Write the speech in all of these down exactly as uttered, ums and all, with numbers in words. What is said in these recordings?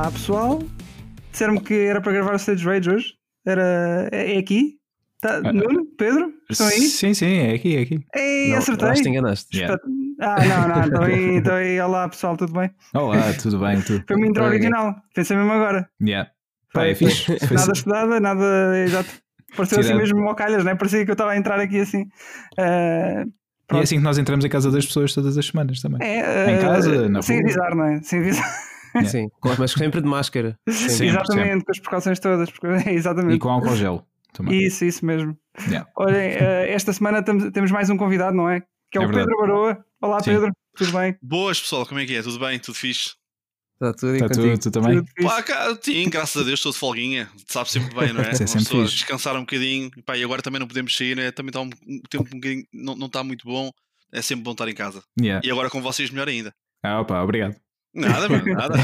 Olá pessoal, disseram-me que era para gravar o Stage Rage hoje. Era... É aqui? Tá... Ah, Nuno? Pedro? Estão aí? Sim, sim, é aqui, é aqui. Ei, acertei. Acho que te enganaste. Yeah. Ah, não, não, estou aí, estou aí. Olá pessoal, tudo bem? Olá, tudo bem, tudo. Foi uma intro original, pensei mesmo agora. Yeah. Pá, é fixe. Foi nada estudada, nada. Exato. Pareceu assim mesmo ao calhas, né? Parecia que eu estava a entrar aqui assim. Uh... E é assim que nós entramos em casa das pessoas todas as semanas também. É, uh... Em casa, na sem rua. avisar, não é? Sem avisar. Yeah. Sim, mas sempre de máscara. Sempre, exatamente, sempre. Com as precauções todas. Exatamente. E com álcool gel também. Isso, isso mesmo. Yeah. Olhem, esta semana temos mais um convidado, não é? Que é, é o verdade. Pedro Baroa. Olá, sim. Pedro, tudo bem? Boas, pessoal, como é que é? Tudo bem? Tudo fixe? Está tudo, Está tudo, tu também? Tudo pá, cá, sim, graças a Deus estou de folguinha. Sabe sempre bem, não é? é sempre fixe. Descansar um bocadinho. Pá, e agora também não podemos sair, né? Também está um, um tempo um bocadinho, não, não está muito bom. É sempre bom estar em casa. Yeah. E agora com vocês melhor ainda. Ah, opa, obrigado. Nada, mano, nada.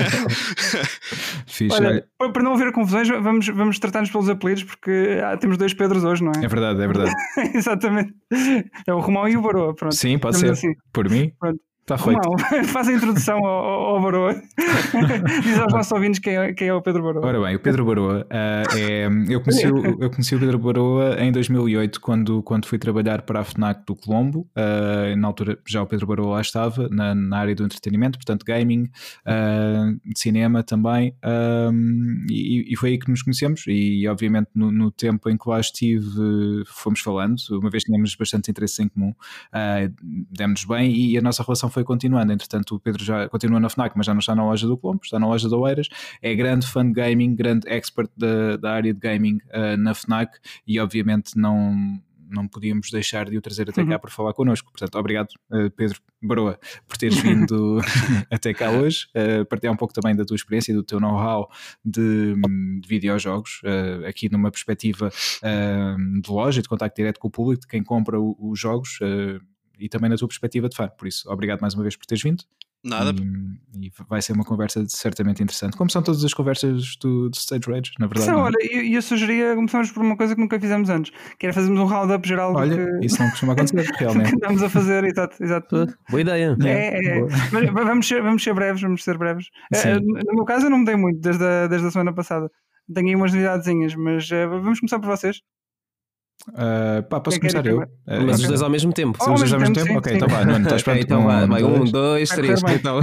Fixe, olha, olha. Para não haver confusões, vamos, vamos tratar-nos pelos apelidos, porque ah, temos dois Pedros hoje, não é? É verdade, é verdade. Exatamente. É o Romão e o Baroa. Pronto. Sim, pode ser. Assim. Por mim. Pronto. Está feito. Romão, faz a introdução ao, ao Baroa. Diz aos nossos ouvintes quem é, quem é o Pedro Baroa. Ora bem, o Pedro Baroa uh, é. Eu conheci, o, eu conheci o Pedro Baroa em dois mil e oito, quando, quando fui trabalhar para a FNAC do Colombo. Uh, na altura já o Pedro Baroa lá estava, na, na área do entretenimento, portanto, gaming, uh, de cinema também. Um, e, e foi aí que nos conhecemos. E, obviamente, no, no tempo em que lá estive, fomos falando. Uma vez tínhamos bastante interesse em comum, uh, demos bem e a nossa relação foi continuando. Entretanto, o Pedro já continua na FNAC, mas já não está na loja do Colombo, está na loja da Oeiras. É grande fã de gaming, grande expert da, da área de gaming uh, na FNAC e obviamente não, não podíamos deixar de o trazer até cá uhum. para falar connosco. Portanto, obrigado, uh, Pedro Baroa, por teres vindo até cá hoje, uh, partilhar um pouco também da tua experiência e do teu know-how de, de videojogos, uh, aqui numa perspectiva uh, de loja, de contacto direto com o público, de quem compra o, os jogos, uh, e também na tua perspectiva de fã. Por isso, obrigado mais uma vez por teres vindo. Nada. E, e vai ser uma conversa certamente interessante, como são todas as conversas do, do Stage Rage, na verdade. Sim, olha, eu, eu sugeria começarmos por uma coisa que nunca fizemos antes, que era fazermos um round-up geral. Olha, do que... isso não costuma acontecer, realmente. que andamos a fazer, exato, exato. Boa ideia. É, é, mas vamos ser, vamos ser breves, vamos ser breves. Uh, no meu caso eu não mudei muito desde a, desde a semana passada. Tenho aí umas novidadezinhas, mas uh, vamos começar por vocês. Uh, pá, posso começar eu? Uh, mas os dois ao mesmo tempo. Oh, ao mesmo, ao mesmo tempo? tempo? Ok, então vai, Nuno, estás pronto? Okay, então vai, vai, um, dois, três. Então.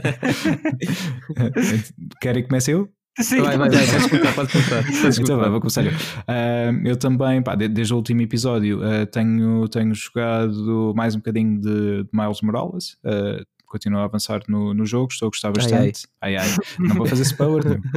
Querem que comece eu? Sim. Vai, vai, vai, pode começar, pode começar. Então vai, vou começar eu. Uh, eu também, pá, desde o último episódio, uh, tenho, tenho jogado mais um bocadinho de, de Miles Morales. Uh, continuo a avançar no, no jogo, estou a gostar bastante. Ai, ai. ai, ai. Não vou fazer spoiler, não.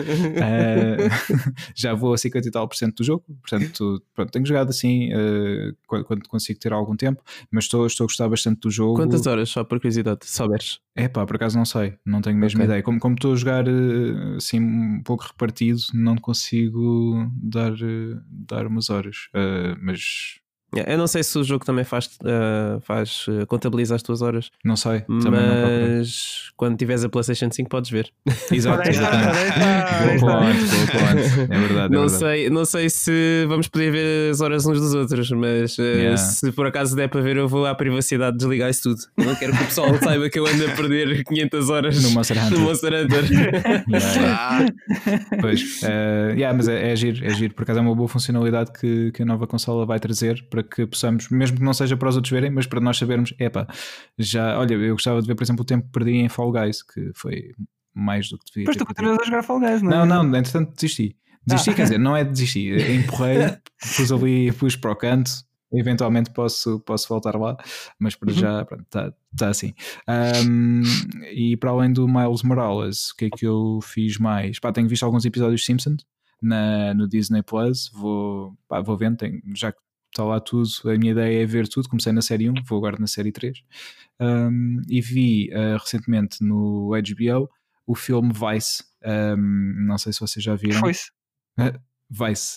Uh, já vou a cinquenta e tal por cento do jogo, portanto, pronto, tenho jogado assim uh, quando, quando consigo ter algum tempo, mas estou, estou a gostar bastante do jogo. Quantas horas, só por curiosidade, souberes? É pá, por acaso não sei, não tenho mesmo okay. ideia. Como, como estou a jogar assim um pouco repartido, não consigo dar, dar umas horas, uh, mas... Eu não sei se o jogo também faz, uh, faz uh, contabiliza as tuas horas. Não sei, mas não quando tiveres a PlayStation cinco podes ver. Exato, exatamente. Boa ponto, boa ponto. É verdade. Não, é verdade. Sei, não sei se vamos poder ver as horas uns dos outros, mas uh, yeah. se por acaso der para ver, eu vou à privacidade desligar isso tudo. Eu não quero que o pessoal saiba que eu ando a perder quinhentas horas no Monster Hunter. No Monster Hunter. yeah, yeah. Pois, uh, yeah, mas é, é giro, é giro. Por acaso é uma boa funcionalidade que, que a nova consola vai trazer para que possamos, mesmo que não seja para os outros verem, mas para nós sabermos, epá, já, olha, eu gostava de ver, por exemplo, o tempo que perdi em Fall Guys, que foi mais do que devia. Pois tu continuas a jogar Fall Guys, não é? Não, não, entretanto desisti. Desisti, ah. quer dizer, não é desistir, empurrei, pus ali, pus para o canto, eventualmente posso, posso voltar lá, mas para já, pronto, está tá assim. Um, e para além do Miles Morales, o que é que eu fiz mais? Pá, tenho visto alguns episódios de Simpsons na, no Disney Plus, vou, pá, vou vendo, tenho, já que está lá tudo, a minha ideia é ver tudo. Comecei na série um, vou agora na série três, um, e vi uh, recentemente no H B O o filme Vice. Um, não sei se vocês já viram. Vice. Uh, Vice.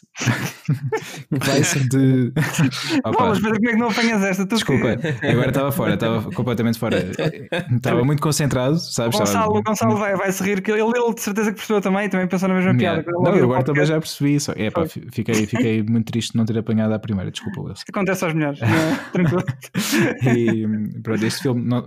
Vice de. Opa. Não, mas como é que não apanhas esta? Tu Desculpa, que... agora estava fora, estava completamente fora. Estava muito concentrado, sabes? O Gonçalo, estava... o Gonçalo vai, vai se rir, que ele, ele de certeza que percebeu também, também pensou na mesma yeah. piada. Não, eu agora também já percebi isso. É, pá, fiquei, fiquei muito triste de não ter apanhado à primeira, desculpa, Wilson. Acontece às mulheres, não, tranquilo. E pronto, este filme. Não...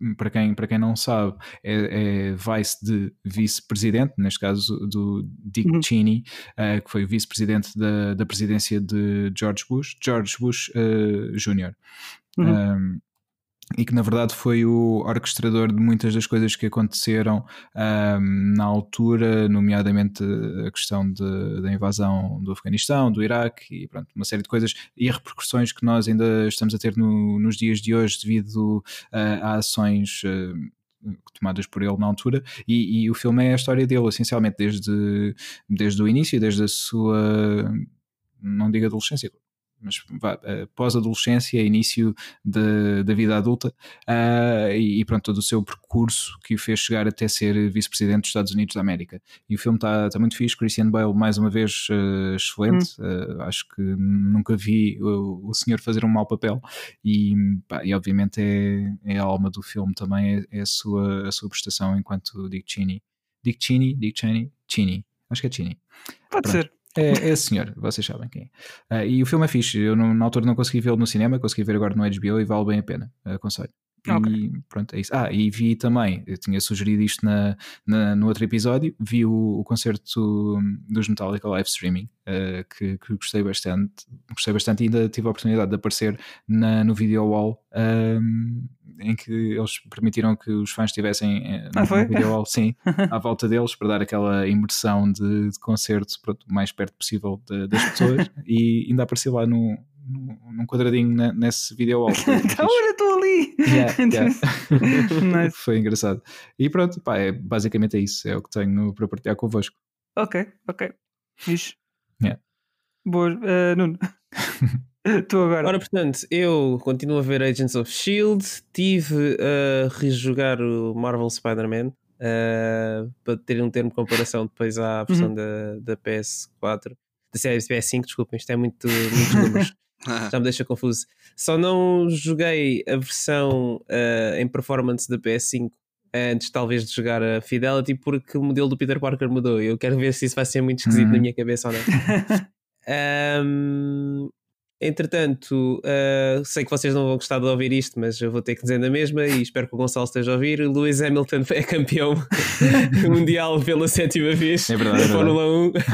para quem, para quem não sabe, é, é vice de vice-presidente, neste caso do Dick Uhum. Cheney, uh, que foi o vice-presidente da, da presidência de George Bush, George Bush uh, Júnior Uhum. Um, e que na verdade foi o orquestrador de muitas das coisas que aconteceram um, na altura, nomeadamente a questão de, da invasão do Afeganistão, do Iraque e pronto, uma série de coisas e repercussões que nós ainda estamos a ter no, nos dias de hoje devido uh, a ações uh, tomadas por ele na altura, e, e o filme é a história dele, essencialmente desde, desde o início, desde a sua, não digo adolescência, mas vá, pós-adolescência, início de, da vida adulta, uh, e, e pronto, todo o seu percurso que o fez chegar até ser vice-presidente dos Estados Unidos da América. E o filme está tá muito fixe. Christian Bale, mais uma vez, uh, excelente. Hum. Uh, acho que nunca vi o, o senhor fazer um mau papel, e, pá, e obviamente é, é a alma do filme também, é, é a, sua, a sua prestação enquanto Dick Cheney. Dick Cheney? Dick Cheney? Cheney. Acho que é Cheney. Pode Pronto. ser. É, é senhor, vocês sabem quem é. Uh, e o filme é fixe. Eu não, na altura não consegui vê-lo no cinema, consegui ver agora no H B O e vale bem a pena, aconselho. Okay. E pronto, é isso. Ah, e vi também, eu tinha sugerido isto na, na, no outro episódio, vi o, o concerto dos Metallica live streaming, uh, que, que gostei bastante, gostei bastante e ainda tive a oportunidade de aparecer na, no Video Wall, um, em que eles permitiram que os fãs estivessem no, ah, foi? no Video Wall, sim, à volta deles, para dar aquela imersão de, de concerto, pronto, o mais perto possível de, das pessoas, e ainda apareci lá no num quadradinho na, nesse Video Wall. Então olha, estou ali. Yeah, yeah. Nice. Foi engraçado. E pronto, pá, é, basicamente é isso. É o que tenho para partilhar convosco. Ok, ok. Fixe. Yeah. Boa, uh, Nuno. Tu agora. Ora, portanto, eu continuo a ver Agents of S H I E L D. Tive a rejogar o Marvel Spider-Man uh, para ter um termo de comparação depois à versão uhum. da, da P S quatro, da série P S cinco, desculpem, isto é muito, muitos números. Já me deixa confuso. Só não joguei a versão uh, em performance da P S cinco antes talvez de jogar a Fidelity, porque o modelo do Peter Parker mudou. Eu quero ver se isso vai ser muito esquisito uhum. na minha cabeça ou não. um, entretanto, uh, sei que vocês não vão gostar de ouvir isto, mas eu vou ter que dizer na mesma, e espero que o Gonçalo esteja a ouvir. Lewis Hamilton é campeão mundial pela sétima vez é verdade, da é Fórmula um. uh,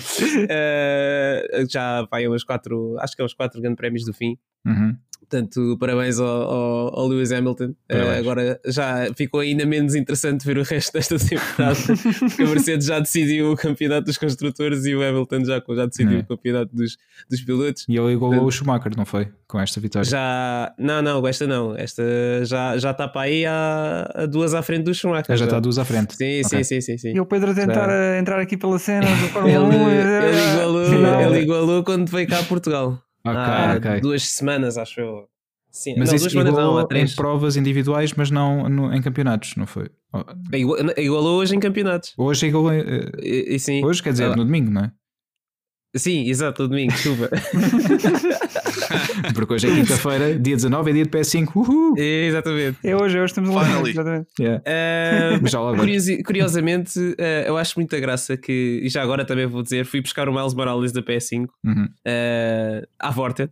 já vai uns quatro, acho que é uns quatro grandes prémios do fim. Uhum. Portanto, parabéns ao, ao, ao Lewis Hamilton. Uh, agora já ficou ainda menos interessante ver o resto desta temporada, porque a Mercedes já decidiu o campeonato dos construtores e o Hamilton já, já decidiu é. o campeonato dos, dos pilotos. E ele igualou Portanto, o Schumacher, não foi? Com esta vitória. Já, não, não, esta não. Esta já, já está para aí a, a duas à frente do Schumacher. Já, já está a duas à frente. Sim, okay. sim, sim, sim, sim. E o Pedro a tentar já. entrar aqui pela cena do Fórmula um. Ele, ele, igualou, ele igualou quando veio cá a Portugal. Okay, há okay. duas semanas, acho eu. Sim, mas não, isso igualou não, em provas individuais, mas não no, em campeonatos, não foi? Igualou hoje em campeonatos. Hoje igualou. Uh, e, e sim. Hoje quer dizer, ah. no domingo, não é? Sim, exato, no domingo, desculpa. Porque hoje é quinta-feira, dia dezanove, é dia de P S cinco. Uhul. Exatamente. É hoje, hoje estamos lá. Exatamente. Yeah. Uh, curiosi- curiosamente, uh, eu acho muita graça que, e já agora também vou dizer, fui buscar o Miles Morales da P S cinco uhum. uh, à Vorta.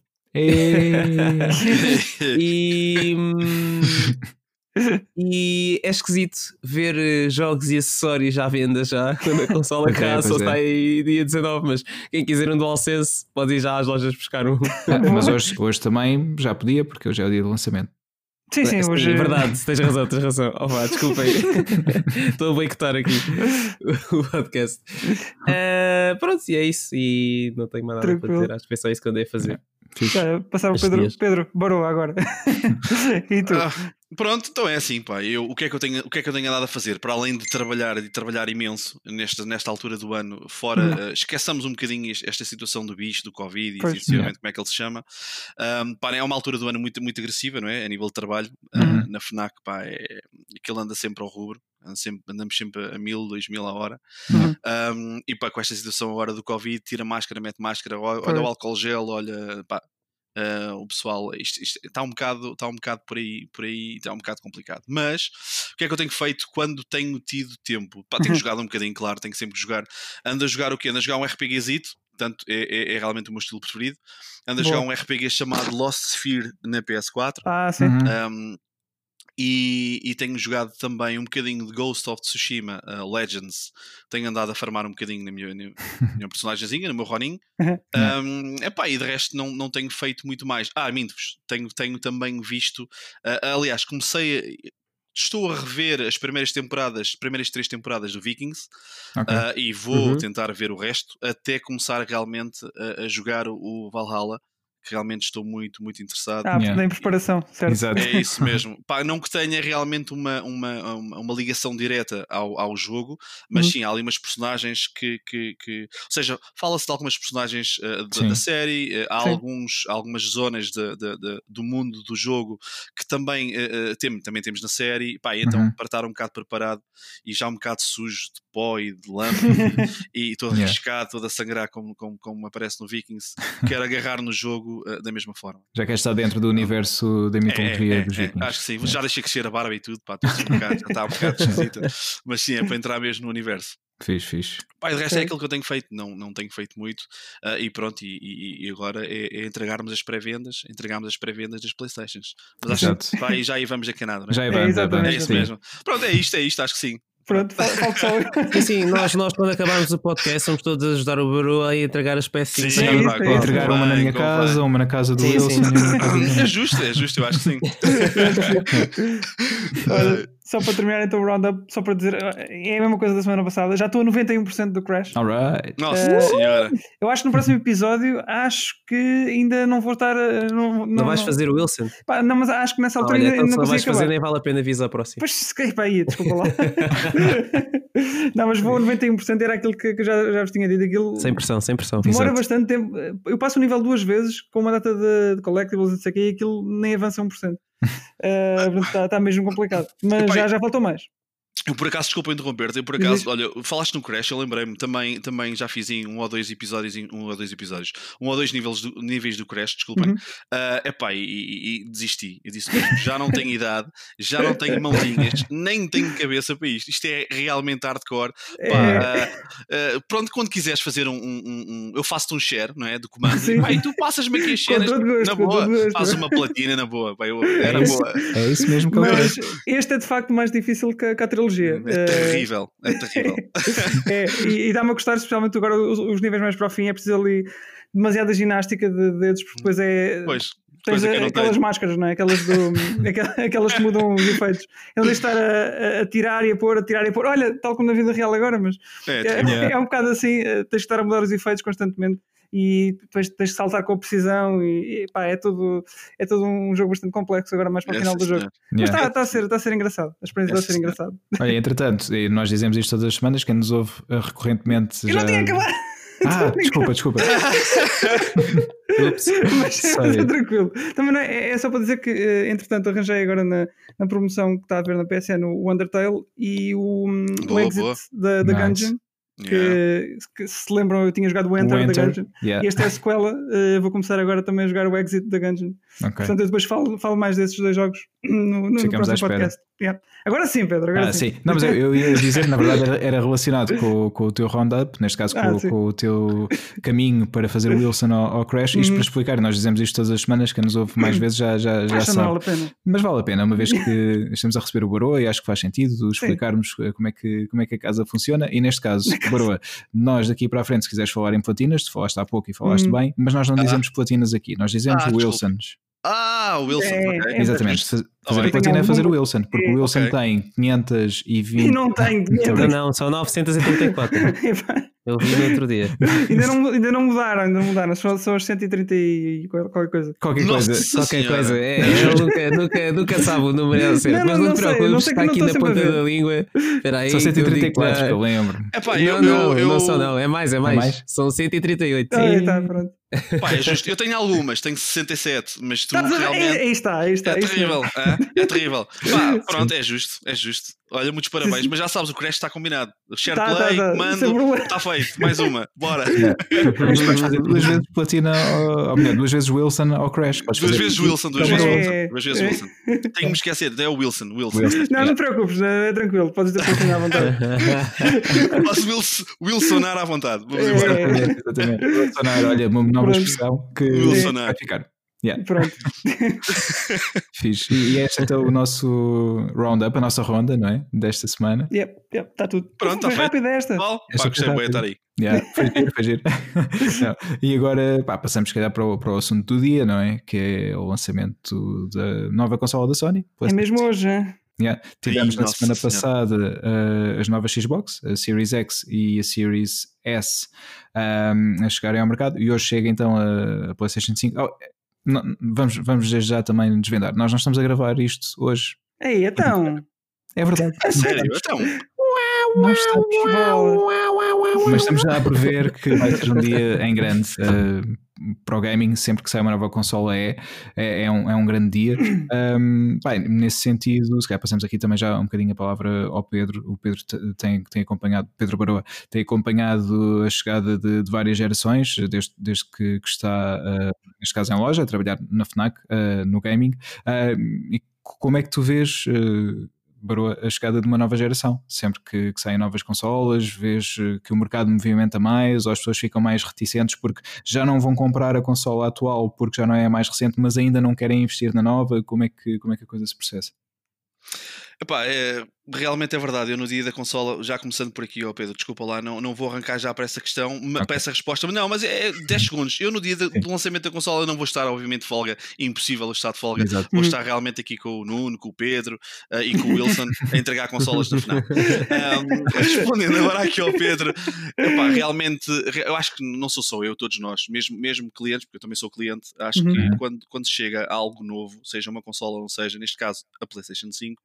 e... e é esquisito ver jogos e acessórios à venda já quando a consola okay, cá só é. sai dia dezanove, mas quem quiser um DualSense pode ir já às lojas buscar um. Ah, mas hoje, hoje também já podia, porque hoje é o dia do lançamento. Sim, sim, hoje... É verdade, tens razão, tens razão. Oh, vá, desculpem, estou a boicotar aqui o podcast. Uh, pronto, e é isso. E não tenho mais nada Tranquilo. para dizer. Acho que foi só isso que eu andei a fazer. É, passar o Pedro, Pedro, bora agora. E tu? Ah, pronto, então é assim, pá. Eu, o, que é que eu tenho, o que é que eu tenho andado a fazer? Para além de trabalhar e trabalhar imenso nesta, nesta altura do ano, fora, uhum. uh, esqueçamos um bocadinho esta situação do bicho, do Covid e sinceramente como é que ele se chama. Um, pá, é uma altura do ano muito, muito agressiva, não é? A nível de trabalho. Uhum. Uh, na FNAC, pá, é, aquilo anda sempre ao rubro. Sempre, andamos sempre a mil, dois mil a hora. Uhum. Um, e pá, com esta situação agora do Covid, tira máscara, mete máscara, olha, olha o álcool gel, olha, pá, uh, o pessoal, isto está um bocado, está um bocado por aí, por aí, está um bocado complicado. Mas o que é que eu tenho feito quando tenho tido tempo? Pá, tenho uhum. jogado um bocadinho, claro, tenho sempre que jogar. Ando a jogar o quê? Ando a jogar um RPGzito, portanto é, é, é realmente o meu estilo preferido. Ando a Boa. jogar um R P G chamado Lost Sphere na P S quatro. Ah, sim. Um, E, e tenho jogado também um bocadinho de Ghost of Tsushima uh, Legends. Tenho andado a farmar um bocadinho na minha, na minha personagemzinha, no meu Ronin. um, epá, e de resto não, não tenho feito muito mais. Ah, minto-vos, tenho, tenho também visto. Uh, aliás, comecei a, estou a rever as primeiras temporadas, as primeiras três temporadas do Vikings. Okay. uh, e vou uhum. tentar ver o resto até começar realmente a, a jogar o, o Valhalla. Que realmente estou muito, muito interessado. Ah, yeah. Em preparação, certo? Exato. É isso mesmo. Pá, não que tenha realmente uma, uma, uma ligação direta ao, ao jogo, mas uhum. sim, há ali umas personagens que... que, que... Ou seja, fala-se de algumas personagens uh, de, da série, uh, há alguns, algumas zonas de, de, de, do mundo do jogo que também, uh, tem, também temos na série. Pá, então, uhum. para estar um bocado preparado e já um bocado sujo de pó e de lama e, e todo yeah. arriscado, todo a sangrar como, como, como aparece no Vikings, quero agarrar no jogo uh, da mesma forma. Já que está dentro do universo da mitologia é, é, dos Vikings. É, acho que sim, é. já deixei crescer a barba e tudo, pá, um bocado, já está um bocado esquisita, mas sim, é para entrar mesmo no universo. Fiz, fiz. Pá, de resto é aquilo que eu tenho feito, não, não tenho feito muito, uh, e pronto, e, e, e agora é, é entregarmos as pré-vendas, entregarmos as pré-vendas das Playstations. Mas acho que pá, já aí vamos a Canadá, não é? Já aí vamos, é, é, é isso sim. mesmo. Pronto, é isto, é isto, acho que sim. Pronto, falta só. Sim, sim, nós, nós quando acabarmos o podcast vamos todos ajudar o Baru a entregar as peças. Sim, sim, vai, vai, entregar vai, uma na minha vai, casa, vai. uma na casa do sim, Wilson. Sim, sim. É justo, é justo, eu acho que sim. Olha, só para terminar então o roundup, só para dizer, é a mesma coisa da semana passada, já estou a noventa e um por cento do Crash. Alright. Nossa uh, senhora. Eu acho que no próximo episódio, acho que ainda não vou estar. Não, não, não vais não, fazer o Wilson? Pá, não, mas acho que nessa altura Olha, ainda, então ainda não não vais acabar. fazer, nem vale a pena avisar para o próximo. Pois se para aí, desculpa lá. Não, mas vou a noventa e um por cento, era aquilo que, que já, já vos tinha dito. Aquilo sem pressão, sem pressão. Demora Exato. bastante tempo. Eu passo o nível duas vezes com uma data de, de collectibles e não sei o que, e aquilo nem avança um por cento. Está uh, tá mesmo complicado. Mas já, já faltou mais. Eu por acaso, desculpa interromper-te, eu por acaso, Existe. olha, falaste no Crash, eu lembrei-me, também, também já fiz em um ou dois episódios, um ou dois episódios, um ou dois níveis do, níveis do Crash, desculpem, uhum. uh, epá, e, e, e desisti, eu disse mesmo, já não tenho idade, já não tenho mãozinhas, nem tenho cabeça para isto, isto é realmente hardcore, é. Pá, uh, uh, pronto, quando quiseres fazer um, um, um eu faço-te um share, não é, do comando, e, pá, e tu passas-me aqui as cenas, gosto, na boa, fazes uma platina na boa, pá, eu, era é isso, boa. É isso mesmo que eu Mas este é de facto mais difícil que a, que a trilogia. É terrível, é terrível. É, e, e dá-me a gostar, especialmente agora os, os níveis mais para o fim, é preciso ali demasiada ginástica de dedos, porque depois é. Pois. Tens a, aquelas tenho. máscaras, não é? Aquelas, do, aquelas que mudam os efeitos. Ele deixa estar a, a tirar e a pôr, a tirar e a pôr. Olha, tal como na vida real agora, mas é, é, é um bocado assim, tens de estar a mudar os efeitos constantemente. E depois tens de saltar com precisão e, e pá, é todo, é todo um jogo bastante complexo agora mais para o final do jogo. Yeah. Mas está tá a, ser, tá a ser engraçado, a experiência está a ser engraçada. Olha, entretanto, nós dizemos isto todas as semanas, quem nos ouve recorrentemente eu já... não tinha acabado! Ah, desculpa, desculpa. Ups, mas, mas é tranquilo. Também não é, é só para dizer que, entretanto, arranjei agora na, na promoção que está a ver na P S N o Undertale e o, boa, o Exit boa. da, da nice. Gungeon. Que, yeah. que se lembram, eu tinha jogado o Enter, o Enter da Gungeon, yeah. E esta é a sequela. Uh, vou começar agora também a jogar o Exit da Gungeon. Okay. Portanto, eu depois falo, falo mais desses dois jogos no, no, no próximo podcast. Yeah. Agora sim, Pedro. Agora ah, sim. sim. Não, mas eu, eu ia dizer, na verdade, era, era relacionado com, com o teu roundup, neste caso com, ah, com o teu caminho para fazer o Wilson ao, ao Crash. Isto uhum. para explicar, nós dizemos isto todas as semanas, quem nos ouve mais vezes já, já, já sabe. Vale a pena. Mas vale a pena, uma vez que estamos a receber o Baroa e acho que faz sentido explicarmos como é, que, como é que a casa funciona. E neste caso, Baroa, nós daqui para a frente, se quiseres falar em platinas, tu falaste há pouco e falaste uhum. bem, mas nós não dizemos ah. platinas aqui, nós dizemos ah, Wilsons. Ah, o Wilson. É, okay. é Exatamente. Fazer a platina é fazer o Wilson, porque o Wilson okay. tem quinhentos e vinte. E não tem quinhentos. Não, não, são novecentos e trinta e quatro. Eu vi no outro dia. ainda, não, ainda não mudaram, ainda não mudaram. São, são as cento e trinta e qualquer coisa. Qualquer Nossa coisa. Qualquer coisa. É, ele nunca, nunca, nunca sabe o número certo. Mas não, não te preocupes, está aqui na ponta da língua. Espera aí. São cento e trinta e quatro, que eu lembro. É pá, não, eu, não, eu, eu... não são, não. É mais, é mais. É mais? São cento e trinta e oito. Ah, tá, pronto. Pá, é justo. Eu tenho algumas, tenho sessenta e sete, mas tu tá, realmente. Aí está, aí está. É terrível, é, é terrível. Pá, pronto, é justo, é justo. Olha, muitos parabéns, sim, mas já sabes, o Crash está combinado. Share tá, play, tá, tá. mando, está feito. Mais uma, bora. Mas podes fazer duas vezes platina, ou melhor, duas vezes Wilson ao Crash. Duas fazer... vezes Wilson, duas vezes Wilson. É... Duas vezes Wilson. Tenho que me esquecer, é o Wilson. Wilson. Wilson. Não, não te preocupes, é tranquilo, podes ter platina à vontade. Posso Wilson, Wilsonar à vontade. Vamos embora. É. Exatamente. Wilsonar, olha, uma nova expressão que Wilsonar. vai ficar. Yeah. Pronto. Fiz. E este é então o nosso round-up, a nossa ronda, não é? Desta semana. Yep, yep, está tudo. Pronto, foi tá rápido esta. Mal, Esta pá, gostei foi bem de estar aí. Yeah, foi giro, foi giro. Não, e agora pá, passamos se calhar para o, para o assunto do dia, não é? Que é o lançamento da nova consola da Sony. É mesmo hoje, hein? Yeah. Tivemos Ai, na semana nossa passada uh, as novas Xbox, a Series X e a Series S, um, a chegarem ao mercado, e hoje chega então a, a PlayStation cinco. Oh, não, vamos, vamos desde já também desvendar. Nós não estamos a gravar isto hoje. Ei, então. É verdade. A sério? Então. Nós estamos, Bola. mas estamos já a prever que vai ser um dia em grande uh, para o gaming. Sempre que sai uma nova consola é, é, é, um, é um grande dia. Um, bem, nesse sentido, se calhar passamos aqui também já um bocadinho a palavra ao Pedro. O Pedro tem, tem acompanhado, Pedro Baroa tem acompanhado a chegada de, de várias gerações, desde, desde que, que está, uh, neste caso em loja, a trabalhar na FNAC, uh, no gaming. Uh, e como é que tu vês... Uh, a chegada de uma nova geração? Sempre que, que saem novas consolas, vês que o mercado movimenta mais, ou as pessoas ficam mais reticentes porque já não vão comprar a consola atual porque já não é a mais recente, mas ainda não querem investir na nova? Como é que, como é que a coisa se processa? Epá, é, realmente é verdade. Eu no dia da consola, já começando por aqui, ó oh Pedro, desculpa lá, não, não vou arrancar já para essa questão, okay. para essa resposta, mas não, mas é dez segundos. Eu no dia de, do lançamento da consola não vou estar, obviamente, de folga, impossível estar de folga. Exato. Vou estar realmente aqui com o Nuno, com o Pedro uh, e com o Wilson a entregar consolas da FNAC. Um, respondendo agora aqui ao Pedro, epá, realmente, eu acho que não sou só eu, todos nós, mesmo, mesmo clientes, porque eu também sou cliente, acho uhum. que quando, quando chega algo novo, seja uma consola ou não seja, neste caso a PlayStation cinco,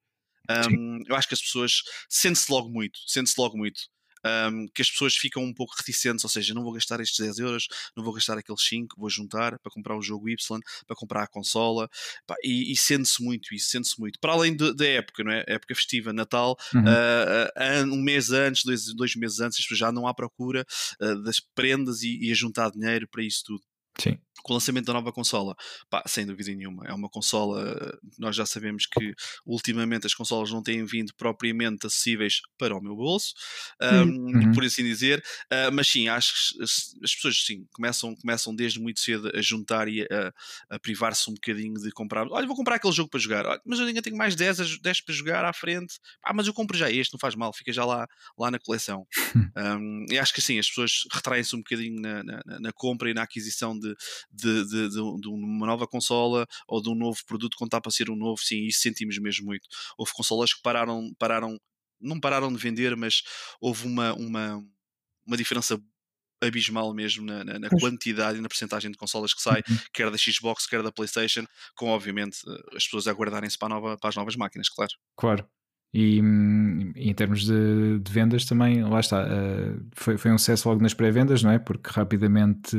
Um, eu acho que as pessoas sente-se logo muito, sente-se logo muito um, que as pessoas ficam um pouco reticentes, ou seja, não vou gastar estes dez euros, não vou gastar aqueles cinco, vou juntar para comprar o jogo Y, para comprar a consola, pá, e, e sente-se muito isso, sente-se muito, para além da época, não é? A época festiva, Natal, uhum. uh, uh, um mês antes, dois, dois meses antes, as pessoas já não há procura uh, das prendas e, e a juntar dinheiro para isso tudo. Sim. Com o lançamento da nova consola, pá, sem dúvida nenhuma, é uma consola, nós já sabemos que ultimamente as consolas não têm vindo propriamente acessíveis para o meu bolso, um, uhum. por assim dizer, uh, mas sim, acho que as, as pessoas sim, começam, começam desde muito cedo a juntar e a, a privar-se um bocadinho de comprar, olha, vou comprar aquele jogo para jogar, olha, mas eu ainda tenho mais dez, dez para jogar à frente, ah, mas eu compro já este, não faz mal, fica já lá, lá na coleção. um, e acho que sim, as pessoas retraem-se um bocadinho na, na, na compra e na aquisição de De, de, de, de uma nova consola ou de um novo produto quando está para ser um novo, sim, isso sentimos mesmo muito. Houve consolas que pararam, pararam não pararam de vender, mas houve uma, uma, uma diferença abismal mesmo na, na, na quantidade e na percentagem de consolas que sai, quer da Xbox, quer da PlayStation, com obviamente as pessoas a aguardarem-se para, nova, para as novas máquinas, claro. Claro. E, e em termos de, de vendas também, lá está, uh, foi, foi um sucesso logo nas pré-vendas, não é? Porque rapidamente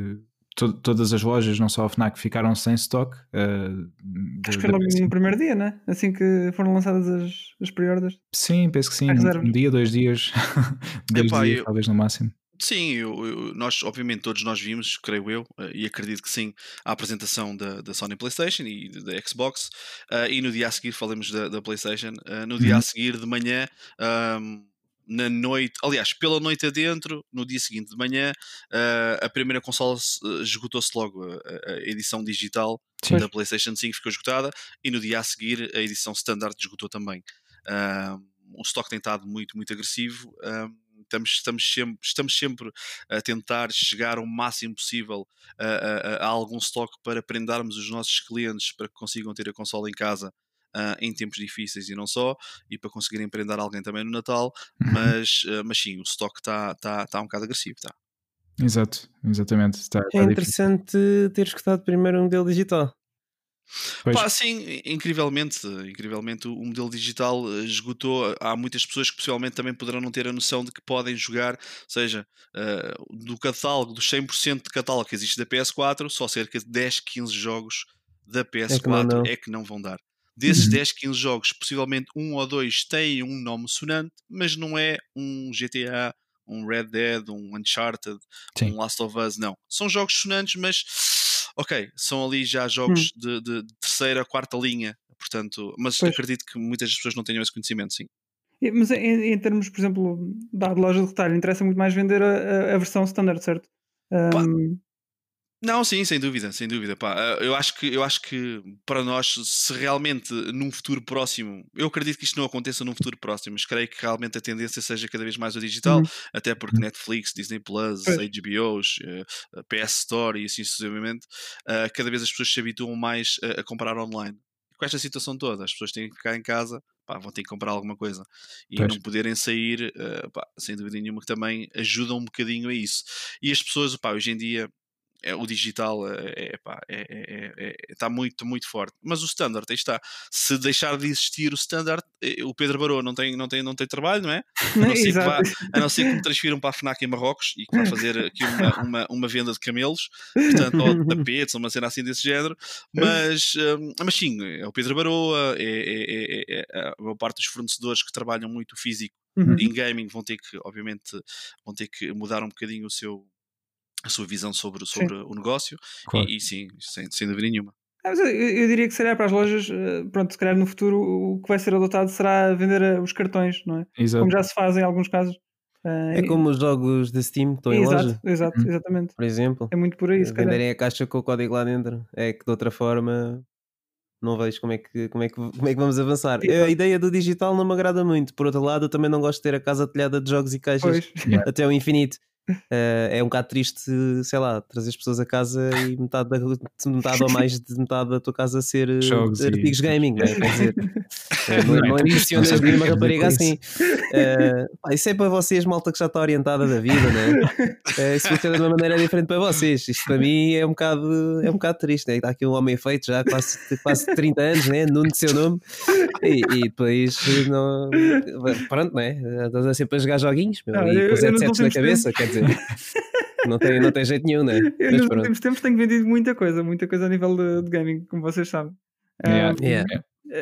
to, todas as lojas, não só a FNAC, ficaram sem stock. Uh, Acho que foi logo no primeiro dia, não é? Assim que foram lançadas as, as pre-orders. Sim, penso que sim, um, um dia, dois dias, dois Epá, dias eu... talvez no máximo. Sim, eu, eu, nós, obviamente, todos nós vimos, creio eu, uh, e acredito que sim, a apresentação da, da Sony PlayStation e da Xbox, uh, e no dia a seguir falamos da, da PlayStation, uh, no dia uhum. a seguir de manhã, um, na noite, aliás, pela noite adentro, no dia seguinte de manhã, uh, a primeira consola uh, esgotou-se logo, a, a edição digital sim. da PlayStation cinco ficou esgotada, e no dia a seguir a edição standard esgotou também. Uh, o stock tem estado muito, muito agressivo. Uh, Estamos, estamos, sempre, estamos sempre a tentar chegar o máximo possível a, a, a algum stock para prendarmos os nossos clientes para que consigam ter a consola em casa uh, em tempos difíceis e não só, e para conseguirem prendar alguém também no Natal, uhum. mas, uh, mas sim, o stock está tá, tá um bocado agressivo. Tá. Exato, exatamente. Está, é está interessante difícil. Ter escutado primeiro um modelo digital. Pá, sim, incrivelmente, incrivelmente o modelo digital esgotou. Há muitas pessoas que possivelmente também poderão não ter a noção de que podem jogar, ou seja, uh, do catálogo, dos cem por cento de catálogo que existe da P S quatro, só cerca de dez, quinze jogos da P S quatro é que não, é que não vão dar. Desses uhum. dez, quinze jogos, possivelmente um ou dois têm um nome sonante, mas não é um G T A, um Red Dead, um Uncharted, sim. um Last of Us, não. São jogos sonantes, mas ok, são ali já jogos hum. de, de, de terceira, quarta linha, portanto, mas pois. acredito que muitas pessoas não tenham esse conhecimento, sim. Mas em, em termos, por exemplo, da loja de retalho, interessa muito mais vender a, a versão standard, certo? Um... Não, sim, sem dúvida, sem dúvida. Pá. Eu, acho que, eu acho que para nós, se realmente num futuro próximo, eu acredito que isto não aconteça num futuro próximo, mas creio que realmente a tendência seja cada vez mais o digital, uhum. até porque uhum. Netflix, Disney Plus, pois. H B Os, uh, P S Store e assim sucessivamente, uh, cada vez as pessoas se habituam mais a, a comprar online. Com esta situação toda, as pessoas têm que ficar em casa, pá, vão ter que comprar alguma coisa e pois. Não poderem sair, uh, pá, sem dúvida nenhuma, que também ajuda um bocadinho a isso. E as pessoas, pá, hoje em dia. É, o digital é, é, pá, é, é, é, está muito, muito forte. Mas o standard, aí está. Se deixar de existir o standard, o Pedro Barô não tem, não tem, não tem trabalho, não é? A não, ser que vá, a não ser que me transfiram para a FNAC em Marrocos e que vá fazer aqui uma, uma, uma venda de camelos, portanto, ou de tapetes, ou uma cena assim desse género. Mas, um, mas sim, é o Pedro Baroa, é, é, é, é a maior parte dos fornecedores que trabalham muito físico uhum. em gaming vão ter que, obviamente, vão ter que mudar um bocadinho o seu. A sua visão sobre, sobre o negócio claro. e, e sim, sem, sem dúvida nenhuma. Ah, mas eu, eu diria que se calhar para as lojas, pronto, se calhar no futuro o que vai ser adotado será vender os cartões, não é? Exato. Como já se faz em alguns casos. É e... como os jogos de Steam que estão em exato, loja. Exato, uhum. exatamente. Por exemplo. É muito por aí, se venderem calhar. a caixa com o código lá dentro. É que de outra forma não vejo como é que, como é que, como é que vamos avançar. A ideia do digital não me agrada muito. Por outro lado, eu também não gosto de ter a casa telhada de jogos e caixas yeah. até ao infinito. Uh, é um bocado triste, sei lá, trazer as pessoas a casa e metade, da, metade ou mais de metade da tua casa ser jogos artigos e... gaming, não é? Quer dizer, uh, não, não impressiona vir uma rapariga assim. Uh, pá, isso é para vocês, malta que já está orientada da vida, não é? Uh, isso funciona de uma maneira diferente para vocês. Isto para mim é um bocado, é um bocado triste, né? Está aqui um homem feito já quase, quase trinta anos, né? Nuno de seu nome, e, e depois não... pronto, não é? Estás sempre a jogar joguinhos, meu, não, e com os headsets na cabeça, quer dizer. Não tem, não tem jeito nenhum, né? Eu nos últimos tempos tenho vendido muita coisa, muita coisa a nível de, de gaming, como vocês sabem. Yeah, um, yeah.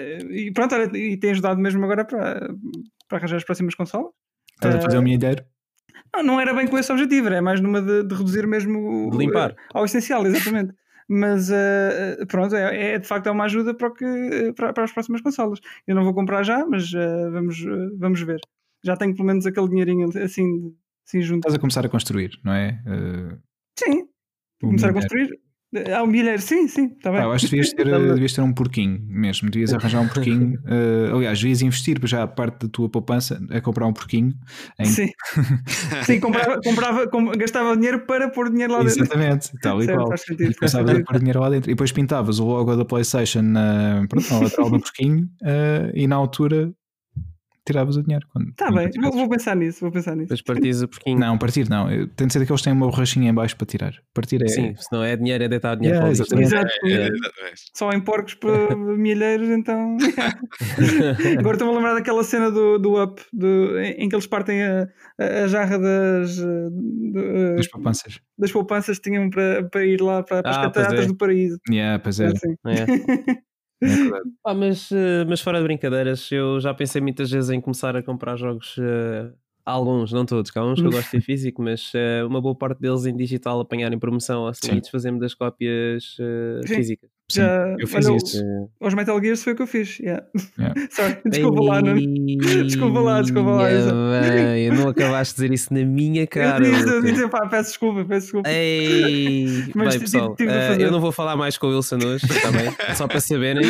E pronto, olha, e tem ajudado mesmo agora para, para arranjar as próximas consolas. Estás uh, a fazer o milheiro? Não, não era bem com esse objetivo, é mais numa de, de reduzir mesmo de limpar. ao essencial, exatamente. Mas uh, pronto, é, é de facto é uma ajuda para, o que, para, para as próximas consolas. Eu não vou comprar já, mas uh, vamos, uh, vamos ver. Já tenho pelo menos aquele dinheirinho assim de Sim, junto. Estás a começar a construir, não é? Uh, sim, começar a construir. Há um milheiro, sim, sim, está bem. Ah, eu acho que devias ter, devias ter um porquinho mesmo, devias arranjar um porquinho. Uh, aliás, devias investir já a parte da tua poupança a comprar um porquinho. Em... Sim, sim comprava, comprava, com, gastava dinheiro para pôr dinheiro lá dentro. Exatamente, tal e certo, qual. E começavas a pôr dinheiro lá dentro. E depois pintavas o logo da PlayStation na, pronto, na lateral do porquinho uh, e na altura. Tiravas o dinheiro. Está bem, vou, vou pensar nisso, vou pensar nisso. Depois partires o porquinho. Não, partir não. Tem de ser daqueles que têm uma borrachinha em baixo para tirar. Partir é... Sim, se não é dinheiro, é deitar dinheiro yeah, para o lixo. Exato. É, é, é, é. Só em porcos para milheiros, então... Agora estou-me a lembrar daquela cena do, do Up, do, em que eles partem a, a jarra das... De, das poupanças. Das poupanças que tinham para, para ir lá para, para ah, as cataratas é. do paraíso. Yeah, pois é. Assim. é. É ah, mas, mas fora de brincadeiras, eu já pensei muitas vezes em começar a comprar jogos, uh, alguns, não todos, que há uns que eu gosto de ter físico, mas uh, uma boa parte deles em digital apanhar em promoção assim, e desfazer-me das cópias uh, físicas. Sim, já, eu fiz olha, isso. Os Metal Gears foi o que eu fiz. Yeah. Yeah. Sorry, desculpa lá, não. Desculpa lá, desculpa lá. Bem, não acabaste de dizer isso na minha cara. Eu disse, eu disse, pá, peço desculpa, peço desculpa. Ei, bem, pessoal, uh, eu não vou falar mais com o Wilson hoje, está bem? Só para saberem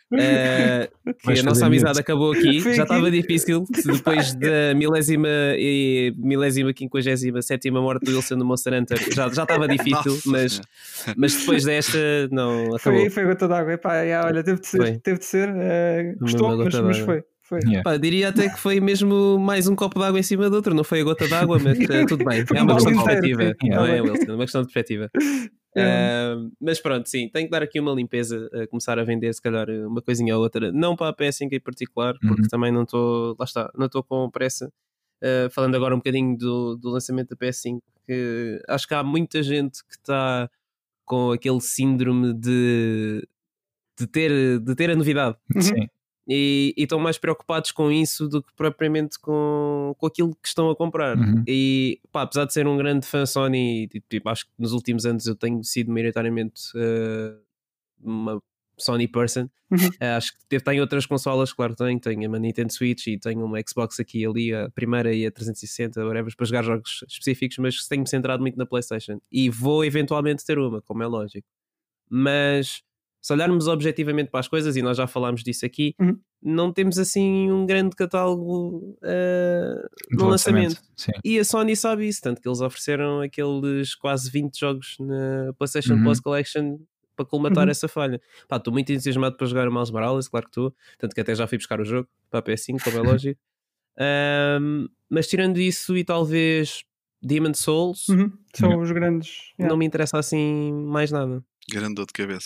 uh, que a nossa amizade acabou aqui. Foi já estava difícil depois da milésima e milésima quinquagésima sétima morte do Wilson no Monster Hunter. Já estava difícil, mas, mas depois desta, não acabou. Foi, foi gota d'água. Epá, yeah, olha, teve de ser. Foi. Teve de ser uh, gostou, mas, mas foi. foi. Yeah. Pá, diria até que foi mesmo mais um copo d'água em cima do outro. Não foi a gota d'água, mas uh, tudo bem. É uma questão de perspectiva. Não é, Wilson? É uma questão de perspectiva. Yeah. Uh, mas pronto, sim, tenho que dar aqui uma limpeza, a começar a vender se calhar uma coisinha ou outra, não para a P S cinco em particular, porque uhum. também não estou, lá está, não estou com pressa. Uh, falando agora um bocadinho do, do lançamento da P S cinco, que acho que há muita gente que está com aquele síndrome de, de, ter, de ter a novidade. Sim. E, e estão mais preocupados com isso do que propriamente com, com aquilo que estão a comprar. Uhum. E pá, apesar de ser um grande fã Sony, tipo, acho que nos últimos anos eu tenho sido maioritariamente uh, uma Sony person. Uhum. Uh, acho que tem outras consolas, claro que tenho. Tenho uma Nintendo Switch e tenho uma Xbox aqui e ali, a primeira e a trezentos e sessenta, whatever, para jogar jogos específicos, mas tenho-me centrado muito na PlayStation. E vou eventualmente ter uma, como é lógico. Mas se olharmos objetivamente para as coisas, e nós já falámos disso aqui, uhum. não temos assim um grande catálogo uh, no lançamento. Sim. E a Sony sabe isso, tanto que eles ofereceram aqueles quase vinte jogos na PlayStation Uhum. Plus Collection para colmatar uhum. essa falha. Pá, estou muito entusiasmado para jogar o Miles Morales, claro que estou, tanto que até já fui buscar o jogo para a P S cinco, como é lógico. um, mas tirando isso e talvez Demon's Souls, uhum. são yeah. os grandes. Yeah. não me interessa assim mais nada. Grande dor de cabeça.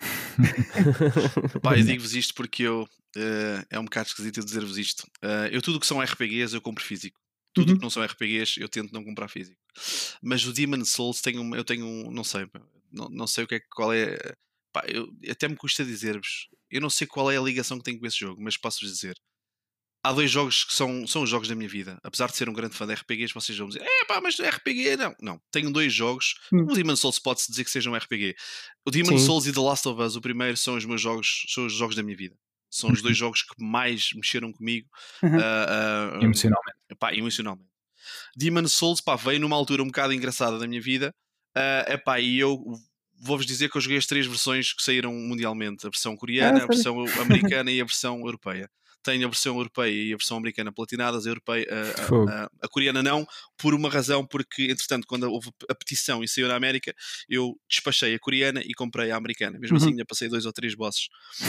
Pá, eu digo-vos isto porque eu uh, é um bocado esquisito eu dizer-vos isto. Uh, eu tudo que são R P Gs eu compro físico. Tudo uhum. que não são R P Gs eu tento não comprar físico. Mas o Demon's Souls tem um, eu tenho um, não sei, não, não sei o que é qual é. Pá, eu, até me custa dizer-vos. Eu não sei qual é a ligação que tenho com esse jogo, mas posso-vos dizer. Há dois jogos que são, são os jogos da minha vida. Apesar de ser um grande fã de R P Gs, vocês vão dizer, é pá, mas R P G não. Não, tenho dois jogos. Hum. O Demon's Souls pode-se dizer que seja um R P G. O Demon's Sim. Souls e The Last of Us, o primeiro, são os meus jogos, são os jogos da minha vida. São os dois jogos que mais mexeram comigo. Uhum. Uh, uh, Emocionalmente. Pá, emocionalmente. Demon's Souls, pá, veio numa altura um bocado engraçada da minha vida. Uh, epá, e eu vou-vos dizer que eu joguei as três versões que saíram mundialmente. A versão coreana, Ah, a versão americana e a versão europeia. Tenho a versão europeia e a versão americana platinadas, a, europeia, a, a, a, a coreana não, por uma razão, porque entretanto quando houve a petição e saiu na América, eu despachei a coreana e comprei a americana, mesmo uhum. assim ainda passei dois ou três bosses.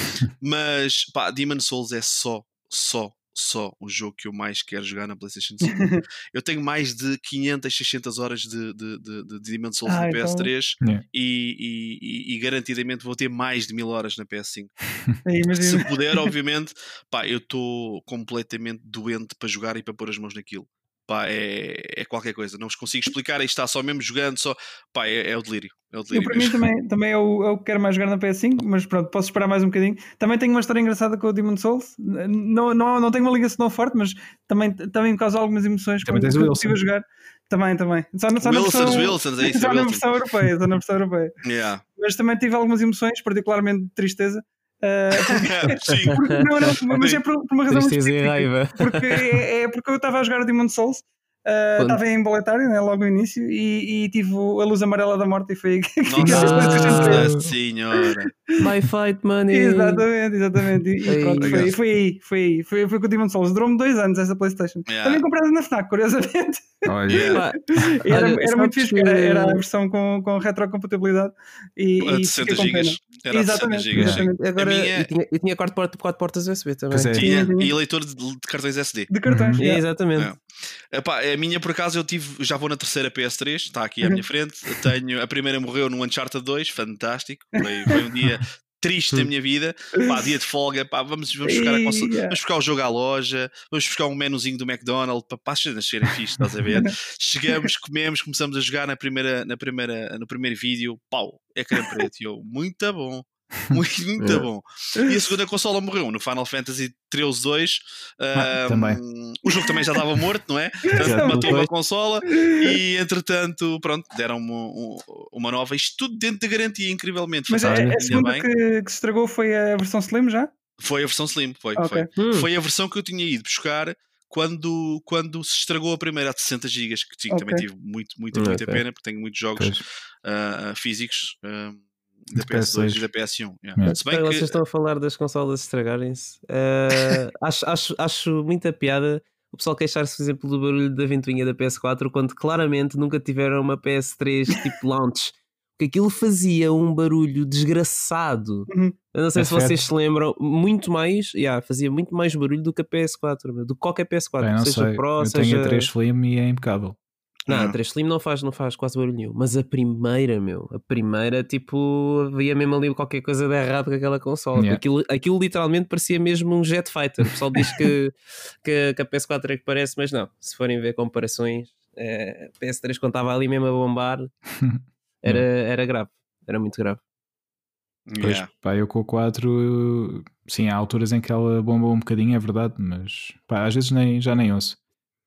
Mas pá, Demon's Souls é só, só, só o jogo que eu mais quero jogar na PlayStation cinco. Eu tenho mais de quinhentas, seiscentas horas de, de, de, de Demon's Souls ah, no P S três então... yeah. e, e, e, e garantidamente vou ter mais de mil horas na P S cinco. É, se puder, obviamente, pá, eu estou completamente doente para jogar e para pôr as mãos naquilo. Pá, é, é qualquer coisa, não vos consigo explicar, aí está só mesmo jogando, só, pá, é, é o delírio. É o delírio eu, para mim também, também é, o, é o que quero mais jogar na P S cinco, mas pronto, posso esperar mais um bocadinho. Também tenho uma história engraçada com o Demon's Souls, não, não, não tenho uma ligação tão forte, mas também, também me causa algumas emoções também quando eu estive a jogar. Também, também. Só, só na Wilsons, versão, Wilsons, é isso, só é na Wilson. versão europeia, só na versão europeia. Yeah. Mas também tive algumas emoções, particularmente de tristeza. Uh, Sim. porque, não, não, mas é por, por uma razão muito Tristeza e específica. raiva. Porque é, é porque eu estava a jogar o Demon's Souls, uh, estava em boletário, né, logo no início, e, e tive a luz amarela da morte e foi que Nossa senhora. My fight money. Exatamente, exatamente. E, e pronto, Ei. foi, foi aí, foi aí. Foi, foi com o Demon's Souls. Durou-me dois anos essa PlayStation. Yeah. Também comprada na FNAC, curiosamente. Olha, Yeah. Era, Olha, era muito sabes fixe, que- era, era a versão com, com retrocompatibilidade e, A e de fiquei sessenta com pena. gigas. Era a de sessenta Exatamente, gigas. sim. exatamente. Agora, A minha- e tinha, e tinha quatro, portas, quatro portas U S B também. Pois é. Tinha, Sim, sim. e leitor de, de cartões S D. De cartões. Uhum. yeah. Exatamente. É. Epá, a minha por acaso eu tive, já vou na terceira P S três, está aqui à Uhum. minha frente. Eu tenho, a primeira morreu no Uncharted dois, fantástico. Foi, foi um dia triste da minha vida. Pá, dia de folga, pá, vamos, vamos, buscar a consola, Yeah. vamos buscar o jogo à loja, vamos buscar um menuzinho do McDonald's para, para as cenas serem fixe, estás a ver? Chegamos, comemos, começamos a jogar na primeira, na primeira, no primeiro vídeo, pau, ecrã preto. E eu, muito bom. Muito, muito É. bom. E a segunda consola morreu no Final Fantasy treze dois. Ah, Um, também. O jogo também já estava morto, não é? Portanto, Já matou foi. uma consola e entretanto, pronto, deram-me um- uma nova. Isto tudo dentro de garantia, incrivelmente. Mas a, fantástico, a ainda segunda bem. que, que se estragou foi a versão Slim já? Foi a versão Slim, foi, Ok. foi. Hum. Foi a versão que eu tinha ido buscar quando, quando se estragou a primeira a de sessenta gigas, que sim, também Ok. tive muito, muita, Hum, muita ok. pena, porque tenho muitos jogos Pois. ah, ah, físicos ah, da De P S dois P S dois. e da P S um. yeah. Yeah. Se bem Agora que, vocês estão a falar das consolas estragarem-se. Eh, acho, acho, acho muita piada o pessoal queixar-se, por exemplo, do barulho da ventoinha da P S quatro quando claramente nunca tiveram uma P S três tipo launch. Porque aquilo fazia um barulho desgraçado. Uhum. Eu não sei É se vocês certo. se lembram, muito mais, yeah, fazia muito mais barulho do que a P S quatro, meu, do que qualquer P S quatro, Bem, não seja sei. Pro, Eu seja. tenho a três Slim e é impecável. Não, a Uhum. três Slim não faz, não faz quase barulho nenhum. Mas a primeira, meu, a primeira, tipo, havia mesmo ali qualquer coisa de errado com aquela consola. Yeah. Aquilo, aquilo literalmente parecia mesmo um Jet Fighter. O pessoal diz que, que, que a P S quatro é que parece, mas não. Se forem ver comparações, eh, a P S três quando estava ali mesmo a bombar, era, era grave. Era muito grave. Pois, yeah. pá, eu com o quatro, eu- sim, há alturas em que ela bomba um bocadinho, é verdade, mas pá, às vezes nem, já nem ouço.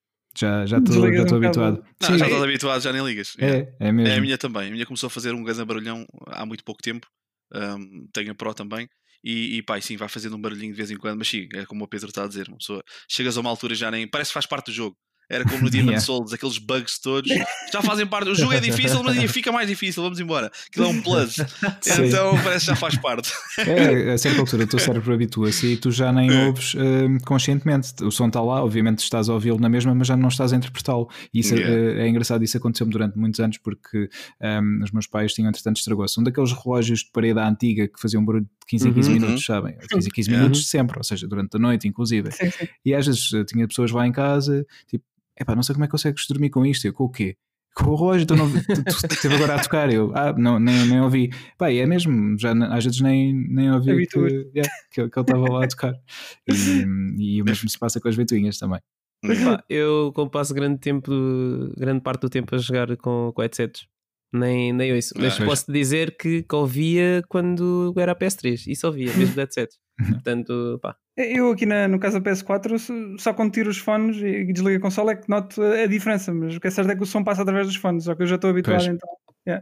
Já estou Desligas já um estou bocado. habituado. Não, Sim, já é- estás habituado, já nem ligas. Yeah. é, é mesmo. É a minha também. A minha começou a fazer um grande barulhão há muito pouco tempo. um, tenho a Pro também. E, e pá, e sim, vai fazendo um barulhinho de vez em quando, mas sim, é como o Pedro está a dizer, uma pessoa chegas a uma altura já nem. Parece que faz parte do jogo. Era como no Demon's Yeah. Souls, aqueles bugs todos já fazem parte. O jogo é difícil, mas fica mais difícil, vamos embora. Aquilo é um plus. Então parece que já faz parte. É, a certa altura o teu cérebro habitua-se e tu já nem ouves uh, conscientemente. O som está lá, obviamente estás a ouvi-lo na mesma, mas já não estás a interpretá-lo. E isso Yeah. uh, é engraçado, isso aconteceu-me durante muitos anos porque um, os meus pais tinham, entretanto, estragou-se. Um daqueles relógios de parede antiga que faziam um barulho de quinze em quinze Uhum. minutos, sabem? quinze em quinze Yeah. minutos sempre, ou seja, durante a noite, inclusive. Sim, sim. E às vezes uh, tinha pessoas lá em casa, tipo, epá, não sei como é que consegues dormir com isto. Eu, com o quê? Com o relógio, então não, tu, tu, esteve agora a tocar. Eu, ah, não, nem, nem ouvi. Pá, e é mesmo, já às vezes nem, nem ouvi que, yeah, que, que ele estava lá a tocar. E, e o mesmo se passa com as ventoinhas também. Pá, eu, como passo grande tempo, grande parte do tempo a jogar com, com headsets, nem, nem ouço. Mas Ah, posso dizer que, que ouvia quando era a P S três. Isso ouvia, mesmo de headsets. Portanto, pá. Eu aqui na, no caso da P S quatro, só quando tiro os fones e desligo a consola é que noto a diferença, mas o que é certo é que o som passa através dos fones, só que eu já estou habituado, Pois. então. Yeah.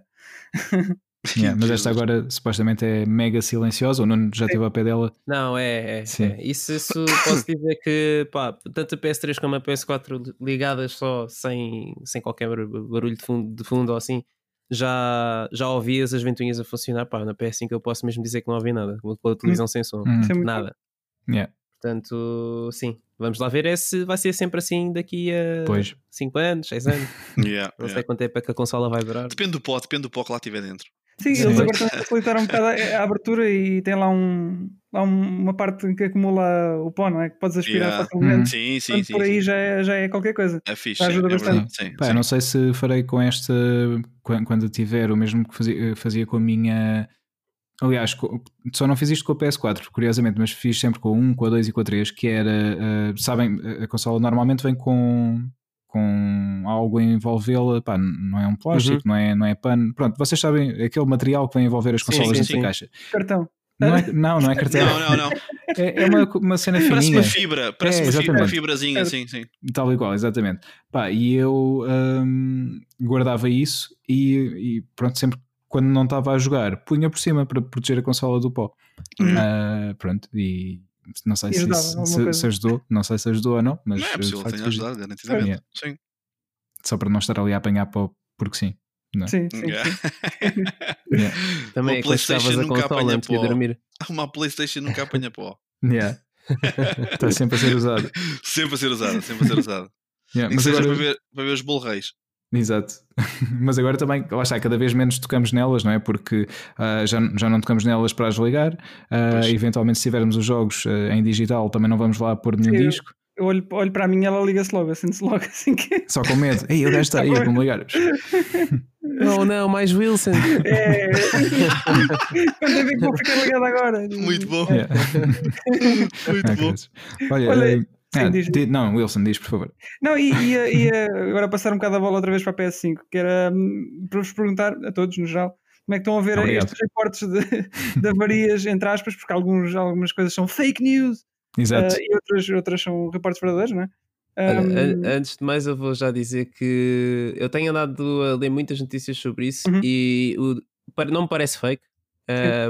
Yeah, mas esta agora supostamente é mega silenciosa, o Nuno já esteve a pé dela. Não, é, é, Sim. é. Isso, isso posso dizer que, pá, tanto a P S três como a P S quatro ligadas só, sem, sem qualquer barulho de fundo, de fundo ou assim, já, já ouvias as ventoinhas a funcionar. Pá, na P S cinco eu posso mesmo dizer que não ouvi nada, com a televisão hum. sem som, Hum. nada. Yeah. Portanto, sim, vamos lá ver é se vai ser sempre assim daqui a cinco anos, seis anos. Yeah, não yeah. sei quanto tempo é que a consola vai durar. Depende do pó, depende do pó que lá estiver dentro. Sim, Sim. eles agora estão a facilitar um bocado a, a abertura e tem lá, um, lá uma parte em que acumula o pó, não é? Que podes aspirar Yeah. facilmente. Hum. Sim, sim, Portanto, sim. por aí sim. já é, já é qualquer coisa. É fixe, Já ajuda sim, é bastante. verdade, sim, Pá, sim. eu não sei se farei com esta quando tiver o mesmo que fazia, fazia com a minha. Aliás, só não fiz isto com a P S quatro, curiosamente, mas fiz sempre com a um, com a dois e com a três, que era, uh, sabem, a consola normalmente vem com, com algo a envolvê-la, pá, não é um plástico, Uhum. não, é, não é pano, pronto, vocês sabem, aquele material que vem envolver as consolas sim, dentro sim. da caixa. Cartão. Não, é, não, não é cartão. Não, não, não. É, é uma, uma cena Parece fininha. uma fibra, parece É, uma, fibra, uma exatamente. fibrazinha, sim, sim. Tal e qual, exatamente. Pá, e eu hum, guardava isso e, e pronto, sempre quando não estava a jogar, punha por cima para proteger a consola do pó. Uhum. Uh, pronto, e não sei E se, ajudava, se, se, se ajudou, não sei se ajudou ou não, mas Não é possível que tenha ajudado, garantidamente. Yeah. Sim. Só para não estar ali a apanhar pó, porque sim. Não é? Sim, sim, Yeah. sim. Yeah. Também Uma é quando estavas PlayStation a nunca consola apanha antes de pó. dormir. Uma PlayStation nunca apanha pó. Yeah. Está sempre a ser usado. Sempre a ser usada, sempre a ser usada. Yeah, Nem mas que seja agora... para, ver, para ver os bolreis. Exato, mas agora também, lá está, cada vez menos tocamos nelas, não é? Porque uh, já, já não tocamos nelas para as ligar, uh, eventualmente se tivermos os jogos uh, em digital também não vamos lá pôr nenhum Sim, disco. Eu olho, olho para a minha, ela liga-se logo, acende-se logo assim que. Só com medo, ei, o gajo está aí, vamos ligar. Não, não, mais Wilson. É. Quando eu vi que vou ficar ligado agora. Muito bom. Yeah. Muito Ah, bom. Olha, Olha, uh, sim, ah, diz. di- não, Wilson, diz por favor. Não, e ia, ia agora passar um bocado a bola outra vez para a P S cinco, que era hum, para vos perguntar a todos no geral como é que estão a ver Obrigado. estes reportes de, de avarias, entre aspas, porque alguns, algumas coisas são fake news Exato. uh, e outras, outras são reportes verdadeiros, não é? Olha, Um, an- antes de mais eu vou já dizer que eu tenho andado a ler muitas notícias sobre isso Uhum. e o, para- não me parece fake, uh,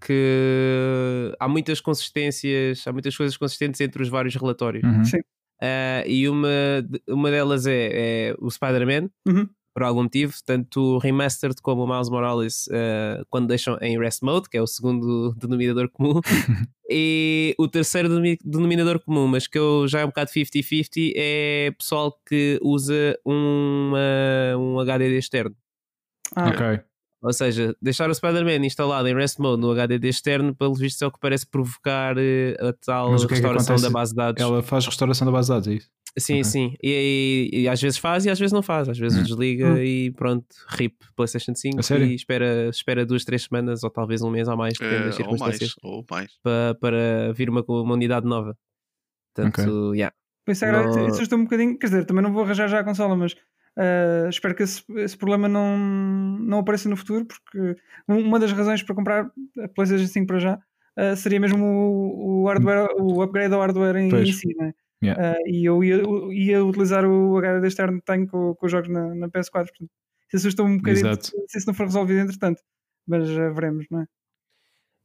porque há muitas consistências, há muitas coisas consistentes entre os vários relatórios. Uhum. Sim. Uh, e uma, de- uma delas é, é o Spider-Man, Uhum. por algum motivo, tanto o Remastered como o Miles Morales, uh, quando deixam em Rest Mode, que é o segundo denominador comum, e o terceiro denomi- denominador comum, mas que eu já é um bocado cinquenta cinquenta, é pessoal que usa uma, um H D D externo. Ah, Ok. Ou seja, deixar o Spider-Man instalado em Rest Mode no H D D externo, pelo visto é o que parece provocar eh, a tal Mas o que é que restauração acontece? da base de dados. Ela faz restauração da base de dados, é isso? Sim, Ok. sim. E, e- e às vezes faz e às vezes não faz. Às vezes Hum. desliga Hum. e pronto, rip PlayStation cinco A sério? e espera, espera duas, três semanas ou talvez um mês ou mais, depende das Eh, ou mais, circunstâncias, ou mais. para, para vir uma, uma unidade nova. Portanto, yeah. Pois é, agora Não- assusta um bocadinho, quer dizer, também não vou arranjar já a consola, mas uh, espero que esse, esse problema não, não apareça no futuro, porque uma das razões para comprar a PlayStation cinco para já uh, seria mesmo o, o hardware, o upgrade ao hardware em, Pois. em si, né? Yeah. Uh, e eu ia, ia utilizar o H D D externo que tenho com, com os jogos na, na P S quatro, portanto, isso assusta um bocadinho Exato. se isso não for resolvido entretanto, mas uh, veremos, não é?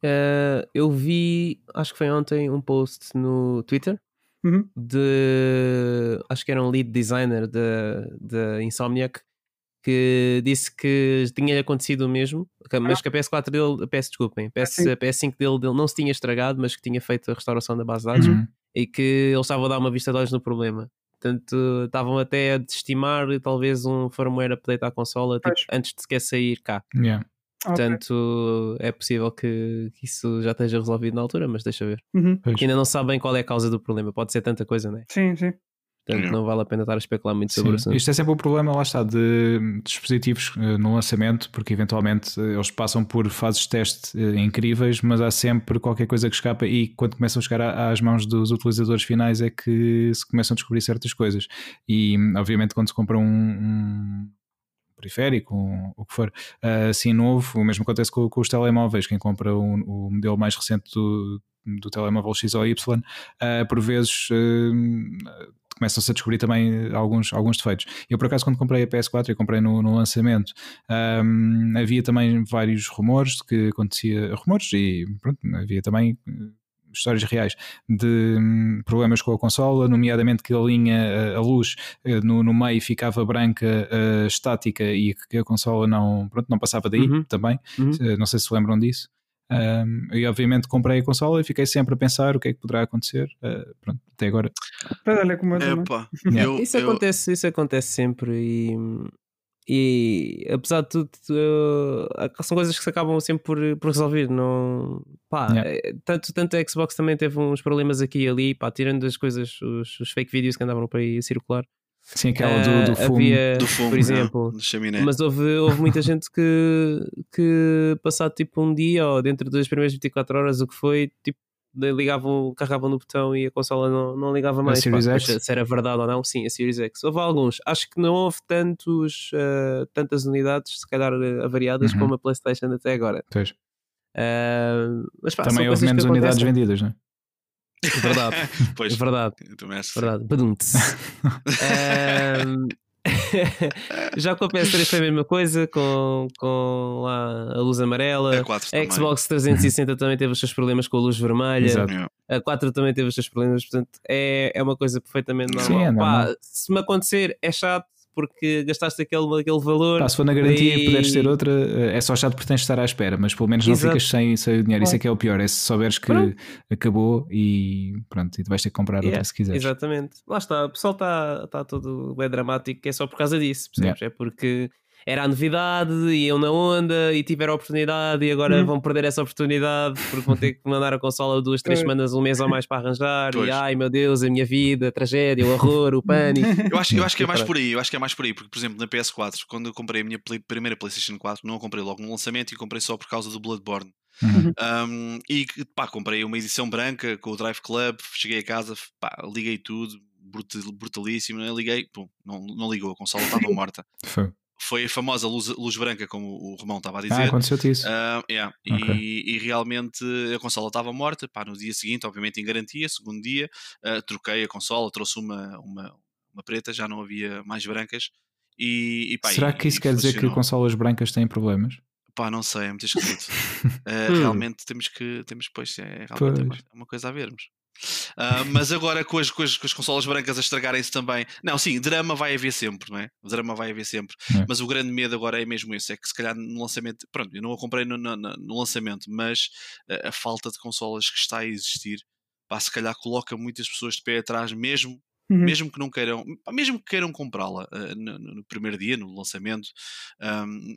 Uh, eu vi, acho que foi ontem, um post no Twitter uhum. de, acho que era um lead designer de, de Insomniac, que disse que tinha acontecido o mesmo, mas que a P S quatro dele, peço desculpem, a P S cinco dele, dele não se tinha estragado, mas que tinha feito a restauração da base de dados uhum. e que eles estavam a dar uma vista de olhos no problema. Portanto, estavam até a desestimar talvez um firmware update à consola tipo, antes de sequer sair cá. Yeah. Portanto, okay. É possível que, que isso já esteja resolvido na altura, mas deixa ver. Uhum. Porque ainda não sabem qual é a causa do problema. Pode ser tanta coisa, não é? Sim, sim. Portanto, não vale a pena estar a especular muito sobre isso. Isto é sempre o um problema, lá está, de dispositivos uh, no lançamento, porque eventualmente uh, eles passam por fases de teste uh, incríveis, mas há sempre qualquer coisa que escapa e quando começam a chegar a, às mãos dos utilizadores finais é que se começam a descobrir certas coisas. E obviamente quando se compra um, um periférico, um, o que for, uh, assim novo, o mesmo acontece com, com os telemóveis. Quem compra o, o modelo mais recente do, do telemóvel X ou Y, uh, por vezes uh, começam-se a descobrir também alguns, alguns defeitos. Eu por acaso quando comprei a P S quatro, eu comprei no, no lançamento, um, havia também vários rumores de que acontecia, rumores e pronto, havia também histórias reais de um, problemas com a consola, nomeadamente que a linha, a, a luz uh, no, no meio ficava branca, uh, estática e que a consola não, pronto, não passava daí uhum. também, uhum. uh, não sei se lembram disso. Um, e obviamente comprei a consola e fiquei sempre a pensar o que é que poderá acontecer, uh, pronto, até agora. Olha como eu Epa, yeah. eu, isso, eu... Acontece, isso acontece sempre e, e apesar de tudo uh, são coisas que se acabam sempre por, por resolver. Não, pá, yeah. é, tanto, tanto a Xbox também teve uns problemas aqui e ali, pá, tirando as coisas, os, os fake vídeos que andavam por aí a circular. Sim, aquela do, do fumo, havia, do fumo, por exemplo, é, mas houve, houve muita gente que, que passado tipo um dia ou dentro das primeiras vinte e quatro horas, o que foi, tipo, ligavam, carregavam no botão e a consola não, não ligava mais. A Series pá, X? Se era verdade ou não, sim, a Series X. Houve alguns, acho que não houve tantos, uh, tantas unidades, se calhar avariadas, uhum. como a PlayStation até agora. Pois. Uh, mas, pá, também houve menos unidades vendidas, não é? Verdade, pois, verdade, verdade. Badum-te. um, já com a P S três foi a mesma coisa, com, com lá a luz amarela. A, a Xbox trezentos e sessenta também teve os seus problemas com a luz vermelha. Exato. A quatro também teve os seus problemas, portanto é, é uma coisa perfeitamente normal. Sim, é normal. Pá, se me acontecer é chato porque gastaste aquele, aquele valor. Pá, se for na garantia e e puderes ter outra, é só chato porque tens de estar à espera, mas pelo menos não Exato. ficas sem, sem o dinheiro. Isso é que é o pior, é se souberes que pronto. acabou e pronto, e tu vais ter que comprar yeah, outra se quiseres. Exatamente. Lá está, o pessoal está tá todo bem dramático, é só por causa disso, percebes? Yeah. É porque era a novidade, iam na onda e tiveram a oportunidade e agora uhum. vão perder essa oportunidade porque vão ter que mandar a consola duas, três semanas, um mês ou mais para arranjar pois. E ai meu Deus, a minha vida, a tragédia, o horror, o pânico. Eu acho, eu acho que é mais por aí, eu acho que é mais por aí, porque por exemplo na P S quatro, quando eu comprei a minha play, primeira PlayStation quatro, não a comprei logo no lançamento e comprei só por causa do Bloodborne. Uhum. Um, e pá, comprei uma edição branca com o Drive Club, cheguei a casa, pá, liguei tudo, brutal, brutalíssimo, né? Liguei, pum, não, não ligou, a consola estava morta. Foi. Foi a famosa luz, luz branca, como o Romão estava a dizer. Ah, aconteceu-te isso. Uh, yeah. okay. e, e realmente a consola estava morta. Pá, no dia seguinte, obviamente em garantia, segundo dia, uh, troquei a consola, trouxe uma, uma, uma preta, já não havia mais brancas. E, e, pá, Será e, que isso e quer funcionou. dizer que consolas brancas têm problemas? Pá, não sei, é muito esquisito. uh, realmente temos que, temos pois, é, realmente é uma, é uma coisa a vermos. Uh, mas agora com as, com, as, com as consolas brancas a estragarem-se também, não, sim, drama vai haver sempre, não é? Drama vai haver sempre, é. Mas o grande medo agora é mesmo isso, é que se calhar no lançamento, pronto, eu não a comprei no, no, no lançamento, mas a, a falta de consolas que está a existir, pá, se calhar coloca muitas pessoas de pé atrás, mesmo, uhum. mesmo que não queiram, mesmo que queiram comprá-la uh, no, no primeiro dia, no lançamento. Um,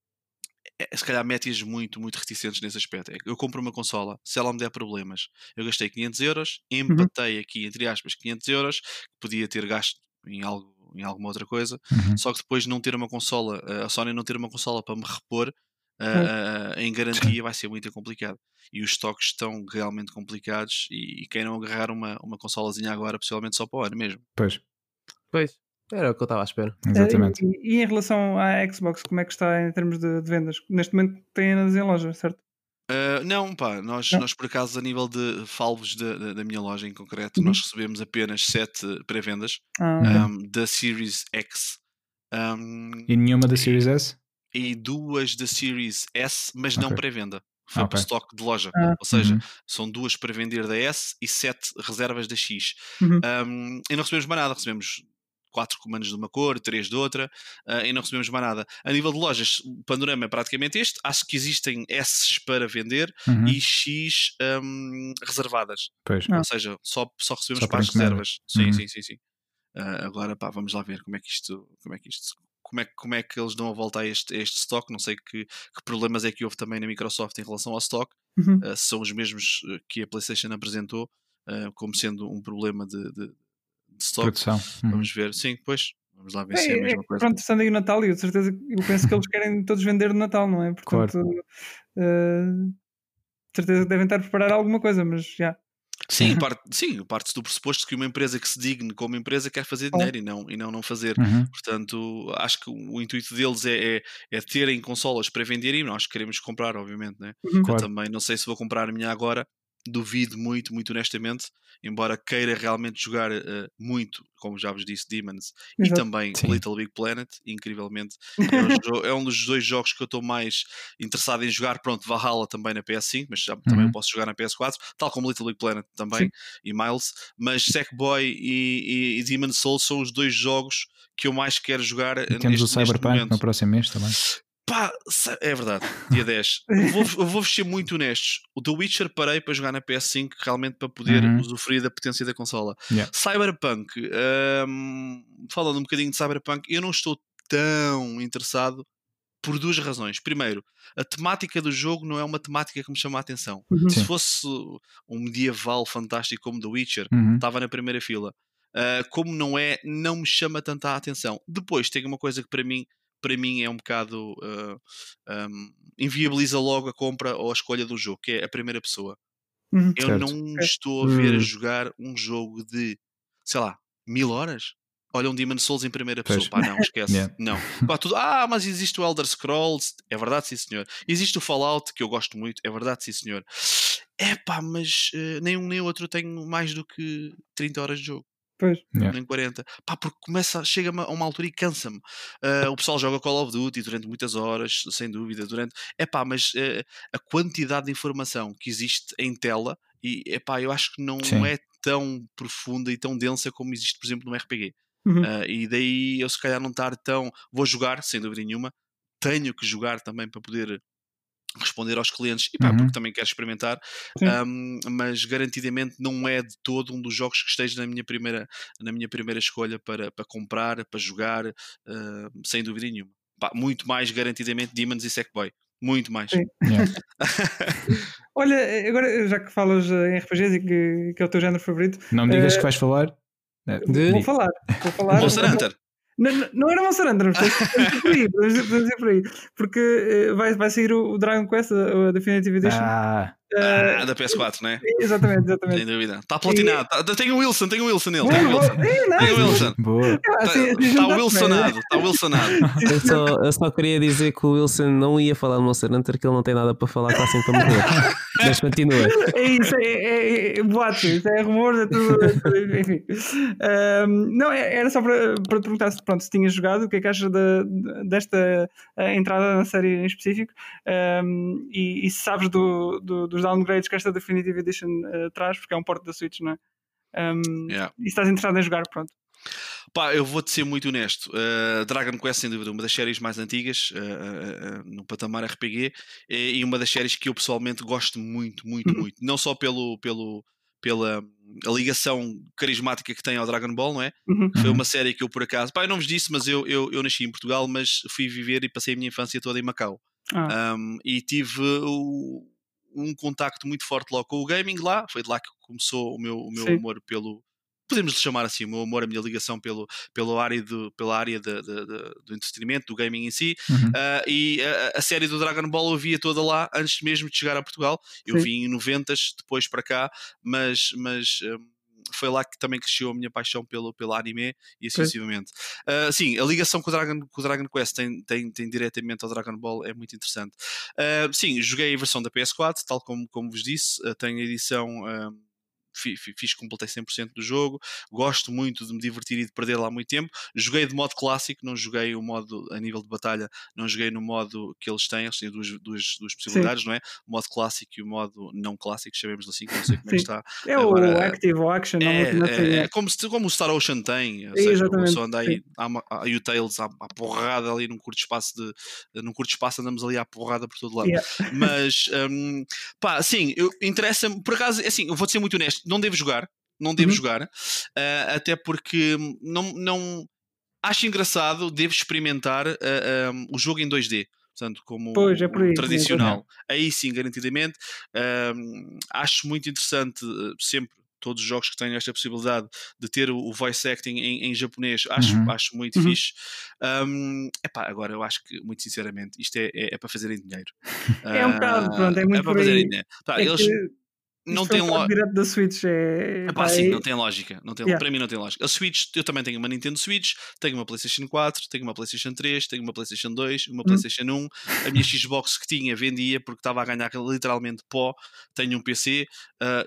se calhar mete-as muito, muito reticentes nesse aspecto. Eu compro uma consola, se ela me der problemas, eu gastei quinhentos euros, empatei uhum. aqui, entre aspas, quinhentos euros, que podia ter gasto em, algo, em alguma outra coisa, uhum. só que depois não ter uma consola, a Sony não ter uma consola para me repor uh, uh, em garantia vai ser muito complicado. E os estoques estão realmente complicados e, e quem não agarrar uma, uma consolazinha agora, possivelmente só para o ano mesmo. Pois. Pois. Era o que eu estava à espera. Exatamente. E, e em relação à Xbox, como é que está em termos de, de vendas? Neste momento tem-nas em loja, certo? Uh, não, pá, nós, não. nós por acaso a nível de falvos de, de, da minha loja em concreto, uhum. nós recebemos apenas sete pré-vendas ah, okay. um, da Series X. Um, e nenhuma da Series S? E duas da Series S, mas okay. não pré-venda. Foi okay. para stock de loja. Ah. Ou seja, uhum. são duas para vender da S e sete reservas da X. Uhum. Um, e não recebemos mais nada. Recebemos quatro comandos de uma cor, três de outra, uh, e não recebemos mais nada. A nível de lojas, o panorama é praticamente este. Acho que existem S para vender uhum. e X um, reservadas. Pois. Ah. Ou seja, só, só recebemos Só para por as encomenda. reservas. Sim, Uhum. sim, sim, sim. Uh, agora, pá, vamos lá ver como é que isto, como é que isto, como é, como é que eles dão a volta a este, a este stock. Não sei que, que problemas é que houve também na Microsoft em relação ao stock. Uhum. Uh, são os mesmos que a PlayStation apresentou uh, como sendo um problema de, de, de stock. Produção. Uhum. Vamos ver, sim, pois. Vamos lá ver se é a É, é, mesma coisa. pronto, estando aí o Natal, e eu de certeza, eu penso que eles querem todos vender no Natal, não é? Portanto, Claro. uh, de certeza que devem estar a preparar alguma coisa, mas já. Sim, parte, sim, parte do pressuposto que uma empresa que se digne como empresa quer fazer Claro. dinheiro e não, e não não fazer. Uhum. Portanto, acho que o intuito deles é, é, é terem consolas para vender e nós queremos comprar, obviamente, né? Uhum. Eu Claro. também não sei se vou comprar a minha agora, duvido muito, muito honestamente, embora queira realmente jogar uh, muito, como já vos disse, Demons e Exato. também Sim. Little Big Planet, incrivelmente. É um, jo- é um dos dois jogos que eu estou mais interessado em jogar. Pronto, Valhalla também na P S cinco, mas já, também eu Uhum. posso jogar na P S quatro, tal como Little Big Planet também, Sim. e Miles. Mas Sackboy e, e, e Demon's Souls são os dois jogos que eu mais quero jogar E temos neste, o neste Cyberpunk momento. no próximo mês também. Pá, sa- é verdade, dia dez. Eu vou, eu vou ser muito honestos. O The Witcher parei para jogar na P S cinco realmente para poder Uhum. usufruir da potência da consola. Yeah. Cyberpunk, hum, falando um bocadinho de Cyberpunk, eu não estou tão interessado por duas razões. Primeiro, a temática do jogo não é uma temática que me chama a atenção. Uhum. Se Sim. fosse um medieval fantástico como The Witcher, Uhum. estava na primeira fila. Uh, como não é, não me chama tanta a atenção. Depois tem uma coisa que para mim, para mim é um bocado uh, um, inviabiliza logo a compra ou a escolha do jogo, que é a primeira pessoa. Uhum. Eu Certo. não Ok. estou a ver a Hum. jogar um jogo de, sei lá, mil horas. Olha um Demon's Souls em primeira pessoa. Pois. Pá, não, esquece. Yeah. Não. Pá, tudo, ah, mas existe o Elder Scrolls. É verdade, sim, senhor. Existe o Fallout, que eu gosto muito. É verdade, sim, senhor. É pá, mas uh, nem um nem o outro tenho mais do que trinta horas de jogo. Pois. Yeah. Nem quarenta. Pá, porque começa, chega a uma altura e cansa-me. Uh, o pessoal joga Call of Duty durante muitas horas, sem dúvida. Durante... É pá, mas uh, a quantidade de informação que existe em tela, e é pá, eu acho que não Sim. é tão profunda e tão densa como existe, por exemplo, no R P G. Uhum. Uh, e daí eu se calhar não estar tão. Vou jogar, sem dúvida nenhuma. Tenho que jogar também para poder responder aos clientes e pá, Uhum. porque também quero experimentar, Sim. um, mas garantidamente não é de todo um dos jogos que esteja na minha primeira, na minha primeira escolha para, para comprar, para jogar, uh, sem dúvida nenhuma. Pá, muito mais garantidamente Demons e Sackboy. Muito mais. Sim. Yeah. Olha, agora já que falas em R P Gs e que, que é o teu género favorito, Não me digas eh, que vais falar. É, De- vou digo. falar. Vou falar. Monster Hunter. Não, não- não era Monster Hunter, mas podemos dizer por aí, podemos dizer- podemos dizer por aí. Porque eh, vai, vai sair o, o Dragon Quest, a, a Definitive Edition. Ah, Eh, Ah, da P S quatro, né? Exatamente, Sem exatamente. dúvida. Está platinado. Tá, tem o Wilson, tem o Wilson nele. Tem o Boa, Wilson. boa. É, Tem o nice. Wilson. boa. Ah, assim- assim Está juntar-se bem, Wilsonado. Está Wilsonado. Eu só, eu só queria dizer que o Wilson não ia falar de Monster Hunter, que ele não tem nada para falar, está sempre a morrer. Mas continua. É isso, é, é, é boato, isso é rumor, é tudo, é tudo, enfim. Ahm, não, é- era só para, para te perguntar se, pronto, se tinhas jogado, o que é que achas da, desta eh, entrada na série em específico, Ahm, e, e se sabes do, do- dos downgrades que esta Definitive Edition eh, traz, porque é um porte da Switch, não é? Ahm, Yeah. E se estás interessado em jogar, pronto. Pá, eu vou-te ser muito honesto. Uh, Dragon Quest, sem dúvida, uma das séries mais antigas uh, uh, uh, no patamar R P G e, e uma das séries que eu pessoalmente gosto muito, muito, Uhum. muito. Não só pelo, pelo, pela a ligação carismática que tem ao Dragon Ball, não é? Uhum. Foi Uhum. uma série que eu, por acaso, pá, eu não vos disse, mas eu, eu, eu nasci em Portugal, mas fui viver e passei a minha infância toda em Macau. Ah, Um, e tive o- um contacto muito forte logo com o gaming lá. Foi de lá que começou o meu, o meu Sim. amor pelo. Podemos lhe chamar assim, o meu amor, a minha ligação pelo, pelo área do, pela área de, de- de- do entretenimento, do gaming em si. Uhum. Ah, e a, a série do Dragon Ball eu via toda lá antes mesmo de chegar a Portugal. Eu Sim. vim em noventas, depois para cá, mas, mas hum, foi lá que também cresceu a minha paixão pelo, pelo anime e assim Pois. sucessivamente. Ah, sim, a ligação com o Dragon, com o Dragon Quest tem, tem, tem diretamente ao Dragon Ball, é muito interessante. Ah, sim, joguei a versão da P S quatro, tal como, como vos disse, ah, tenho a edição. ah, fiz, fiz completei cem por cento do jogo, gosto muito de me divertir e de perder lá muito tempo. Joguei de modo clássico, não joguei o modo a nível de batalha, não joguei no modo que eles têm, eles têm duas, duas, duas possibilidades, Sim. não é? O modo clássico e o modo não clássico, sabemos assim, que não sei como é que está. É Agora, o Active ou Action, é, não, não é, é como, se, como o Star Ocean tem, ou seja, a pessoa anda aí, há uma, há, e o Tails há, há porrada ali num curto espaço de num curto espaço andamos ali à porrada por todo lado. Yeah. Mas um, pá, assim, interessa-me, por acaso, assim, eu vou ser muito honesto, não devo jogar, não devo uhum. jogar, uh, até porque não, não acho engraçado, devo experimentar uh, um, o jogo em dois D. Portanto, como pois, é por aí, o tradicional, é. Aí sim, garantidamente. Um, acho muito interessante uh, sempre todos os jogos que têm esta possibilidade de ter o, o voice acting em, em japonês, acho, uhum. acho muito uhum. fixe. Um, epá, agora, eu acho que, muito sinceramente, isto é, é, é para fazerem dinheiro. É um bocado, uh, pronto, é muito é para fazerem dinheiro. Tá, é eles que... não tem lógica. Direto da Switch é. Epá, sim, não tem lógica. Não tem, yeah. Para mim não tem lógica. A Switch, eu também tenho uma Nintendo Switch, tenho uma PlayStation quatro, tenho uma PlayStation três, tenho uma PlayStation dois, uma PlayStation hum. um. A minha Xbox que tinha vendia porque estava a ganhar literalmente pó. Tenho um P C uh,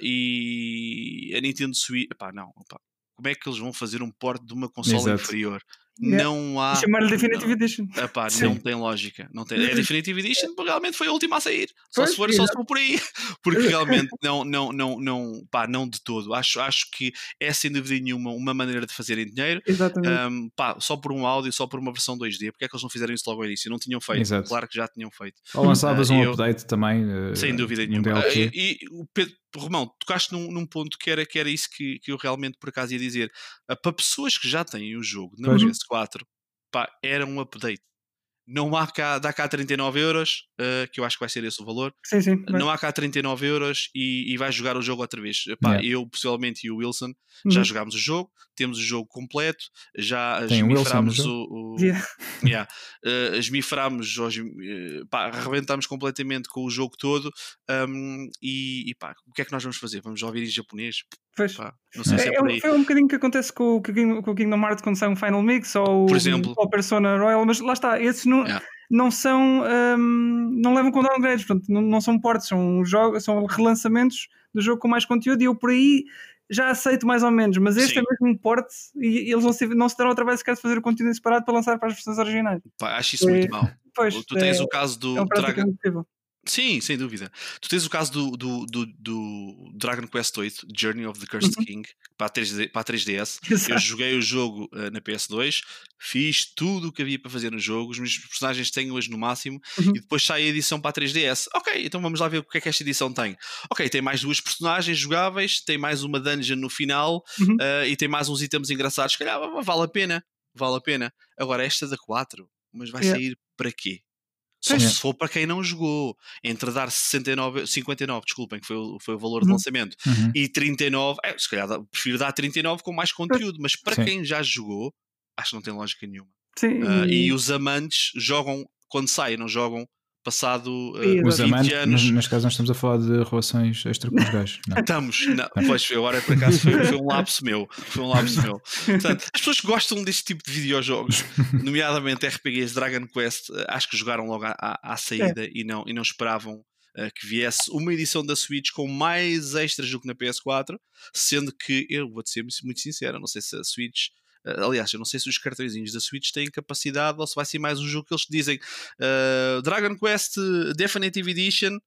e a Nintendo Switch. Epá, não. Epá. Como é que eles vão fazer um port de uma consola Exato. inferior? Yeah. Não há. Chamar-lhe Definitive não, Edition. Epá, não tem lógica. Não tem, é Definitive Edition porque realmente foi a última a sair. Só pois, se for, só se for por aí. Porque realmente não, não, não, não, pá, não de todo. Acho, acho que é sem dúvida nenhuma uma maneira de fazerem dinheiro. Exatamente. Um, pá, só por um áudio, só por uma versão dois D. Porque é que eles não fizeram isso logo ao início? Não tinham feito. Exato. Claro que já tinham feito. Ou lançavas uh, um eu, update também. Uh, sem dúvida um nenhuma. Uh, e, e o Pedro, Romão, tocaste num, num ponto que era, que era isso que, que eu realmente por acaso ia dizer. Uh, para pessoas que já têm o jogo na P S quatro, pá, era um update. Não há cá, dá cá trinta e nove euros, uh, que eu acho que vai ser esse o valor. Sim, sim, não há cá trinta e nove euros e, e vai jogar o jogo outra vez. Pá, yeah. Eu, pessoalmente, e o Wilson uhum. já jogámos o jogo, temos o jogo completo, já esmifrámos o. o yeah. Yeah, uh, esmifrámos, uh, pá, arrebentámos completamente com o jogo todo. Um, e, e pá, o que é que nós vamos fazer? Vamos ouvir em japonês? Pois. Pá, não sei é, se é por aí. Foi um bocadinho que acontece com, com o Kingdom Hearts quando sai um Final Mix ou o Persona Royal, mas lá está, esses não, yeah. não são um, não levam com downgrades, portanto, não, não são ports, são, jogos, são relançamentos do jogo com mais conteúdo e eu por aí já aceito mais ou menos, mas este Sim. é mesmo um port e eles não se, não se deram ao trabalho sequer de fazer o conteúdo separado para lançar para as versões originais. Pá, acho isso é, muito mal. Pois, tu tens é, o caso do é Dragon... Sim, sem dúvida. Tu tens o caso do, do, do, do Dragon Quest oito, Journey of the Cursed uhum. King, para a, três D, para a três D S. Exato. Eu joguei o jogo uh, na P S dois, fiz tudo o que havia para fazer no jogo, os meus personagens têm-os no máximo, uhum. e depois sai a edição para a três D S. Ok, então vamos lá ver o que é que esta edição tem. Ok, tem mais duas personagens jogáveis, tem mais uma dungeon no final, uhum. uh, e tem mais uns itens engraçados. Se calhar vale a pena, vale a pena. Agora, esta da quatro, mas vai yeah. sair para quê? Só é. se for para quem não jogou, entre dar sessenta e nove, cinquenta e nove, desculpem, que foi o, foi o valor uhum. de lançamento, uhum. e trinta e nove, é, se calhar prefiro dar trinta e nove com mais conteúdo, mas para Sim. quem já jogou, acho que não tem lógica nenhuma. Sim. Uh, e os amantes jogam quando saem, não jogam passado uh, os vinte amantes, anos. Neste caso, nós estamos a falar de relações extraconjugais. Estamos, não, pois agora por acaso foi, foi um lapso meu. Foi um lapso meu. Portanto, as pessoas que gostam deste tipo de videojogos, nomeadamente R P Gs, Dragon Quest, acho que jogaram logo à, à, à saída é. e, não, e não esperavam uh, que viesse uma edição da Switch com mais extras do que na P S quatro, sendo que eu vou-te ser muito sincero, não sei se a Switch. Aliás, eu não sei se os cartõezinhos da Switch têm capacidade ou se vai ser mais um jogo que eles dizem uh, Dragon Quest Definitive Edition,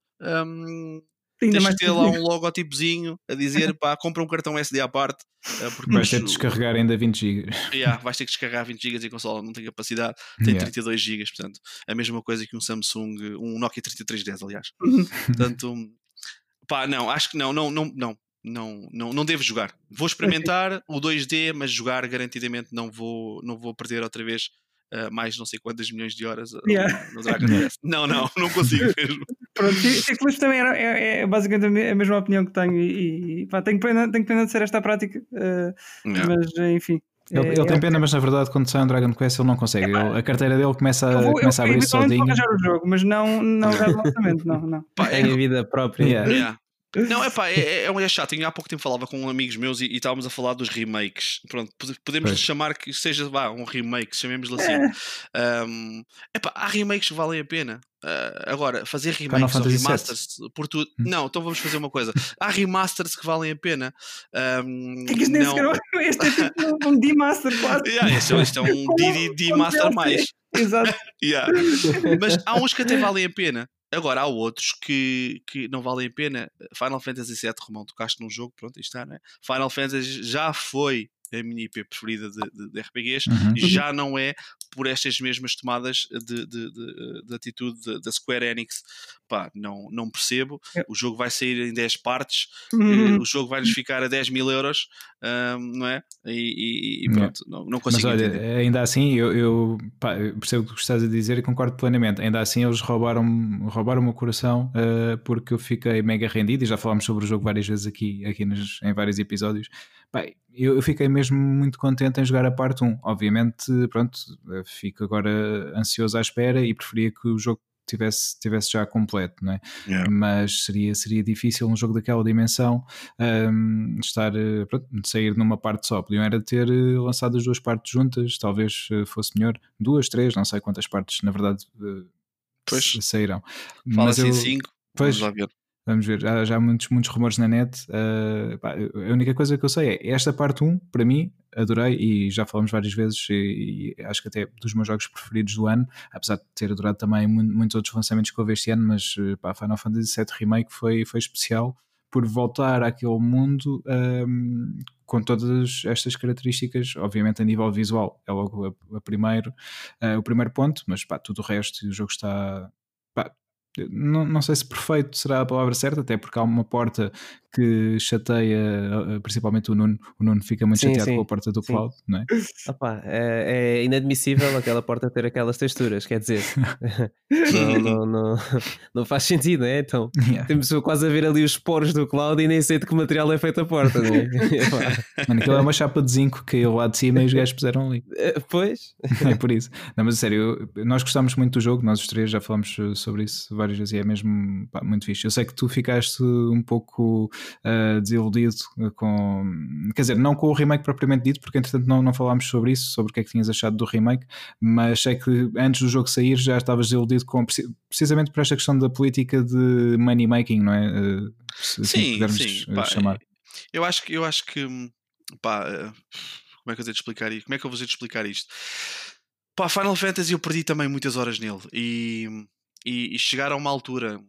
um, tens que ter lá um logotipozinho a dizer pá, compra um cartão S D à parte, uh, porque vais ter de descarregar ainda vinte gigas. Yeah, vais ter que descarregar vinte gigas e a consola não tem capacidade, tem yeah. trinta e dois gigas, portanto a mesma coisa que um Samsung, um Nokia trinta e três dez, aliás. Portanto, pá, não, acho que não, não, não, não. Não, não, não devo jogar. Vou experimentar o dois D, mas jogar garantidamente não vou, não vou perder outra vez uh, mais não sei quantas milhões de horas yeah. no, no Dragon Quest. Não, não, não consigo mesmo. Pronto, ciclismo também é, é, é basicamente a mesma opinião que tenho e, e pá, tenho, pena, tenho pena de ser esta a prática, uh, yeah. mas enfim. Ele, ele é, tem pena, mas na verdade quando sai um Dragon Quest ele não consegue. É, ele, a carteira dele começa, eu vou, começa eu, a abrir sozinho. Eu vou arranjar o jogo, mas não, não já de lançamento, não, não. Pá, é a vida própria. Yeah. Yeah. Não, epá, é, é, é chato. Há pouco tempo falava com amigos meus e, e estávamos a falar dos remakes. Pronto, podemos pois. chamar que seja vá, um remake, chamemos-lhe assim. É. Um, epá, há remakes que valem a pena. Uh, agora, fazer remakes ou remasters por tudo. Hum. Não, então vamos fazer uma coisa. Há remasters que valem a pena. Um, é que isto não... nem este é tipo um D-Master quase. Yeah, este, este é um D-Master mais. Exato. Yeah. Mas há uns que até valem a pena. Agora há outros que, que não valem a pena. Final Fantasy sete, Romão, tocaste num jogo, pronto, isto está, não é? Final Fantasy já foi a minha I P preferida de, de, de R P Gs uhum. e já não é por estas mesmas tomadas de, de, de, de atitude da Square Enix. Pá, não, não percebo. O jogo vai sair em dez partes, uhum. o jogo vai-nos ficar a dez mil euros, um, não é? E, e, e pronto, não, não consigo Mas olha, entender. Ainda assim, eu, eu, pá, eu percebo o que estás a dizer e concordo plenamente. Ainda assim, eles roubaram, roubaram o meu coração uh, porque eu fiquei mega rendido e já falámos sobre o jogo várias vezes aqui, aqui nos, em vários episódios. Pá, eu, eu fiquei mesmo muito contente em jogar a parte um. Obviamente, pronto, fico agora ansioso à espera e preferia que o jogo tivesse, tivesse já completo, não é? Yeah. Mas seria, seria difícil um jogo daquela dimensão um, estar, pronto, sair numa parte só. Podiam era ter lançado as duas partes juntas, talvez fosse melhor. Duas, três, não sei quantas partes na verdade pois. saíram. Fala-se em cinco, pois, vamos lá ver. Vamos ver, já, já há muitos, muitos rumores na net. Uh, pá, a única coisa que eu sei é esta parte um, para mim, adorei e já falamos várias vezes e, e acho que até dos meus jogos preferidos do ano, apesar de ter adorado também muitos outros lançamentos que houve este ano, mas pá, Final Fantasy sete Remake foi, foi especial por voltar àquele mundo um, com todas estas características, obviamente a nível visual é logo a, a primeiro, uh, o primeiro ponto, mas pá, tudo o resto e o jogo está... Pá, Não, não sei se perfeito será a palavra certa, até porque há uma porta que chateia principalmente o Nuno. O Nuno fica muito sim, chateado sim, com a porta do sim. Cloud, não é? Opa, é, é inadmissível aquela porta ter aquelas texturas, quer dizer, não, não, não, não faz sentido, não é? Então yeah. temos quase a ver ali os poros do Cloud e nem sei de que material é feita a porta, não é? Mano, aquilo é uma chapa de zinco que caiu lá de cima e os gajos puseram ali. Pois. É por isso. Não, mas sério, nós gostamos muito do jogo, nós os três já falamos sobre isso várias vezes e é mesmo pá, muito fixe. Eu sei que tu ficaste um pouco uh, desiludido com, quer dizer, não com o remake propriamente dito, porque entretanto não, não falámos sobre isso, sobre o que é que tinhas achado do remake, mas sei que antes do jogo sair já estavas desiludido com, precisamente por esta questão da política de money making, não é? Uh, se sim, sim. Pá, chamar. Eu acho que, eu acho que pá, como é que eu vou te explicar isto? Como é que eu vou te explicar isto? Pá, Final Fantasy eu perdi também muitas horas nele e, e, e chegar a uma altura,